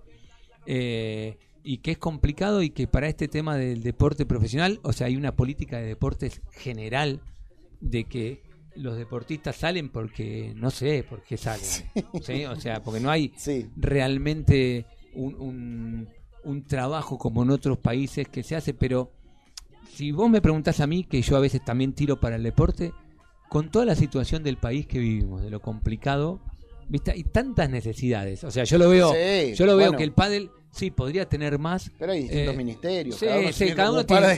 H: y que es complicado, y que para este tema del deporte profesional, o sea, hay una política de deportes general de que los deportistas salen porque no sé por qué salen, ¿sí? O sea, porque no hay realmente un trabajo como en otros países que se hace. Pero si vos me preguntás a mí, que yo a veces también tiro para el deporte, con toda la situación del país que vivimos, de lo complicado, ¿viste? Hay tantas necesidades. O sea, yo lo veo que el pádel sí podría tener más.
J: Pero hay distintos ministerios.
H: Cada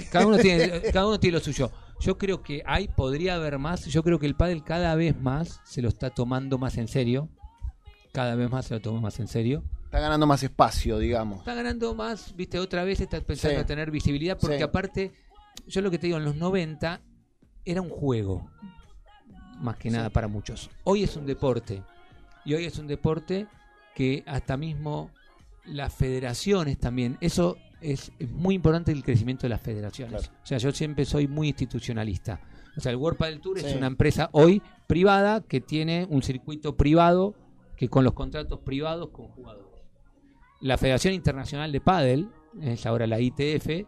H: uno tiene lo suyo. Yo creo que podría haber más. Yo creo que el pádel cada vez más se lo está tomando más en serio. Cada vez más se lo toma más en serio.
J: Está ganando más espacio, digamos.
H: Está ganando más, viste, otra vez está empezando a tener visibilidad, porque aparte, yo lo que te digo, en los 90 era un juego, más que nada para muchos. Hoy es un deporte. Y hoy es un deporte que hasta mismo las federaciones también, eso es muy importante, el crecimiento de las federaciones. Claro. O sea, yo siempre soy muy institucionalista. O sea, el World Padel Tour es una empresa hoy privada que tiene un circuito privado, que con los contratos privados con jugadores. La Federación Internacional de Pádel, es ahora la ITF,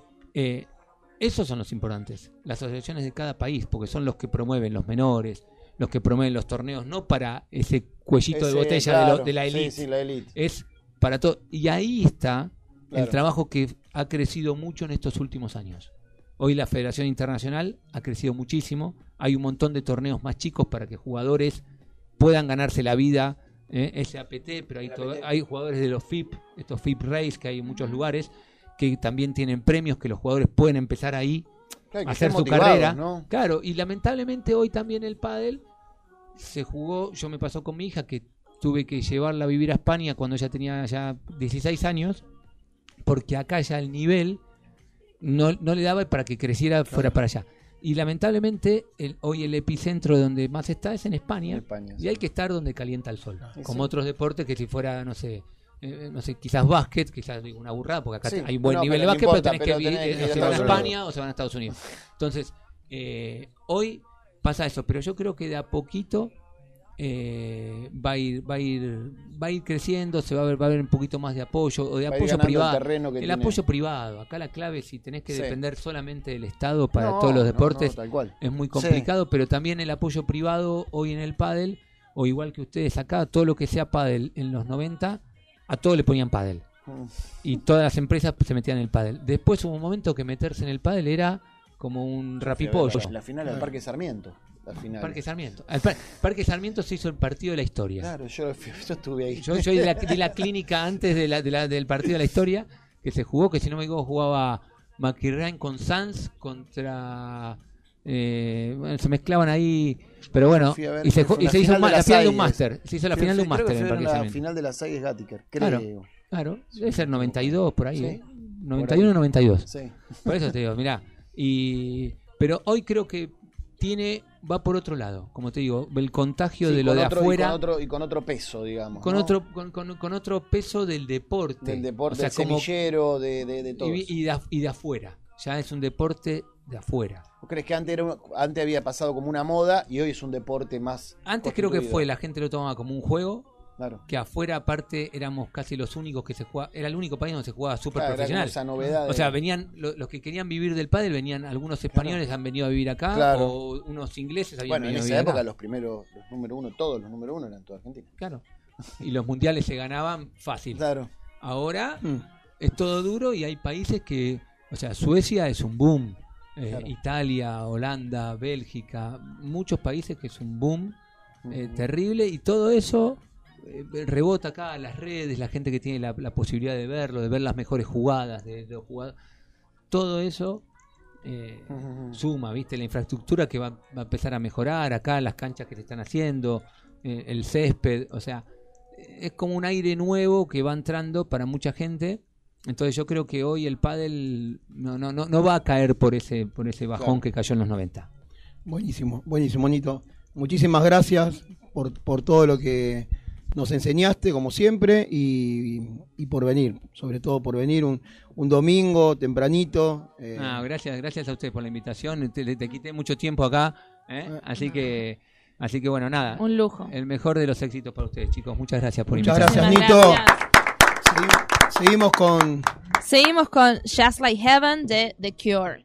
H: esos son los importantes. Las asociaciones de cada país, porque son los que promueven los menores, los que promueven los torneos, no para ese cuellito de botella de la elite.
J: Sí, la elite.
H: Es para todo. Y ahí está el trabajo que ha crecido mucho en estos últimos años. Hoy la Federación Internacional ha crecido muchísimo. Hay un montón de torneos más chicos para que jugadores puedan ganarse la vida. SAPT, pero hay jugadores de los FIP, estos FIP Race que hay en muchos lugares, que también tienen premios que los jugadores pueden empezar ahí a hacer su carrera, ¿no? Claro, y lamentablemente hoy también el pádel se jugó. Yo me pasó con mi hija, que tuve que llevarla a vivir a España cuando ella tenía ya 16 años, porque acá ya el nivel no le daba para que creciera fuera para allá. Y lamentablemente hoy el epicentro de donde más está es en España, y hay que estar donde calienta el sol, como otros deportes, que si fuera, no sé, quizás básquet, quizás digo una burrada, porque acá hay buen nivel de básquet, pero tenés que vivir, se van a España o se van a Estados Unidos. Entonces, hoy pasa eso, pero yo creo que de a poquito va a ir creciendo, va a haber un poquito más de apoyo, o de apoyo privado. El apoyo privado, acá la clave, si tenés que depender solamente del Estado para todos los deportes, tal cual, es muy complicado, pero también el apoyo privado hoy en el pádel, o igual que ustedes acá, todo lo que sea pádel en los 90, a todo le ponían pádel. Y todas las empresas se metían en el pádel. Después hubo un momento que meterse en el pádel era como un rapipollo.
J: La final del Parque Sarmiento.
H: Parque Sarmiento. Parque Sarmiento se hizo el partido de la historia.
J: Claro, yo estuve ahí.
H: Yo di la clínica antes del partido de la historia que se jugó, que si no me equivoco jugaba McIlrain con Sanz contra Bueno, se mezclaban ahí, pero bueno, y se hizo la final de un máster. Se hizo la final de un máster en
J: la final de la Saiges Gattaker, creo.
H: Claro, debe ser 92 por ahí,
J: Sí.
H: 91 92.
J: Sí.
H: Por eso te digo, mirá, pero hoy creo que va por otro lado, como te digo, el contagio de lo de afuera
J: y con otro peso, digamos,
H: con
J: ¿no?
H: otro peso del deporte,
J: o sea, del semillero, de todo
H: y de afuera, ya es un deporte de afuera.
J: ¿Vos crees que antes había pasado como una moda y hoy es un deporte más
H: antes creo que la gente lo tomaba como un juego?
J: Claro.
H: Que afuera aparte éramos casi los únicos que se jugaba, era el único país donde se jugaba súper profesional.
J: Esa novedad
H: o sea, venían los que querían vivir del pádel, venían algunos españoles han venido a vivir acá, o unos ingleses habían venido a vivir acá.
J: En esa época los número uno, todos los número uno eran toda Argentina.
H: Claro. Y los mundiales se ganaban fácil.
J: Claro.
H: Ahora es todo duro y hay países que, o sea, Suecia es un boom, Italia, Holanda, Bélgica, muchos países que es un boom terrible, y todo eso rebota acá a las redes, la gente que tiene la posibilidad de verlo, de ver las mejores jugadas de los jugadores, todo eso suma, ¿viste? La infraestructura que va a empezar a mejorar acá, las canchas que se están haciendo, el césped, o sea, es como un aire nuevo que va entrando para mucha gente. Entonces yo creo que hoy el pádel no va a caer por ese bajón que cayó en los 90.
A: Buenísimo, Nito. Muchísimas gracias por todo lo que nos enseñaste, como siempre, y por venir, sobre todo por venir un domingo tempranito.
H: Gracias a usted por la invitación. Te quité mucho tiempo acá, así que bueno, nada.
C: Un lujo.
H: El mejor de los éxitos para ustedes, chicos. Muchas gracias por
A: invitarme.
H: Muchas
A: gracias, Nito.
C: Seguimos con Just Like Heaven de The Cure.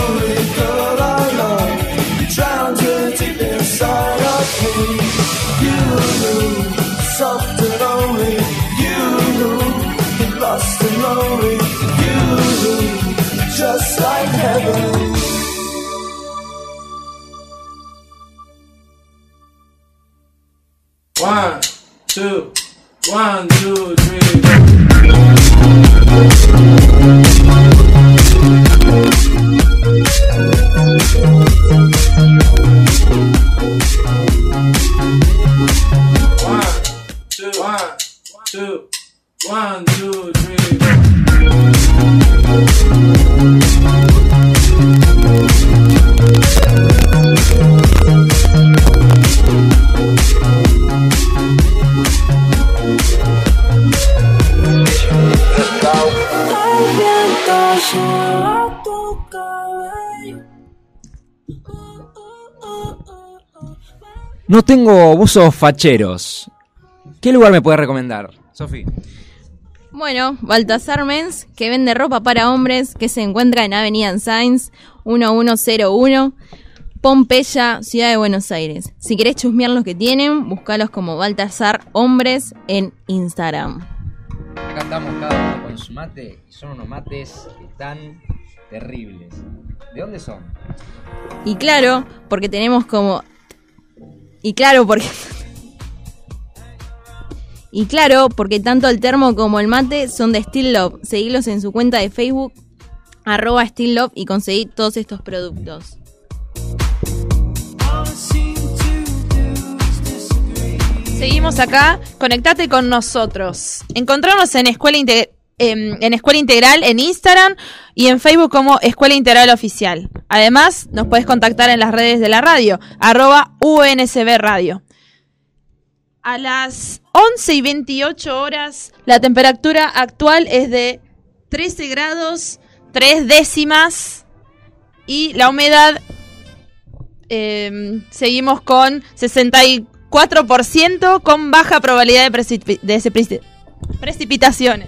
K: You
G: 1, 2, 1, 2, 3. One, two, three.
I: No tengo buzos facheros. ¿Qué lugar me puedes recomendar, Sofi?
B: Bueno, Baltasar Mens, que vende ropa para hombres, que se encuentra en Avenida Sáenz 1101, Pompeya, Ciudad de Buenos Aires. Si querés chusmear los que tienen, búscalos como Baltasar Hombres en Instagram.
I: Acá estamos cada uno con su mate, y son unos mates que están terribles. ¿De dónde son?
B: Y claro, porque tenemos como... Y claro, porque tanto el termo como el mate son de Still Love. Seguilos en su cuenta de Facebook, @Still Love, y conseguí todos estos productos.
C: Seguimos acá, conectate con nosotros. Encontrarnos en Escuela Integral en Instagram y en Facebook como Escuela Integral Oficial. Además, nos puedes contactar en las redes de la radio, @UNSB Radio. A las 11:28 horas, la temperatura actual es de 13 grados, 3 décimas, y la humedad, seguimos con 64%, con baja probabilidad de precipitaciones.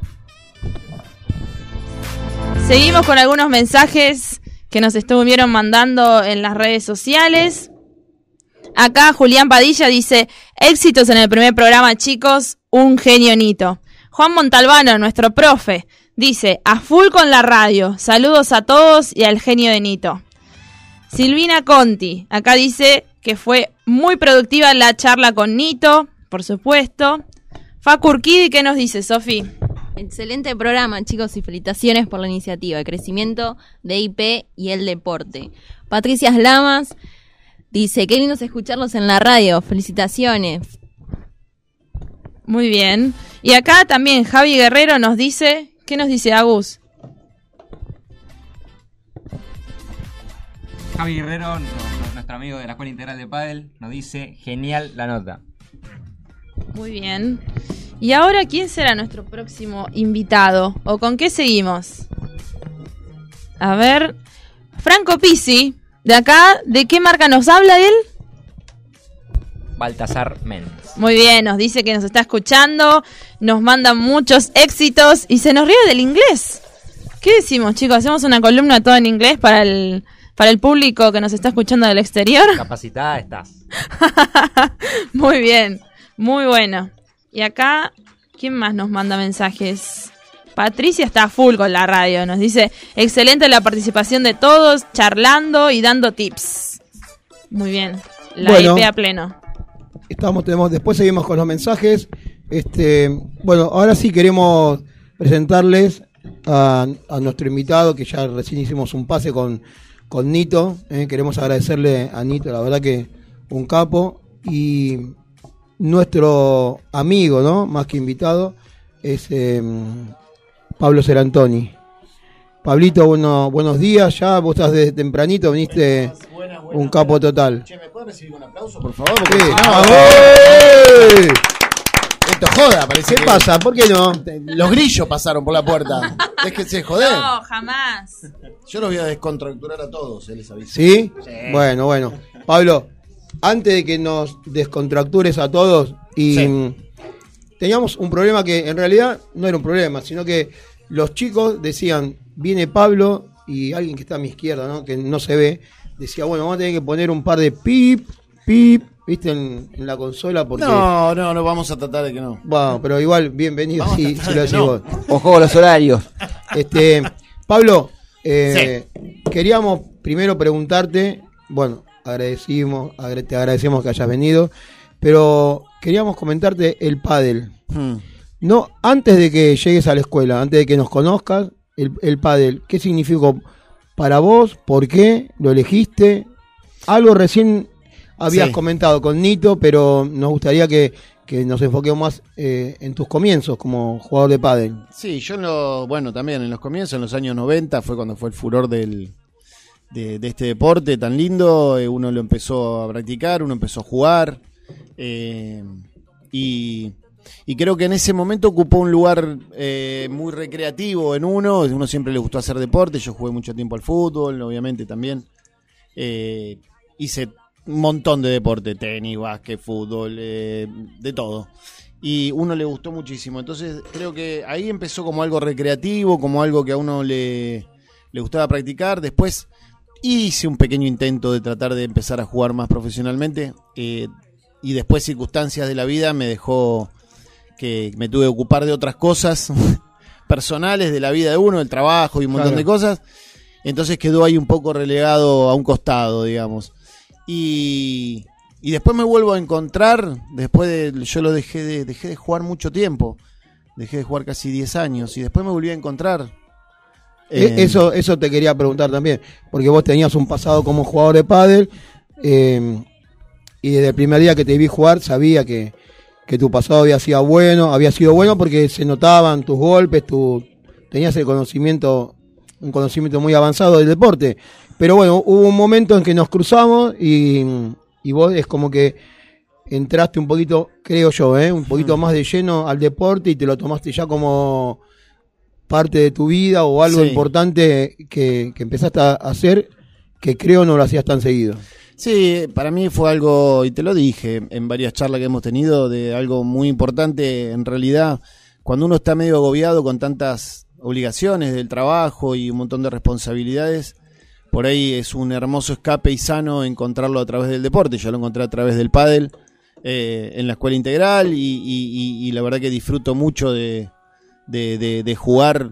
C: Seguimos con algunos mensajes que nos estuvieron mandando en las redes sociales. Acá Julián Padilla dice: éxitos en el primer programa, chicos, un genio Nito. Juan Montalbano, nuestro profe, dice: a full con la radio, saludos a todos y al genio de Nito. Silvina Conti, acá dice que fue muy productiva la charla con Nito, por supuesto. Facu Urquidi, ¿qué nos dice, Sofi?
B: Excelente programa, chicos, y felicitaciones por la iniciativa de crecimiento de IP y el deporte. Patricia Lamas dice: qué lindo es escucharlos en la radio, felicitaciones.
C: Muy bien. Y acá también Javi Guerrero nos dice, ¿qué nos dice, Agus?
I: Javi Guerrero, nuestro amigo de la Escuela Integral de Pádel, nos dice: genial la nota.
C: Muy bien. Y ahora, ¿quién será nuestro próximo invitado? ¿O con qué seguimos? A ver, Franco Pisi, de acá, ¿de qué marca nos habla él?
I: Baltasar Mens.
C: Muy bien, nos dice que nos está escuchando, nos manda muchos éxitos y se nos ríe del inglés. ¿Qué decimos, chicos? ¿Hacemos una columna toda en inglés para el público que nos está escuchando del exterior?
I: Capacitada estás.
C: Muy bien, muy bueno. Y acá, ¿quién más nos manda mensajes? Patricia está a full con la radio, nos dice: excelente la participación de todos, charlando y dando tips. Muy bien, la IP a pleno.
A: Después seguimos con los mensajes. Bueno, ahora sí queremos presentarles a nuestro invitado, que ya recién hicimos un pase con Nito. Queremos agradecerle a Nito, la verdad que un capo. Y nuestro amigo, ¿no? Más que invitado, es Pablo Serantoni. Pablito, buenos días. Ya vos estás desde tempranito, viniste buenas, un capo total.
J: Che, ¿me puedes recibir un aplauso, por favor? Esto joda, parece.
A: ¿Qué pasa? ¿Por qué no?
J: Los grillos pasaron por la puerta. Déjense joder.
C: No, jamás.
J: Yo los voy a descontracturar a todos, les aviso.
A: ¿Sí? Bueno. Pablo, antes de que nos descontractures a todos, teníamos un problema que en realidad no era un problema, sino que los chicos decían: viene Pablo, y alguien que está a mi izquierda, ¿no? Que no se ve, decía: bueno, vamos a tener que poner un par de pip, viste, en la consola, porque...
J: No, vamos a tratar de que no.
A: Bueno, pero igual, bienvenido, si lo decís vos.
E: Ojo con los horarios.
A: Pablo, queríamos primero preguntarte, bueno, te agradecemos que hayas venido, pero queríamos comentarte el pádel. No, antes de que llegues a la escuela, antes de que nos conozcas, el pádel, ¿qué significó para vos? ¿Por qué lo elegiste? Algo recién habías comentado con Nito, pero nos gustaría que nos enfoquemos más en tus comienzos como jugador de pádel.
J: Sí, yo también en los comienzos, en los años 90, fue cuando fue el furor de este deporte tan lindo. Uno lo empezó a practicar, uno empezó a jugar, y creo que en ese momento ocupó un lugar muy recreativo en uno siempre le gustó hacer deporte. Yo jugué mucho tiempo al fútbol, obviamente también, hice un montón de deporte, tenis, básquet, fútbol, de todo, y uno le gustó muchísimo. Entonces creo que ahí empezó como algo recreativo, como algo que a uno le gustaba practicar. Después hice un pequeño intento de tratar de empezar a jugar más profesionalmente, y después circunstancias de la vida me dejó que me tuve que ocupar de otras cosas personales de la vida de uno, del trabajo y un montón de cosas. Entonces quedó ahí un poco relegado a un costado, digamos. Y después me vuelvo a encontrar, yo lo dejé de jugar mucho tiempo, dejé de jugar casi 10 años, y después me volví a encontrar.
A: Eso te quería preguntar también, porque vos tenías un pasado como jugador de pádel, y desde el primer día que te vi jugar sabía que tu pasado había sido bueno porque se notaban tus golpes, tenías un conocimiento muy avanzado del deporte. Pero bueno, hubo un momento en que nos cruzamos y vos es como que entraste un poquito, creo yo, un poquito más de lleno al deporte y te lo tomaste ya como parte de tu vida o algo importante que empezaste a hacer, que creo no lo hacías tan seguido.
J: Sí, para mí fue algo, y te lo dije en varias charlas que hemos tenido, de algo muy importante. En realidad, cuando uno está medio agobiado con tantas obligaciones del trabajo y un montón de responsabilidades, por ahí es un hermoso escape y sano encontrarlo a través del deporte. Yo lo encontré a través del pádel en la escuela integral, y la verdad que disfruto mucho de jugar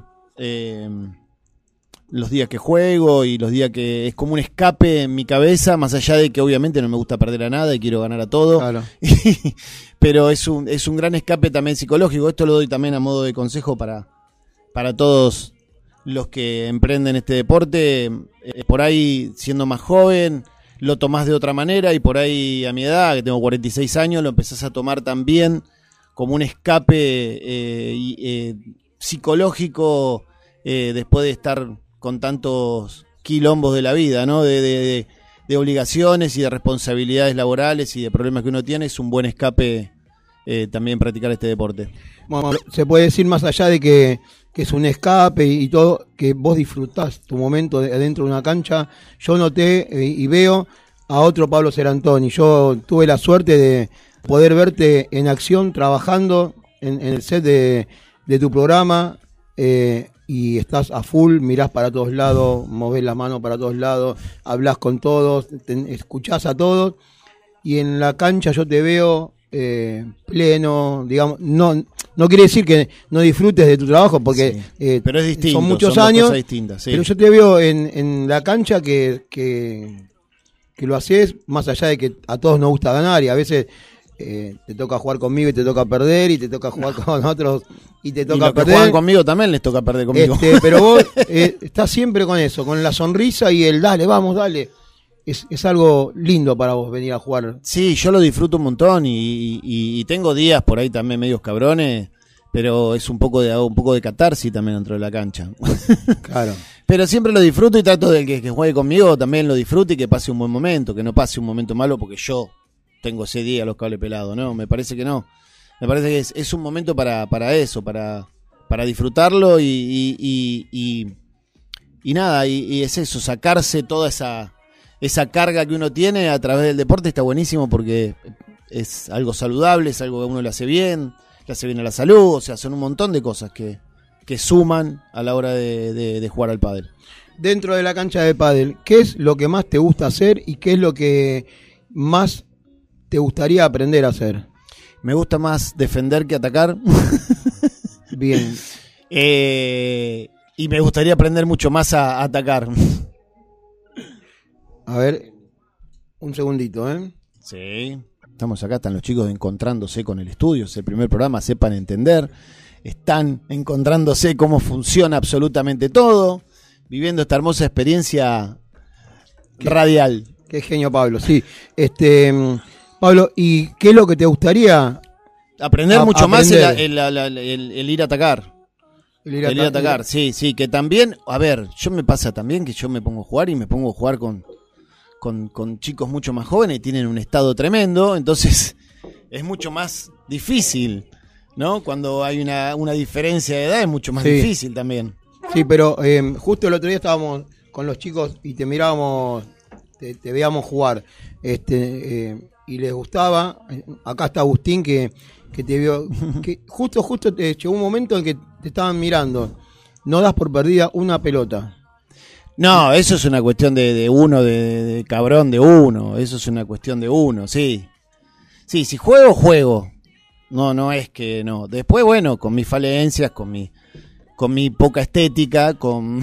J: los días que juego y los días que es como un escape en mi cabeza, más allá de que obviamente no me gusta perder a nada y quiero ganar a todo. Claro. Pero es un gran escape también psicológico. Esto lo doy también a modo de consejo para todos los que emprenden este deporte. Por ahí, siendo más joven, lo tomás de otra manera, y por ahí a mi edad, que tengo 46 años, lo empezás a tomar también como un escape psicológico, después de estar con tantos quilombos de la vida, ¿no? De obligaciones y de responsabilidades laborales y de problemas que uno tiene. Es un buen escape también practicar este deporte.
A: Bueno, se puede decir, más allá de que es un escape y todo, que vos disfrutás tu momento dentro de una cancha. Yo noté y veo a otro Pablo Serantoni. Yo tuve la suerte de poder verte en acción trabajando en el set de tu programa, y estás a full, mirás para todos lados, movés la mano para todos lados, hablás con todos, escuchás a todos, y en la cancha yo te veo pleno, digamos. No quiere decir que no disfrutes de tu trabajo, porque
J: pero es distinto,
A: son muchos años,
J: distintas, sí.
A: Pero yo te veo en la cancha que lo haces, más allá de que a todos nos gusta ganar, y a veces te toca jugar conmigo y te toca perder, y te toca jugar con otros y te toca perder.
J: Que juegan conmigo también les toca perder conmigo.
A: Pero vos estás siempre con eso, con la sonrisa y el dale, vamos, dale. Es algo lindo para vos venir a jugar.
J: Sí, yo lo disfruto un montón, y tengo días por ahí también medios cabrones, pero es un poco de catarsis también dentro de la cancha.
A: Claro.
J: Pero siempre lo disfruto, y trato de que juegue conmigo también lo disfrute y que pase un buen momento, que no pase un momento malo porque yo tengo ese día los cables pelados, ¿no? Me parece que no. Me parece que es un momento para eso, para disfrutarlo y nada, y es eso, sacarse toda esa carga que uno tiene a través del deporte. Está buenísimo porque es algo saludable, es algo que a uno le hace bien a la salud. O sea, son un montón de cosas que suman a la hora de jugar al pádel.
A: Dentro de la cancha de pádel, ¿qué es lo que más te gusta hacer y qué es lo que más te gustaría aprender a hacer?
J: Me gusta más defender que atacar.
A: Bien.
J: Y me gustaría aprender mucho más a atacar.
A: A ver, un segundito, ¿eh?
J: Sí. Estamos acá, están los chicos encontrándose con el estudio, es el primer programa, sepan entender. Están encontrándose cómo funciona absolutamente todo, viviendo esta hermosa experiencia radial.
A: Qué genio, Pablo, sí. Pablo, ¿y qué es lo que te gustaría
J: aprender mucho más el ir a atacar? El ir a atacar, sí, que también, a ver, me pasa también que yo me pongo a jugar y me pongo a jugar con chicos mucho más jóvenes y tienen un estado tremendo, entonces es mucho más difícil, ¿no? Cuando hay una diferencia de edad es mucho más difícil también.
A: Sí, pero justo el otro día estábamos con los chicos y te mirábamos, te veíamos jugar, y les gustaba. Acá está Agustín que te vio, que justo llegó un momento en que te estaban mirando. No das por perdida una pelota.
J: No, eso es una cuestión de uno, de cabrón de uno. Eso es una cuestión de uno, sí. Sí, si juego. No es que no. Después, bueno, con mis falencias, con mi poca estética, con...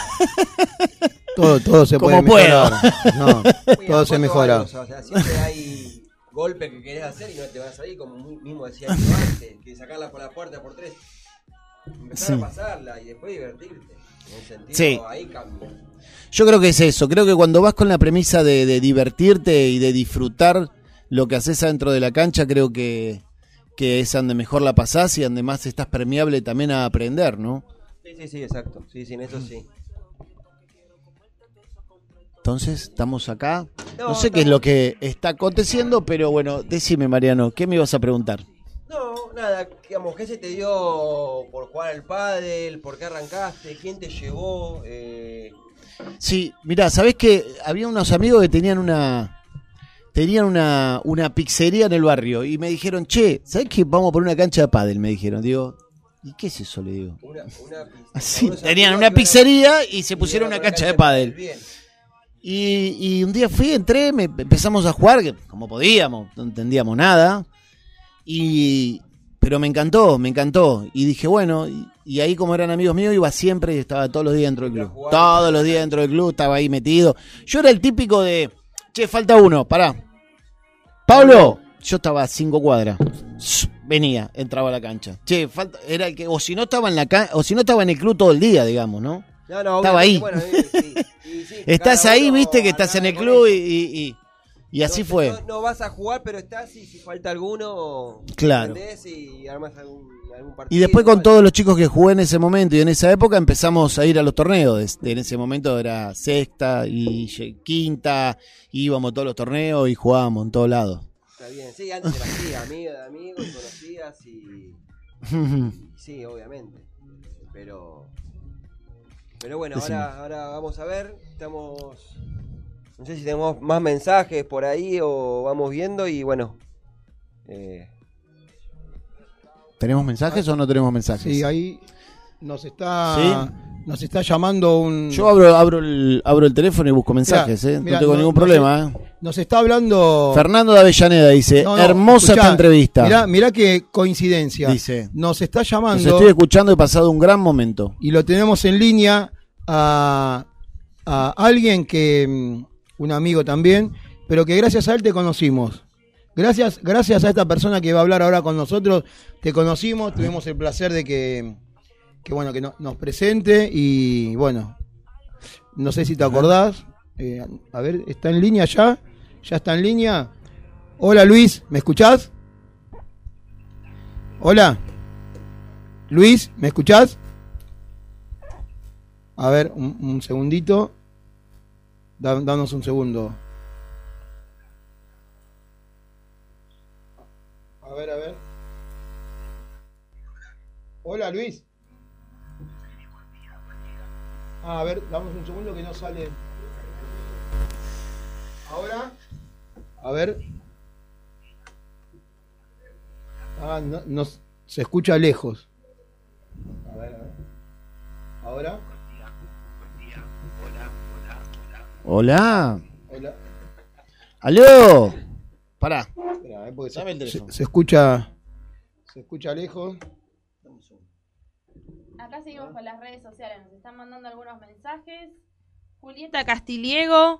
A: todo se puede mejorar. No, todo se mejora.
E: O sea, siempre hay golpes que querés hacer y no te van a salir, como mismo decía antes, que sacarla por la puerta por 3. Empezar a pasarla y después divertirte. En el sentido, ahí cambia.
J: Yo creo que es eso. Creo que cuando vas con la premisa de divertirte y de disfrutar lo que haces adentro de la cancha, creo que es donde mejor la pasás y donde más estás permeable también a aprender, ¿no?
E: Sí, exacto. Sí, en eso sí.
J: Entonces, estamos acá. No sé qué es lo que está aconteciendo, pero bueno, decime, Mariano, ¿qué me ibas a preguntar?
E: No, nada, digamos, ¿qué se te dio por jugar al pádel? ¿Por qué arrancaste? ¿Quién te llevó?
J: Sí, mirá, ¿sabés que había unos amigos que tenían una pizzería en el barrio y me dijeron, che, ¿sabés que vamos a poner una cancha de pádel? Me dijeron, digo, ¿y qué es eso? Le digo. Así, tenían una pizzería y se pusieron una cancha de pádel. Y un día entré, empezamos a jugar, como podíamos, no entendíamos nada. Pero me encantó. Y dije, bueno, y ahí como eran amigos míos, iba siempre y estaba todos los días dentro del club. Todos los días dentro del club, estaba ahí metido. Yo era el típico de, che, falta uno, pará. Pablo, yo estaba a 5 cuadras. Venía, entraba a la cancha. Che, era el que, o si no estaba en el club todo el día, digamos, ¿no?
E: No,
J: estaba ahí.
E: Bueno, sí,
J: estás ahí, viste que estás en el club y así fue.
E: No vas a jugar, pero estás y si falta alguno,
J: claro.
E: Y armas algún partido.
J: Y después con todos los chicos que jugué en ese momento y en esa época empezamos a ir a los torneos. En ese momento era sexta y quinta, íbamos a todos los torneos y jugábamos en todos lados.
E: Está bien, sí, antes era así, amigo de amigos, conocías y sí, obviamente. Pero bueno, ahora vamos a ver, no sé si tenemos más mensajes por ahí o vamos viendo y bueno.
J: ¿Tenemos mensajes o no tenemos mensajes?
A: Sí, ahí nos está llamando un...
J: Yo abro el teléfono y busco mensajes, mirá, no tengo ningún problema.
A: Nos está hablando...
J: Fernando de Avellaneda dice, hermosa esta entrevista.
A: Mirá qué coincidencia.
J: Dice,
A: nos está llamando...
J: Nos estoy escuchando, he pasado un gran momento.
A: Y lo tenemos en línea a alguien que... un amigo también, pero que gracias a él te conocimos. Gracias a esta persona que va a hablar ahora con nosotros, te conocimos, tuvimos el placer de que nos presente y bueno, no sé si te acordás. A ver, ¿está en línea ya? ¿Ya está en línea? Hola Luis, ¿me escuchás? Hola. Luis, ¿me escuchás? A ver, un segundito. Danos un segundo. A ver. Hola Luis. A ver, damos un segundo que no sale. Ahora. A ver. No se escucha lejos. A ver. Ahora.
J: Hola. ¡Aló! Pará.
A: Espera, porque se escucha lejos.
C: Acá seguimos con las redes sociales. Nos están mandando algunos mensajes. Julieta Castiliego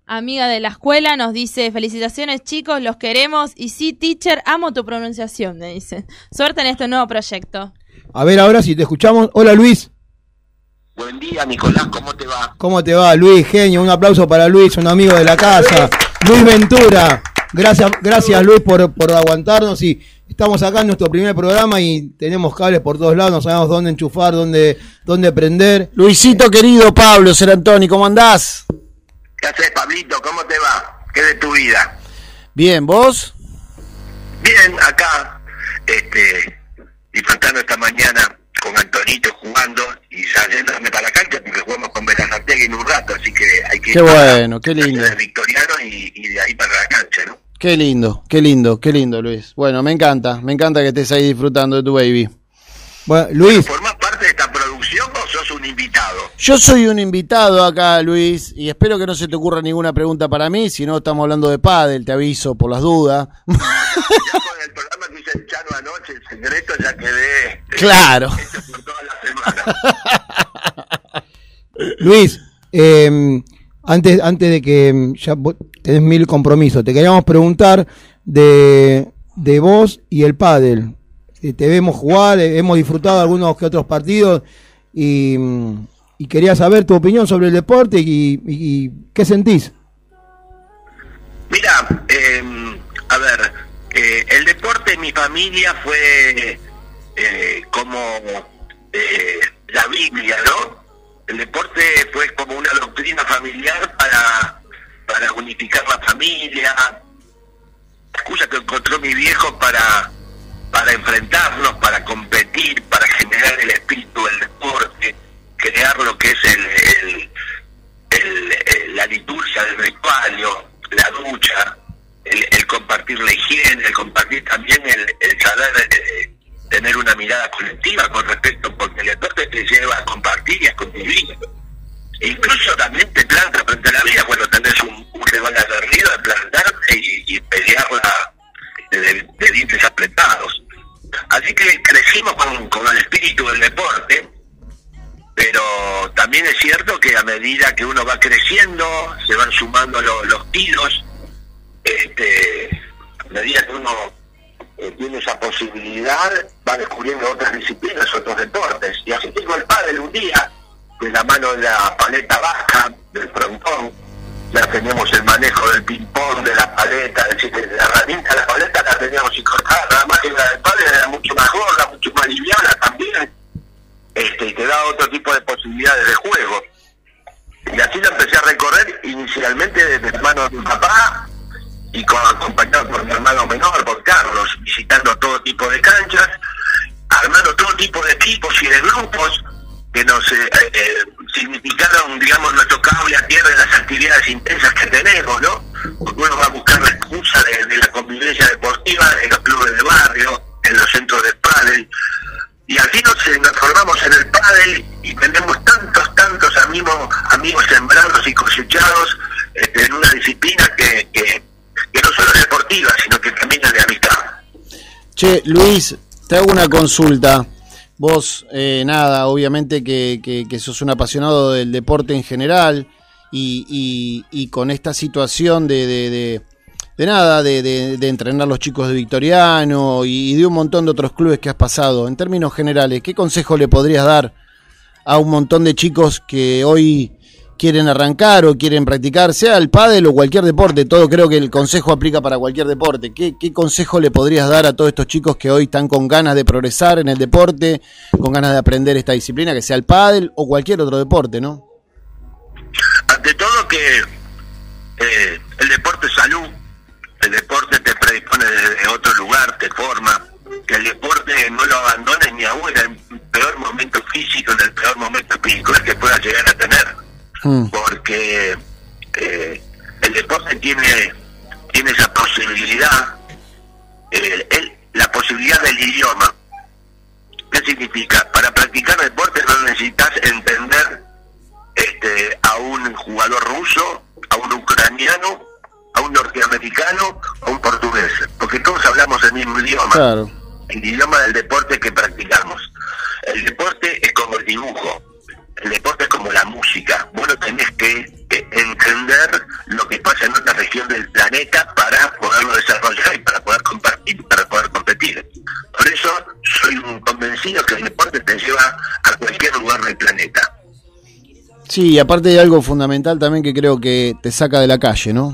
C: amiga de la escuela, nos dice: felicitaciones chicos, los queremos. Y sí, teacher, amo tu pronunciación, me dice. Suerte en este nuevo proyecto.
A: A ver ahora si te escuchamos. Hola Luis.
K: Buen día Nicolás, ¿cómo te va?
A: ¿Cómo te va Luis? Genio, un aplauso para Luis, un amigo de la casa. Luis Ventura. Gracias Luis por aguantarnos, y estamos acá en nuestro primer programa y tenemos cables por todos lados, no sabemos dónde enchufar, dónde prender.
J: Luisito querido, Pablo Serantoni, ¿cómo andás?
K: ¿Qué haces, Pablito? ¿Cómo te va? ¿Qué de tu vida?
J: Bien, ¿vos?
K: Bien, acá, disfrutando esta mañana con Antonito jugando y saliéndome para la cancha porque jugamos con Berazategui en un rato, así que hay que
J: qué bueno, qué lindo.
K: Del Victoriano y de ahí para la cancha, ¿no?
J: Qué lindo, Luis. Bueno, me encanta que estés ahí disfrutando de tu baby.
A: Bueno, Luis.
K: ¿Formás parte de esta producción o sos un invitado?
J: Yo soy un invitado acá, Luis, y espero que no se te ocurra ninguna pregunta para mí, si no estamos hablando de pádel, te aviso por las dudas.
K: Ya con el programa que hice el Chano anoche, el secreto, ya quedé...
J: Claro.
K: Por toda la semana.
A: Luis, antes de que ya tenés 1000 compromisos, te queríamos preguntar de vos y el pádel. Te vemos jugar, hemos disfrutado algunos que otros partidos y quería saber tu opinión sobre el deporte y qué sentís.
K: Mira, a ver, el deporte en mi familia fue como la Biblia, ¿no? El deporte fue como una doctrina familiar para unificar la familia, excusa que encontró mi viejo para enfrentarnos, para competir, para generar el espíritu del deporte, crear lo que es la liturgia del vestuario, la ducha, el compartir la higiene, el compartir también el saber tener una mirada colectiva con respecto, porque el deporte te lleva a compartir y a convivir. E incluso también te planta frente a la vida cuando tenés un rival aguerrido, de plantarte y pelearla de dientes apretados. Así que crecimos con el espíritu del deporte, pero también es cierto que a medida que uno va creciendo, se van sumando los kilos, a medida que uno tiene esa posibilidad, va descubriendo otras disciplinas, otros deportes. Y así tengo el pádel un día, de la mano de la paleta baja, del frontón, ya teníamos el manejo del ping-pong, de la paleta, es decir, de la herramienta, la paleta la teníamos incorporada, nada más que la del pádel era mucho más gorda, mucho más liviana también, y te da otro tipo de posibilidades de juego. Y así lo empecé a recorrer inicialmente desde manos de mi papá, y acompañado por mi hermano menor, por Carlos, visitando todo tipo de canchas, armando todo tipo de equipos y de grupos que nos significaron, digamos, nuestro cable a tierra en las actividades intensas que tenemos, ¿no? Porque uno va a buscar la excusa de la convivencia deportiva en los clubes de barrio, en los centros de pádel, y así nos formamos en el pádel y tenemos tantos amigos sembrados y cosechados en una disciplina que no solo es deportiva, sino que también es de amistad.
J: Che, Luis, te hago una consulta. Vos, obviamente que sos un apasionado del deporte en general y con esta situación de entrenar a los chicos de Victoriano y de un montón de otros clubes que has pasado, en términos generales, ¿qué consejo le podrías dar a un montón de chicos que hoy quieren arrancar o quieren practicar, sea el pádel o cualquier deporte? Todo, creo que el consejo aplica para cualquier deporte. ¿Qué consejo le podrías dar a todos estos chicos que hoy están con ganas de progresar en el deporte, con ganas de aprender esta disciplina, que sea el pádel o cualquier otro deporte, ¿no?
K: Ante todo que el deporte es salud, el deporte te predispone desde otro lugar, te forma, que el deporte no lo abandones ni aún en el peor momento físico, en el peor momento espiritual que puedas llegar a tener. Porque el deporte tiene esa posibilidad, la posibilidad del idioma. ¿Qué significa? Para practicar deporte no necesitas entender a un jugador ruso, a un ucraniano, a un norteamericano, a un portugués, porque todos hablamos el mismo idioma.
J: Claro.
K: El idioma del deporte que practicamos. El deporte es como el dibujo. El deporte es como la música. Vos no tenés que entender lo que pasa en otra región del planeta para poderlo desarrollar y para poder compartir y para poder competir. Por eso soy un convencido que el deporte te lleva a cualquier lugar del planeta.
J: Sí, y aparte de algo fundamental también que creo que te saca de la calle, ¿no?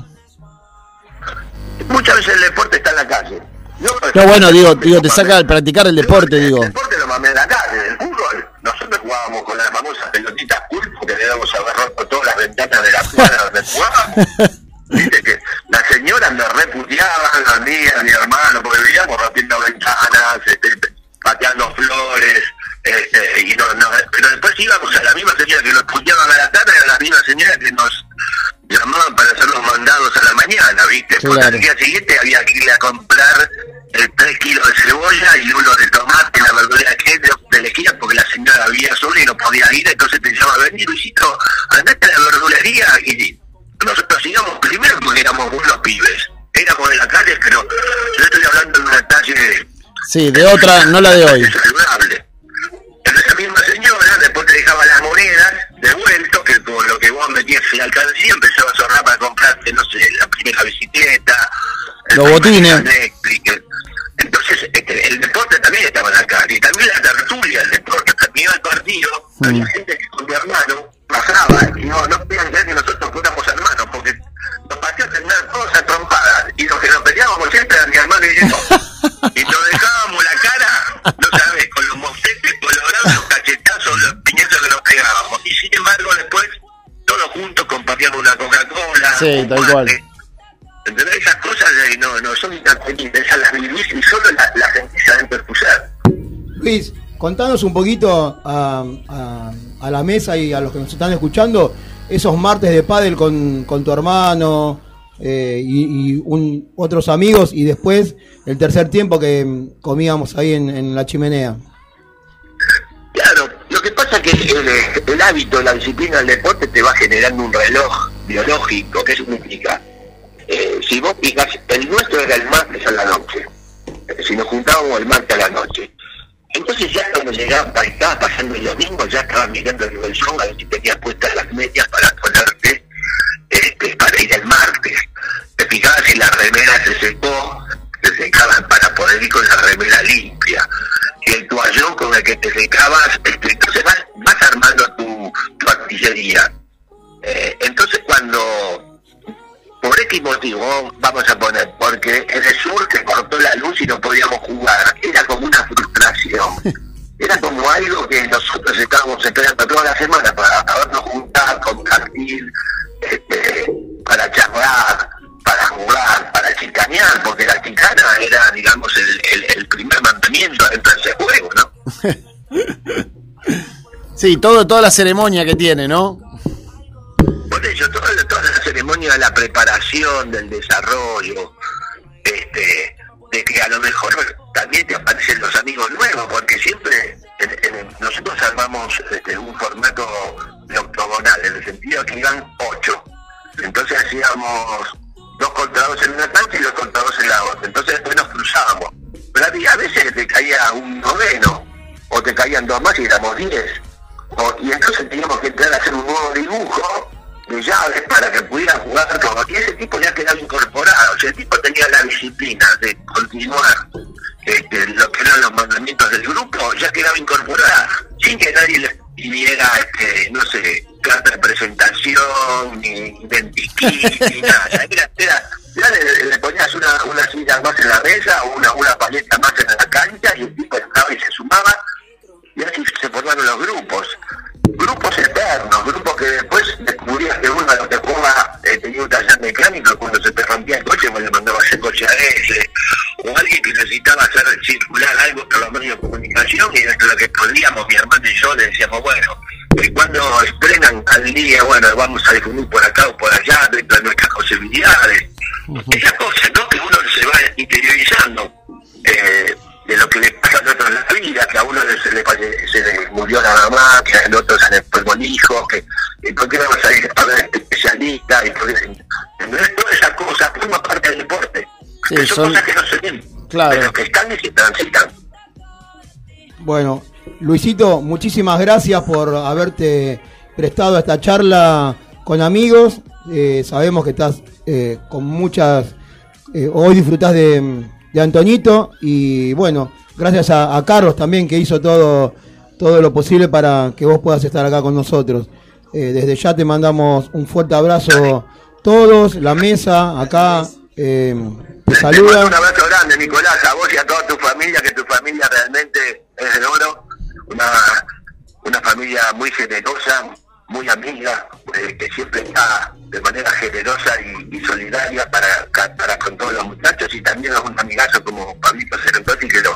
K: Muchas veces el deporte está en la calle.
J: No, bueno, digo, te saca al practicar el deporte, digo.
K: El deporte lo mamé en la calle, el fútbol. Nosotros jugábamos con las famosas pelotitas pulpo que debíamos haber roto todas las ventanas de la cuadra donde jugábamos. Viste que las señoras me reputeaban, las mías, mi hermano, porque vivíamos rompiendo ventanas, pateando flores, y pero después íbamos a la misma señora que nos puteaban a la tarde, a la misma señora que nos llamaban para hacer los mandados a la mañana, ¿viste?
J: Claro.
K: Porque al día siguiente había que ir a comprar 3 kilos de cebolla y 1 de tomate en la verdulería que de la esquina, porque la señora vivía sola y no podía ir, entonces te llamaba, vení Luisito, andate a la verdulería, y nosotros íbamos primero porque éramos buenos pibes, éramos de la calle, pero yo estoy hablando de una calle...
J: Sí, de otra, no la de hoy.
K: Saludable. Pero esa misma señora después te dejaba las monedas devuelto, que con lo que vos metías en la alcancía empezaba a ahorrar para comprarte, no sé, la primera bicicleta,
J: los botines.
K: Entonces, el deporte también estaba en la calle, y también la tertulia del deporte. Terminó el partido, había gente que con mi hermano bajaba, y no podían creer que nosotros fuéramos hermanos, porque nos parecía terminar todos a trompadas, y los que nos peleábamos siempre eran mi hermano y yo. Y nos dejábamos la cara, no sabes, con los mostetes colorados, los cachetazos, los piñazos que nos pegábamos. Y sin embargo, después, todos juntos compartíamos una Coca-Cola.
J: Sí, tal cual.
K: ¿Entendés? Esas cosas no son intangibles, esas las vivís y solo las sentís adentro de tu ser.
A: Luis, contanos un poquito a la mesa y a los que nos están escuchando, esos martes de pádel con tu hermano y otros amigos, y después el tercer tiempo que comíamos ahí en la chimenea.
K: Claro, lo que pasa es que el hábito, la disciplina del deporte te va generando un reloj biológico. ¿Qué significa? Si vos fijas, el nuestro era el martes a la noche, si nos juntábamos el martes a la noche, entonces ya cuando estaba pasando el domingo, ya estabas mirando el bolsón a ver si tenías puestas las medias para ponerte para ir el martes. Te fijabas si la remera se secó, te secabas para poder ir con la remera limpia, y el toallón con el que te secabas, entonces vas armando tu artillería. Entonces cuando por X motivo, vamos a poner, porque en el sur se cortó la luz y no podíamos jugar, era como una frustración, era como algo que nosotros estábamos esperando toda la semana para podernos juntar, compartir, para charlar, para jugar, para chicanear, porque la chicana era, digamos, el primer mandamiento dentro de ese juego, ¿no?
J: Sí, toda la ceremonia que tiene, ¿no?
K: Por eso, toda la ceremonia de la preparación, del desarrollo, de que a lo mejor también te aparecen los amigos nuevos, porque siempre nosotros armamos un formato de octogonal, en el sentido que iban 8. Entonces hacíamos 2 contra 2 en una cancha y 2 contra 2 en la otra. Entonces después nos cruzábamos. Pero había a veces que te caía un noveno, o te caían 2 más y éramos 10. Y entonces teníamos que entrar a hacer un nuevo dibujo de llaves para que pudiera jugar todo. Y ese tipo ya quedaba incorporado. O sea, el tipo tenía la disciplina de continuar lo que eran los mandamientos del grupo, ya quedaba incorporada, sin que nadie le pidiera, no sé, carta de presentación, ni identikit, ni nada. Ya le ponías una silla más en la mesa, o una paleta más en la cancha, y el tipo estaba y se sumaba, y así se formaron los grupos eternos, grupos que después descubrías que uno de los que jugaba tenía un taller mecánico, cuando se te rompía el coche me le mandaba ese coche a ese, o alguien que necesitaba hacer circular algo por los medios de comunicación, y dentro de lo que podíamos, mi hermano y yo le decíamos, bueno, cuando estrenan al día, bueno, vamos a difundir por acá o por allá, dentro de nuestras posibilidades. Esas cosas, ¿no? Que uno se va interiorizando de lo que le pasa al otro en la vida, que a uno se le murió la mamá, que al otro se le enfermó el hijo, que por qué no vas a ir a ver especialista, y por qué, todas esas cosas forman parte del deporte. Sí, son cosas que no se ven, claro, pero que están y se transitan.
A: Bueno, Luisito, muchísimas gracias por haberte prestado esta charla con amigos. Sabemos que estás con muchas... hoy disfrutás de Antonito y bueno, gracias a Carlos también que hizo todo lo posible para que vos puedas estar acá con nosotros. Desde ya te mandamos un fuerte abrazo todos, la mesa acá te saluda.
K: Un abrazo grande, Nicolás, a vos y a toda tu familia, que tu familia realmente es de oro, una familia muy generosa, muy amiga, que siempre está de manera generosa y solidaria para con todos los muchachos, y también es un amigazo como Pablito Cerentotti, que yo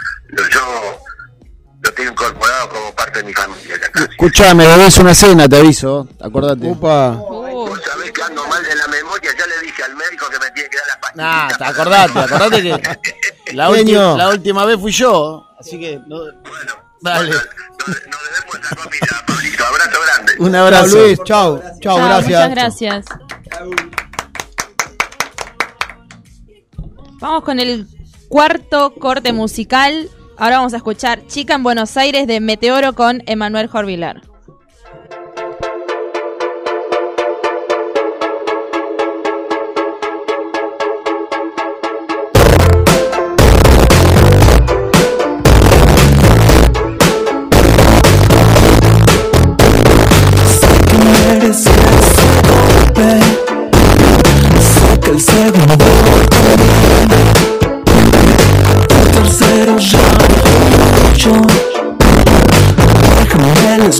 K: lo tengo incorporado como parte de mi familia.
J: Escuchame, debes una cena, te aviso, acordate.
A: Upa.
K: Vos sabés que ando mal de la memoria, ya le dije al médico que me tiene que dar las pastillas.
J: Acordate que la última vez fui yo, así que...
K: Bueno,
J: dale.
K: Nos debemos esa comida, Pablito, abrazo grande.
J: Un abrazo.
A: Chao, Luis, chao, gracias.
C: Muchas gracias. Vamos con el cuarto corte musical. Ahora vamos a escuchar Chica en Buenos Aires de Meteoro con Emanuel Jorvilar.
L: Sé que el segundo el tercero ya mucho. Déjame el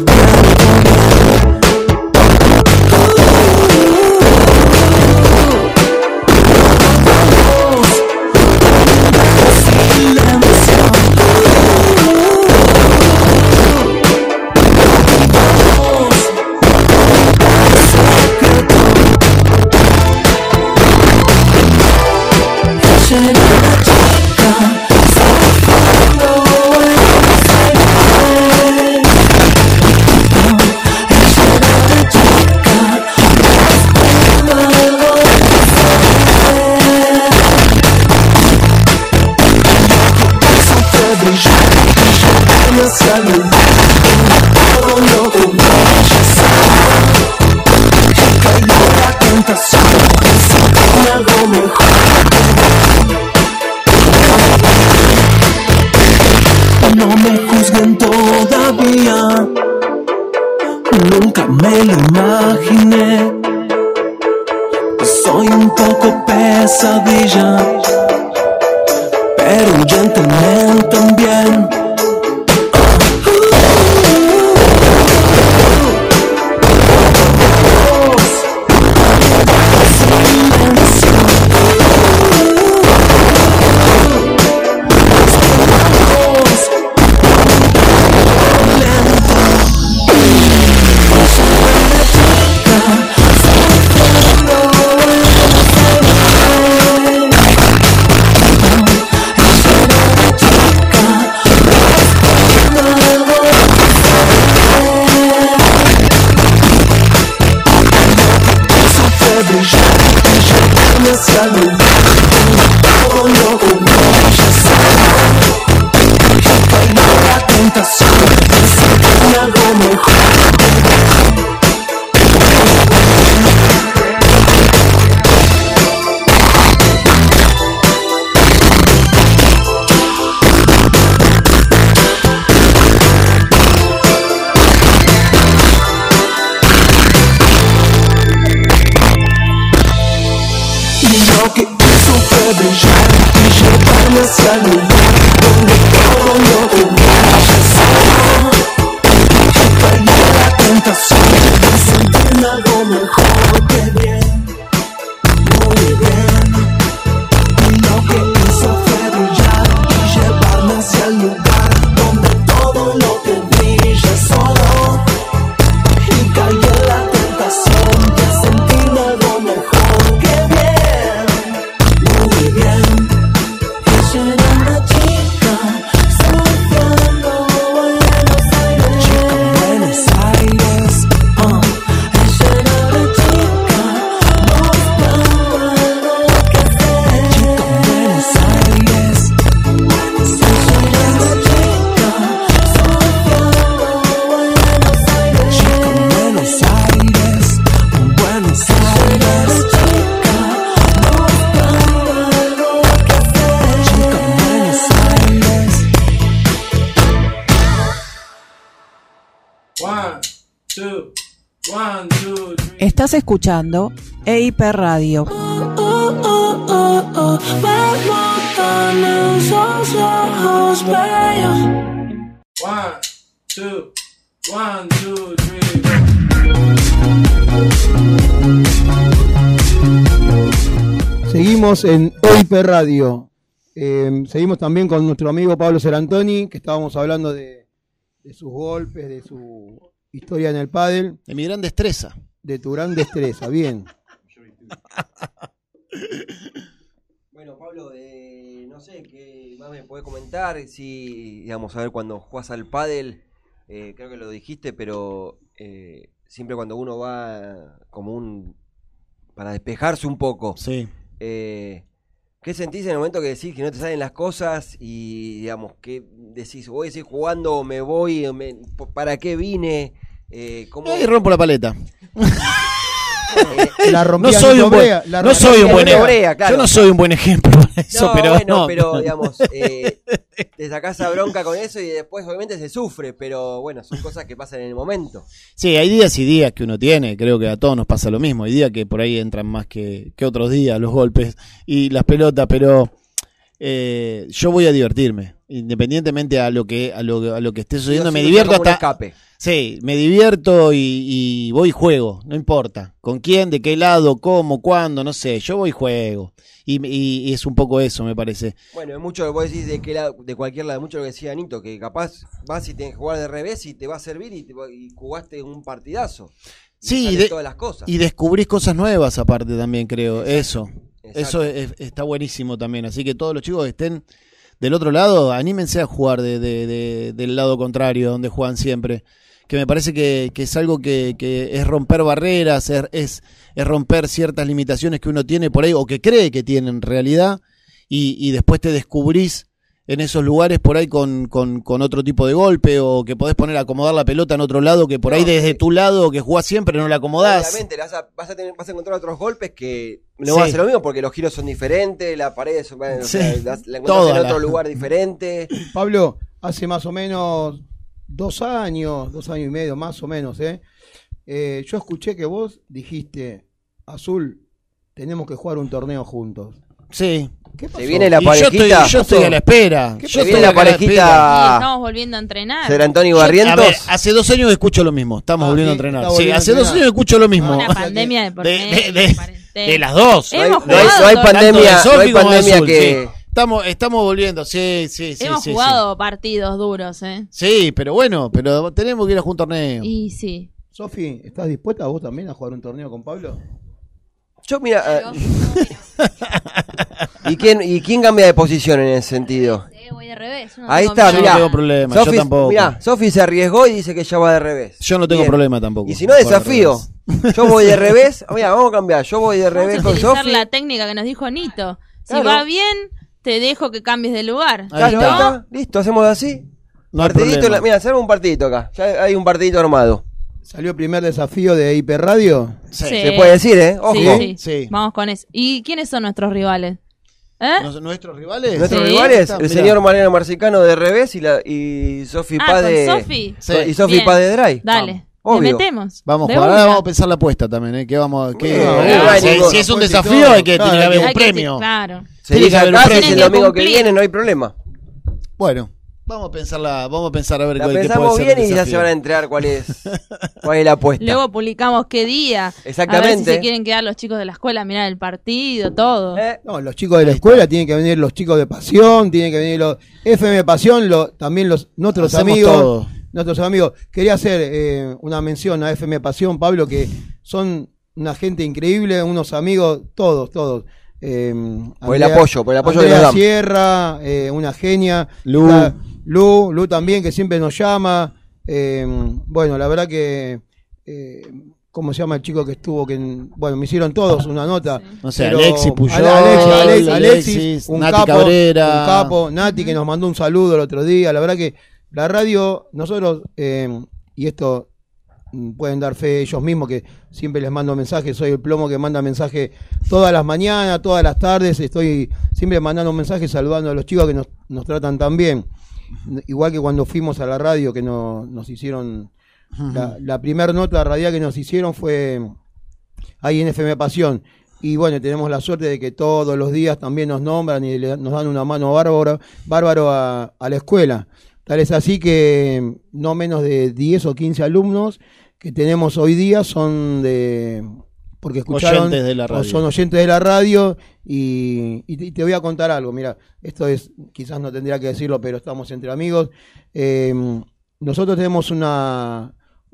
L: no me juzguen todavía, nunca me lo imaginé. Soy un poco pesadilla, pero un gentleman también. Buenos Aires.
G: 1, 2, 3.
M: Estás escuchando EIP Radio.
G: One, two, 1, 2, 3.
A: Seguimos en EIP Radio. Seguimos también con nuestro amigo Pablo Serantoni, que estábamos hablando de sus golpes, de su historia en el pádel.
J: De mi gran destreza.
A: De tu gran destreza, bien.
E: Bueno, Pablo, no sé qué más me podés comentar. Si, digamos, a ver, cuando jugás al pádel, creo que lo dijiste, pero siempre cuando uno va como para despejarse un poco.
J: Sí.
E: ¿Qué sentís en el momento que decís que no te salen las cosas y, digamos, que decís, voy a seguir jugando o me voy, ¿para qué vine? ¿Cómo?
J: Y rompo la paleta.
A: La
J: no soy un buen ejemplo.
E: Claro.
J: Yo no soy un buen ejemplo para eso,
E: no,
J: pero
E: bueno, pero digamos, te sacás a bronca con eso y después obviamente se sufre, pero bueno, son cosas que pasan en el momento.
J: Sí, hay días y días que uno tiene, creo que a todos nos pasa lo mismo, hay días que por ahí entran más que otros días los golpes y las pelotas, pero yo voy a divertirme, independientemente a lo que esté sucediendo, me divierto hasta
E: escape.
J: Sí, me divierto y voy y juego, no importa. ¿Con quién, de qué lado, cómo, cuándo? No sé, yo voy y juego. Y es un poco eso, me parece.
E: Bueno, es mucho lo que vos decís de cualquier lado, mucho lo que decía Anito, que capaz vas y tenés que jugar de revés y te va a servir y jugaste un partidazo.
J: Sí,
E: todas las cosas.
J: Y descubrís cosas nuevas aparte también, creo.
E: Exacto.
J: Eso está buenísimo también. Así que todos los chicos que estén del otro lado, anímense a jugar del lado contrario, donde juegan siempre. Que me parece que es algo que es romper barreras, es romper ciertas limitaciones que uno tiene por ahí, o que cree que tiene en realidad, y después te descubrís en esos lugares por ahí con otro tipo de golpe, o que podés poner a acomodar la pelota en otro lado, que por ahí desde tu lado, que jugás siempre, no la acomodás.
E: Obviamente, vas a encontrar otros golpes que no va a ser lo mismo, porque los giros son diferentes, las paredes son, bueno,
A: Sí.
E: la encontrás en otro lugar diferente.
A: Pablo, hace más o menos 2 años y medio, más o menos, yo escuché que vos dijiste, Azul, tenemos que jugar un torneo juntos.
J: Sí.
A: ¿Qué pasó?
E: Se viene la parejita.
J: Yo estoy a la espera.
E: Se viene la parejita.
C: Y estamos volviendo a entrenar.
E: Ser Antonio Barrientos.
J: A ver, hace 2 años escucho lo mismo. Estamos volviendo a entrenar. Sí, hace 2 años escucho lo mismo.
C: Una pandemia de por medio,
J: de las dos.
E: No hay pandemia, no hay pandemia
J: Azul,
E: que...
J: Sí. Estamos volviendo, sí.
C: Hemos jugado partidos duros,
J: Sí, pero bueno, tenemos que ir a jugar un torneo.
C: Y sí.
A: Sofi, ¿estás dispuesta vos también a jugar un torneo con Pablo?
E: Yo, mira... ¿Y quién cambia de posición en ese sentido?
B: Voy de revés.
E: Ahí está,
J: yo no tengo problema, yo tampoco.
E: Mirá, Sofi se arriesgó y dice que ya va de revés.
J: Yo no tengo problema tampoco.
E: Y si no, desafío. Yo voy de revés. Mira, vamos a cambiar. Yo voy de revés con
C: utilizar
E: Sofi.
C: la técnica que nos dijo Anito. Si
E: Claro.
C: va bien, te dejo que cambies de lugar.
J: Ahí
C: ¿No?
J: está.
E: Listo, hacemos así.
J: No hay
E: Partidito,
J: problema.
E: mira, hacemos un partidito acá. Ya hay un partidito armado.
A: ¿Salió el primer desafío de Hiper Radio?
J: Sí.
E: Se puede decir, Ojo.
C: Sí. Vamos con eso. ¿Y quiénes son nuestros rivales?
J: ¿Nuestros rivales?
E: Nuestros
C: Sí.
E: rivales, el
J: Mirá.
E: señor Mariano Marcicano de revés y Sofi Paz de...
C: ¿con Sofi?
J: Sí.
E: Y Sofi
C: Bien.
E: Paz de Dry.
C: Dale.
E: Obvio.
C: Le metemos.
J: Vamos
C: De
J: a jugar. Ahora
C: una.
J: vamos a pensar la apuesta también, ¿eh?
E: no,
J: Si es un desafío, tiene que haber un premio.
C: Claro.
E: Se
J: Tiene que
E: dice
J: haber un
E: acá,
J: premio.
E: si el domingo que viene no hay problema.
J: Bueno, vamos a pensar a ver
E: La
J: qué puede
E: pensamos
J: ser
E: bien
J: el
E: y ya
J: desafío.
E: se van a enterar cuál es la apuesta.
C: Luego publicamos qué día.
E: Exactamente.
C: A ver si se quieren quedar los chicos de la escuela a mirar el partido, todo.
A: No, los chicos de la escuela, tienen que venir los chicos de Pasión, tienen que venir los FM Pasión, también nuestros
J: Hacemos
A: amigos.
J: todo.
A: Nuestros amigos. Quería hacer una mención a FM Pasión, Pablo, que son una gente increíble, unos amigos, todos.
E: Por el apoyo que
A: Andrea
E: nos dan.
A: Sierra, una genia.
J: Lu.
A: Está Lu también, que siempre nos llama. Bueno, la verdad que... ¿cómo se llama el chico que estuvo? Bueno, me hicieron todos una nota.
J: No sé,
A: pero-
J: Alexis Puyol,
A: Alexis, un
J: Nati
A: capo,
J: Cabrera.
A: un capo, Nati que nos mandó un saludo el otro día. La verdad que la radio, nosotros, y esto pueden dar fe ellos mismos, que siempre les mando mensajes, soy el plomo que manda mensajes todas las mañanas, todas las tardes, estoy siempre mandando mensajes saludando a los chicos que nos tratan tan bien. Igual que cuando fuimos a la radio, que nos hicieron La primera nota radial que nos hicieron fue ahí en FM Pasión. Y bueno, tenemos la suerte de que todos los días también nos nombran y nos dan una mano bárbaro a la escuela. Tal es así que no menos de 10 o 15 alumnos que tenemos hoy día son porque escucharon,
J: oyentes de la radio.
A: Son oyentes de la radio y te voy a contar algo. Mira, esto quizás no tendría que decirlo, pero estamos entre amigos. Nosotros tenemos una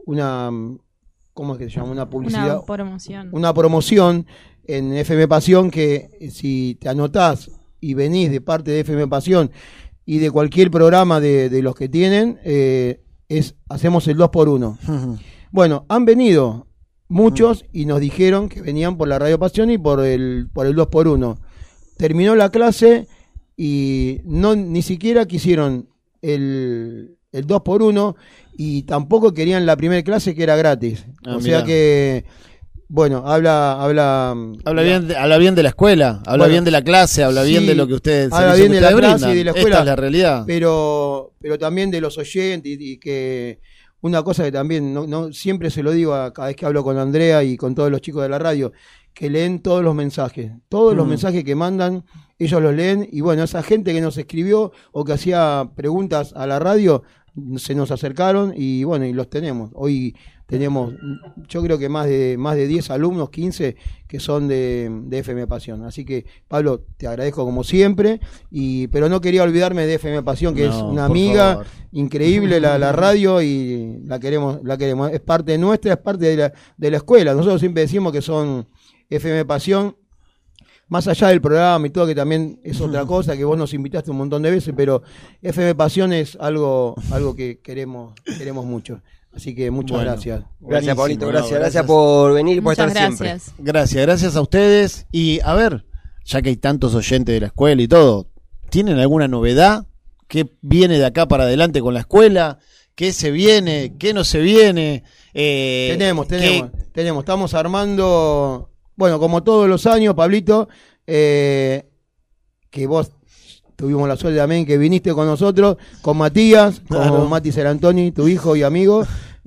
A: ¿cómo es que se llama? Una publicidad. Una promoción en FM Pasión que si te anotás y venís de parte de FM Pasión y de cualquier programa de los que tienen, hacemos el 2x1. Bueno, han venido muchos y nos dijeron que venían por la Radio Pasión y por el 2x1. Terminó la clase y ni siquiera quisieron el 2x1 y tampoco querían la primera clase que era gratis. O sea que, bueno, habla
J: bien de la escuela, habla bien de la clase, habla bien de lo que ustedes
A: habla bien de la clase y de la escuela.
J: Esta es la realidad.
A: Pero también de los oyentes y que una cosa que también no siempre se lo digo cada vez que hablo con Andrea y con todos los chicos de la radio, que leen todos los mensajes. Todos los mensajes que mandan, ellos los leen. Y bueno, esa gente que nos escribió o que hacía preguntas a la radio, se nos acercaron y bueno, y los tenemos. Hoy tenemos, yo creo que más de 10 alumnos, 15, que son de FM Pasión. Así que, Pablo, te agradezco como siempre, pero no quería olvidarme de FM Pasión, que es una amiga increíble, la radio, y la queremos. Es parte nuestra, es parte de la escuela. Nosotros siempre decimos que son FM Pasión, más allá del programa y todo, que también es otra cosa, que vos nos invitaste un montón de veces, pero FM Pasión es algo que queremos mucho. Así que muchas gracias.
E: Gracias, Pablito, gracias por venir y por estar siempre.
J: Gracias a ustedes. Y a ver, ya que hay tantos oyentes de la escuela y todo, ¿tienen alguna novedad? ¿Qué viene de acá para adelante con la escuela? ¿Qué se viene? ¿Qué no se viene?
A: Tenemos. Estamos armando, bueno, como todos los años, Pablito, que vos tuvimos la suerte también que viniste con nosotros, con Matías, con Mati Serantoni, tu hijo y amigo.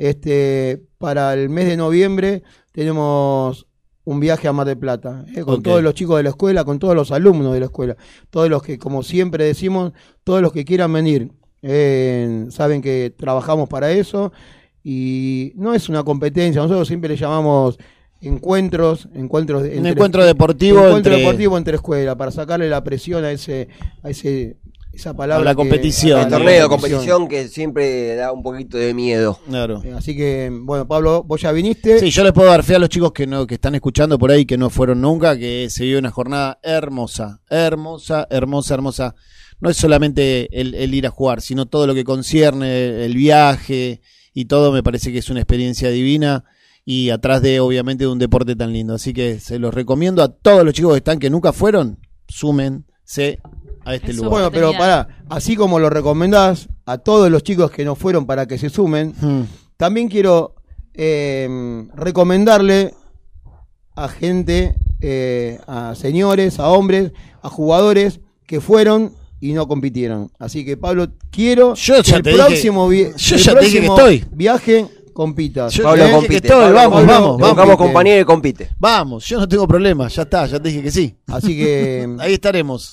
A: Para el mes de noviembre tenemos un viaje a Mar del Plata, con todos los chicos de la escuela, con todos los alumnos de la escuela, todos los que, como siempre decimos, todos los que quieran venir, saben que trabajamos para eso y no es una competencia, nosotros siempre le llamamos encuentro deportivo entre escuelas, para sacarle la presión a esa palabra,
J: la competición,
E: el torneo de competición que siempre da un poquito de miedo.
J: Claro.
A: Así que, bueno, Pablo, vos ya viniste.
J: Sí, yo les puedo dar fe a los chicos que están escuchando por ahí, que no fueron nunca, que se vio una jornada hermosa. No es solamente el ir a jugar, sino todo lo que concierne el viaje y todo. Me parece que es una experiencia divina y atrás obviamente de un deporte tan lindo. Así que se los recomiendo a todos los chicos que nunca fueron, súmense a este lugar.
A: Bueno, pero así como lo recomendás a todos los chicos que no fueron para que se sumen, también quiero recomendarle a gente, a señores, a hombres, a jugadores que fueron y no compitieron. Así que, Pablo, quiero que el próximo viaje compitas.
E: Pablo compite. Vamos. Buscamos compañero y compite.
J: Vamos, yo no tengo problema, ya te dije que sí.
A: Así que
J: ahí estaremos.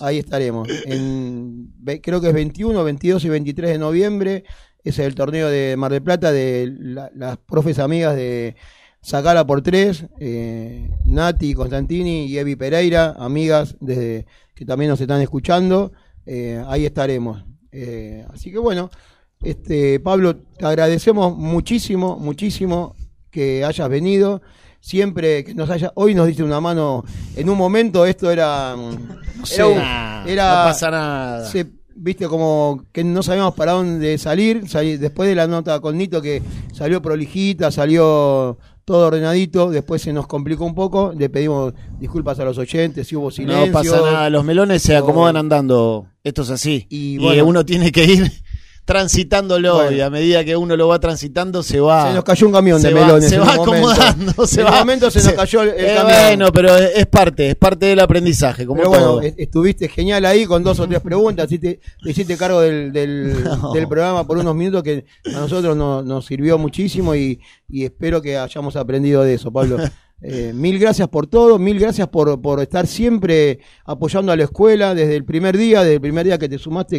A: Creo que es 21, 22 y 23 de noviembre. Ese es el torneo de Mar del Plata de las profes amigas de Sacala por 3, Nati, Constantini y Evi Pereira, amigas que también nos están escuchando. Ahí estaremos. Así que bueno, Pablo, te agradecemos muchísimo que hayas venido. Siempre que hoy nos diste una mano. En un momento esto era, no
J: pasa nada.
A: Viste, como que no sabíamos para dónde salir después de la nota con Nito, que salió prolijita, salió todo ordenadito, después se nos complicó un poco, le pedimos disculpas a los oyentes, si hubo silencio.
J: No pasa nada, los melones se acomodan andando, esto es así, y uno tiene que ir transitándolo,
A: Bueno.
J: y a medida que uno lo va transitando se va.
A: Se nos cayó un camión de
J: se
A: melones.
J: se
A: en
J: va
A: un momento.
J: acomodando, se
A: en
J: va.
A: un momento se nos cayó el camión.
J: Bueno, pero es parte del aprendizaje, como
A: Pero
J: todo.
A: bueno, estuviste genial ahí con 2 o 3 preguntas, te hiciste cargo del programa por unos minutos que a nosotros nos sirvió muchísimo y espero que hayamos aprendido de eso, Pablo. Mil gracias por todo, mil gracias por estar siempre apoyando a la escuela desde el primer día que te sumaste,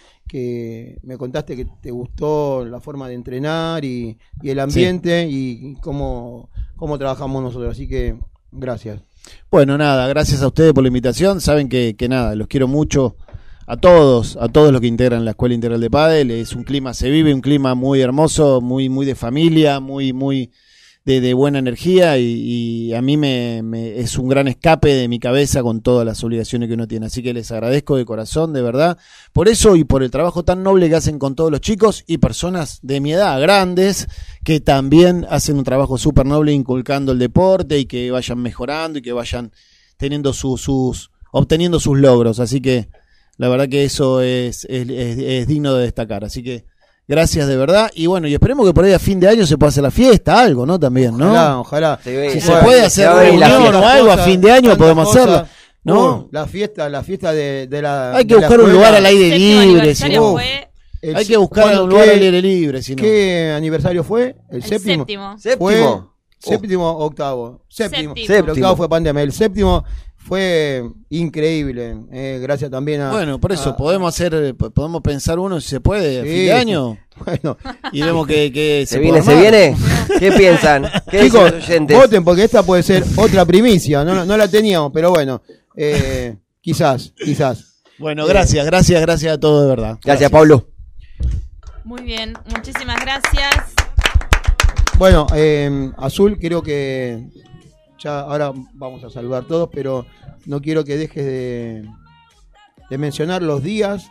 A: que me contaste que te gustó la forma de entrenar y el ambiente y cómo trabajamos nosotros, así que gracias.
J: Bueno, nada, gracias a ustedes por la invitación. Saben que nada, los quiero mucho a todos los que integran la Escuela Integral de Pádel. Es un clima, se vive un clima muy hermoso, muy de familia, muy de buena energía, y a mí me es un gran escape de mi cabeza con todas las obligaciones que uno tiene. Así que les agradezco de corazón, de verdad, por eso y por el trabajo tan noble que hacen con todos los chicos y personas de mi edad, grandes, que también hacen un trabajo súper noble inculcando el deporte y que vayan mejorando y que vayan teniendo obteniendo sus logros. Así que la verdad que eso es digno de destacar. Así que gracias de verdad, y bueno, y esperemos que por ahí a fin de año se pueda hacer la fiesta, algo, ¿no? También, ¿no?
A: Ojalá.
J: Si se puede hacer reunión o algo a fin de año, podemos hacerlo, ¿no?
A: La fiesta de la.
J: Hay que buscar un lugar al aire libre, si no. Hay que buscar un lugar al aire libre, si no.
A: ¿Qué aniversario fue? El séptimo. Séptimo, octavo. Séptimo. El octavo fue pandemia. El séptimo fue increíble, gracias también a...
J: Bueno, por eso podemos pensar uno si se puede a fin de año.
A: Bueno,
J: y vemos que
E: ¿Se viene? ¿Qué piensan? ¿Qué
A: chicos,
E: oyentes?
A: voten porque esta puede ser otra primicia, no la teníamos, pero bueno, quizás.
J: Bueno, gracias a todos de verdad.
E: Gracias, Pablo.
C: Muy bien, muchísimas gracias.
A: Bueno, Azul, creo que ya ahora vamos a saludar todos, pero no quiero que dejes de mencionar los días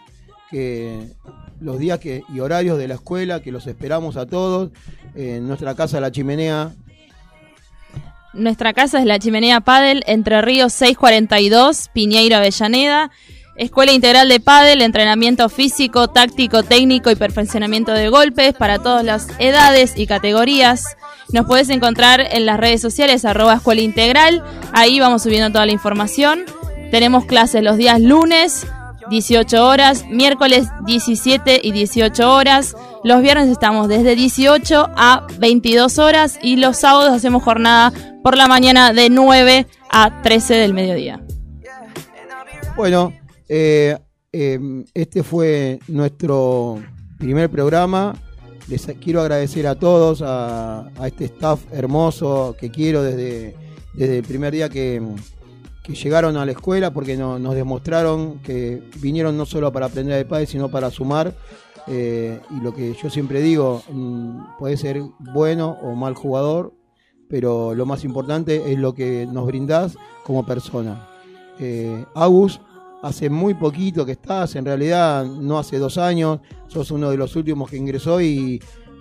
A: y horarios de la escuela, que los esperamos a todos. En nuestra casa La Chimenea.
C: Nuestra casa es La Chimenea Pádel, Entre Ríos 642, Piñeiro, Avellaneda. Escuela Integral de Pádel, entrenamiento físico, táctico, técnico y perfeccionamiento de golpes para todas las edades y categorías. Nos podés encontrar en las redes sociales @Escuela Integral. Ahí vamos subiendo toda la información. Tenemos clases los días lunes, 18 horas, miércoles 17 y 18 horas. Los viernes estamos desde 18 a 22 horas y los sábados hacemos jornada por la mañana de 9 a 13 del mediodía.
A: Bueno, este fue nuestro primer programa. Les quiero agradecer a todos, a este staff hermoso que quiero desde el primer día que llegaron a la escuela, porque nos demostraron que vinieron no solo para aprender de pádel, sino para sumar. Y lo que yo siempre digo, puede ser bueno o mal jugador, pero lo más importante es lo que nos brindás como persona. Agus, hace muy poquito que estás, en realidad no hace 2 años, sos uno de los últimos que ingresó y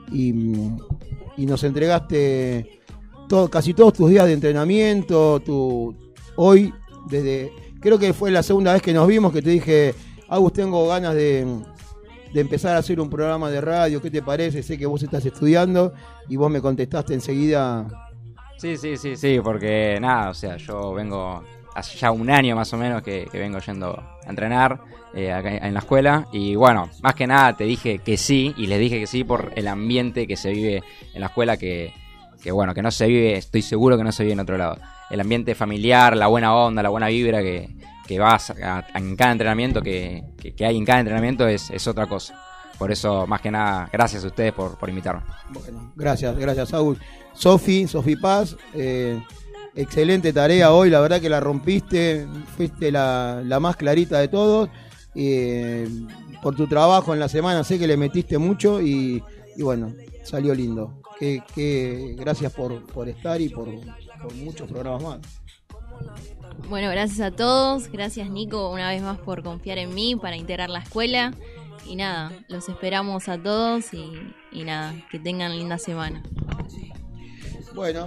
A: nos entregaste casi todos tus días de entrenamiento. Hoy, creo que fue la segunda vez que nos vimos que te dije, Agus, tengo ganas de empezar a hacer un programa de radio, ¿qué te parece? Sé que vos estás estudiando, y vos me contestaste enseguida.
F: Sí, porque nada, o sea, yo vengo hace ya 1 año más o menos que vengo yendo a entrenar acá en la escuela, y bueno, más que nada te dije que sí, y les dije que sí por el ambiente que se vive en la escuela, que bueno, que no se vive, estoy seguro que no se vive en otro lado. El ambiente familiar, la buena onda, la buena vibra que vas en cada entrenamiento, que hay en cada entrenamiento es otra cosa. Por eso, más que nada, gracias a ustedes por invitarme.
A: Bueno, gracias, Saúl. Sofi Paz, excelente tarea hoy, la verdad que la rompiste, fuiste la más clarita de todos. Por tu trabajo en la semana sé que le metiste mucho y bueno, salió lindo. Gracias por estar y por muchos programas más.
B: Bueno, gracias a todos, gracias Nico una vez más por confiar en mí para integrar la escuela, y nada, los esperamos a todos y nada, que tengan linda semana.
A: Bueno,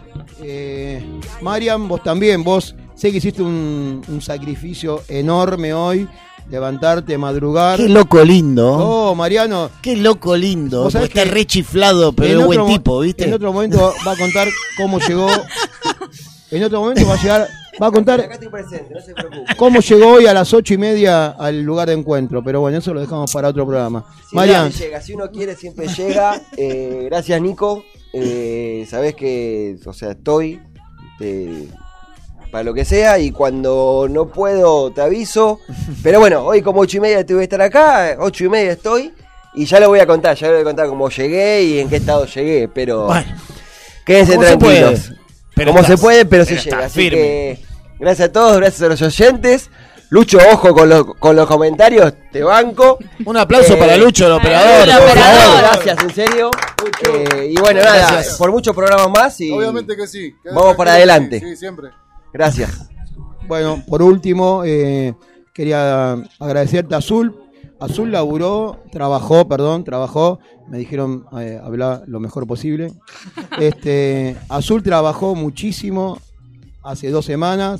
A: Mariam, vos también, sé que hiciste un sacrificio enorme hoy levantarte, madrugar.
J: Qué loco lindo.
A: Oh, Mariano.
J: Qué loco lindo.
A: Vos sabés
J: está
A: que
J: re chiflado, pero es buen tipo, ¿viste?
A: En otro momento va a contar cómo llegó. En otro momento va a contar
E: Acá estoy presente, no se preocupe.
A: cómo llegó hoy a las 8:30 al lugar de encuentro. Pero bueno, eso lo dejamos para otro programa. Marian.
E: Llega, si uno quiere, siempre llega. Gracias, Nico. Sabés que, o sea, estoy para lo que sea, y cuando no puedo te aviso. Pero bueno, hoy como 8:30 te voy a estar acá, 8:30 estoy, y ya lo voy a contar cómo llegué y en qué estado llegué, pero bueno, quédense tranquilos. Como se puede, pero se llega. Así firme. Que gracias a todos, gracias a los oyentes. Lucho, ojo con los comentarios, te banco.
J: Un aplauso para Lucho, el operador.
E: Gracias, en serio. Y bueno, nada, por muchos programas más. Y
D: obviamente que sí.
E: Vamos para adelante.
D: Sí, siempre.
E: Gracias.
A: Bueno, por último, quería agradecerte a Azul. Azul trabajó, me dijeron hablar lo mejor posible. Azul trabajó muchísimo hace 2 semanas.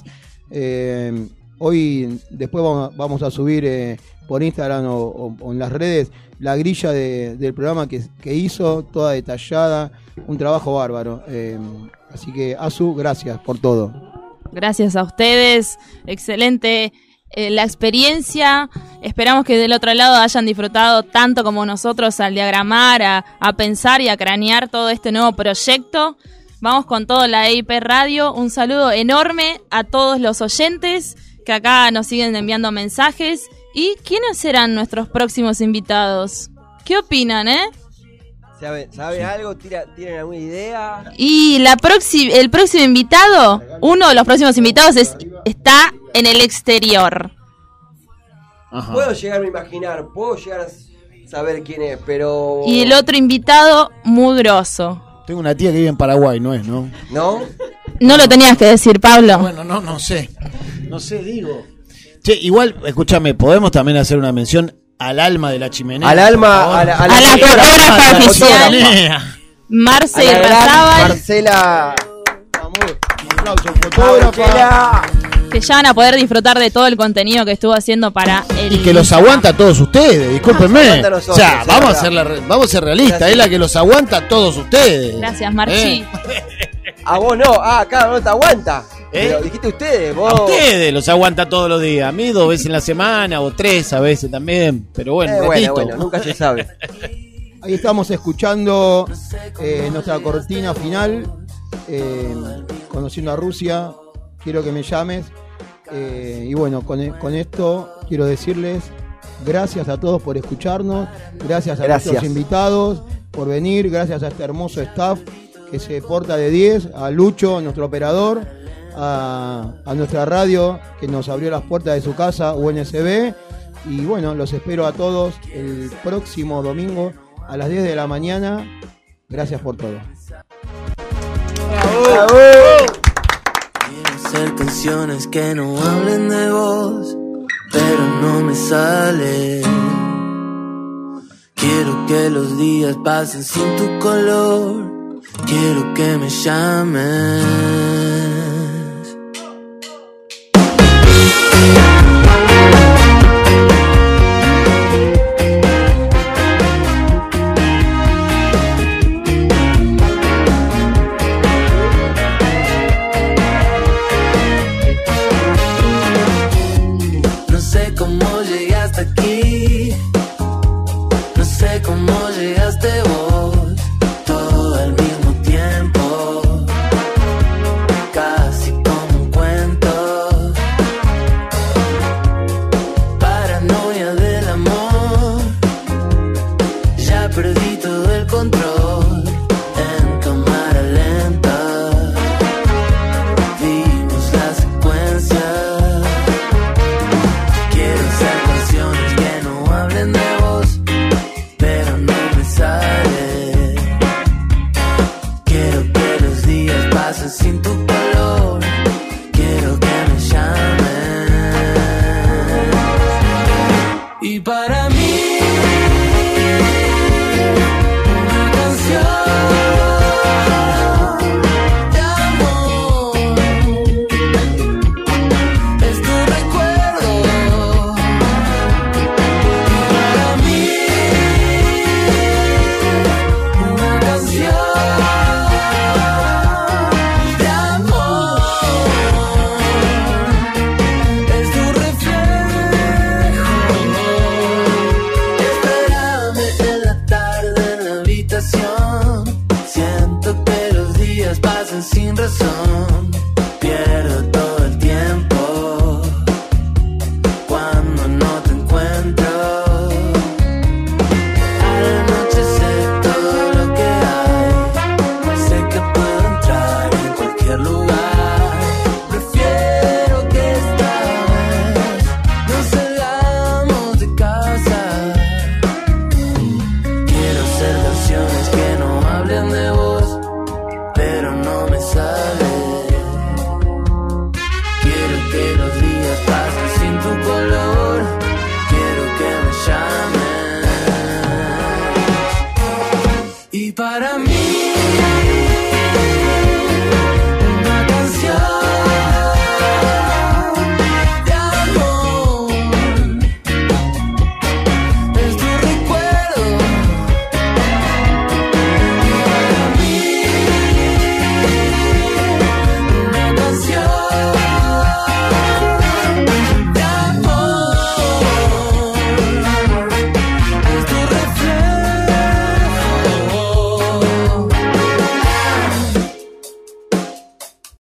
A: Hoy, después vamos a subir por Instagram o en las redes la grilla del programa que hizo, toda detallada, un trabajo bárbaro. Así que, Azu, gracias por todo.
C: Gracias a ustedes, excelente la experiencia. Esperamos que del otro lado hayan disfrutado tanto como nosotros al diagramar, a pensar y a cranear todo este nuevo proyecto. Vamos con todo la EIP Radio. Un saludo enorme a todos los oyentes que acá nos siguen enviando mensajes. ¿Y quiénes serán nuestros próximos invitados? ¿Qué opinan,
E: ¿Sabe algo? ¿Tienen alguna idea?
C: Y el próximo invitado, uno de los próximos invitados está en el exterior.
E: Ajá. Puedo llegar a imaginar, puedo llegar a saber quién es, pero...
C: Y el otro invitado, muy grosso.
J: Tengo una tía que vive en Paraguay, ¿no?
E: ¿No?
C: No lo tenías que decir, Pablo.
J: Bueno, no sé. No sé, digo. Che, igual, escúchame, podemos también hacer una mención al alma de la chimenea.
E: Al alma, a la
C: fotógrafa oficial. Marce Razábal.
E: Marcela.
A: Un aplauso, fotógrafa.
C: Que ya van a poder disfrutar de todo el contenido que estuvo haciendo para el...
J: Y que los aguanta a todos ustedes, discúlpenme. O sea, vamos a ser realistas, es la que los aguanta a todos ustedes.
C: Gracias, Marchi.
E: A vos no, cada uno te aguanta. Pero dijiste ustedes, vos.
J: A ustedes los aguanta todos los días. A mí 2 veces en la semana o 3 a veces también. Pero bueno,
E: bueno, nunca se sabe.
A: Ahí estamos escuchando nuestra cortina final. Conociendo a Rusia, quiero que me llames. Y bueno, con esto quiero decirles gracias a todos por escucharnos. Gracias a nuestros invitados por venir. Gracias a este hermoso staff que se porta de 10. A Lucho, nuestro operador. A nuestra radio que nos abrió las puertas de su casa, UNSB. Y bueno, los espero a todos el próximo domingo a las 10 de la mañana. Gracias por todo.
L: ¡Bravo! Quiero hacer canciones que no hablen de vos, pero no me sale. Quiero que los días pasen sin tu color. Quiero que me llames. No sé cómo llegaste aquí, no sé cómo llegaste vos, todo al mismo tiempo, casi como un cuento, paranoia del amor, ya perdí todo el control, en cámara lenta, vimos la secuencia. Quiero hacer canciones que no hablen de vos, pero no me sale. Quiero que los días pasen sin tu color. Quiero que me llames. Y para mí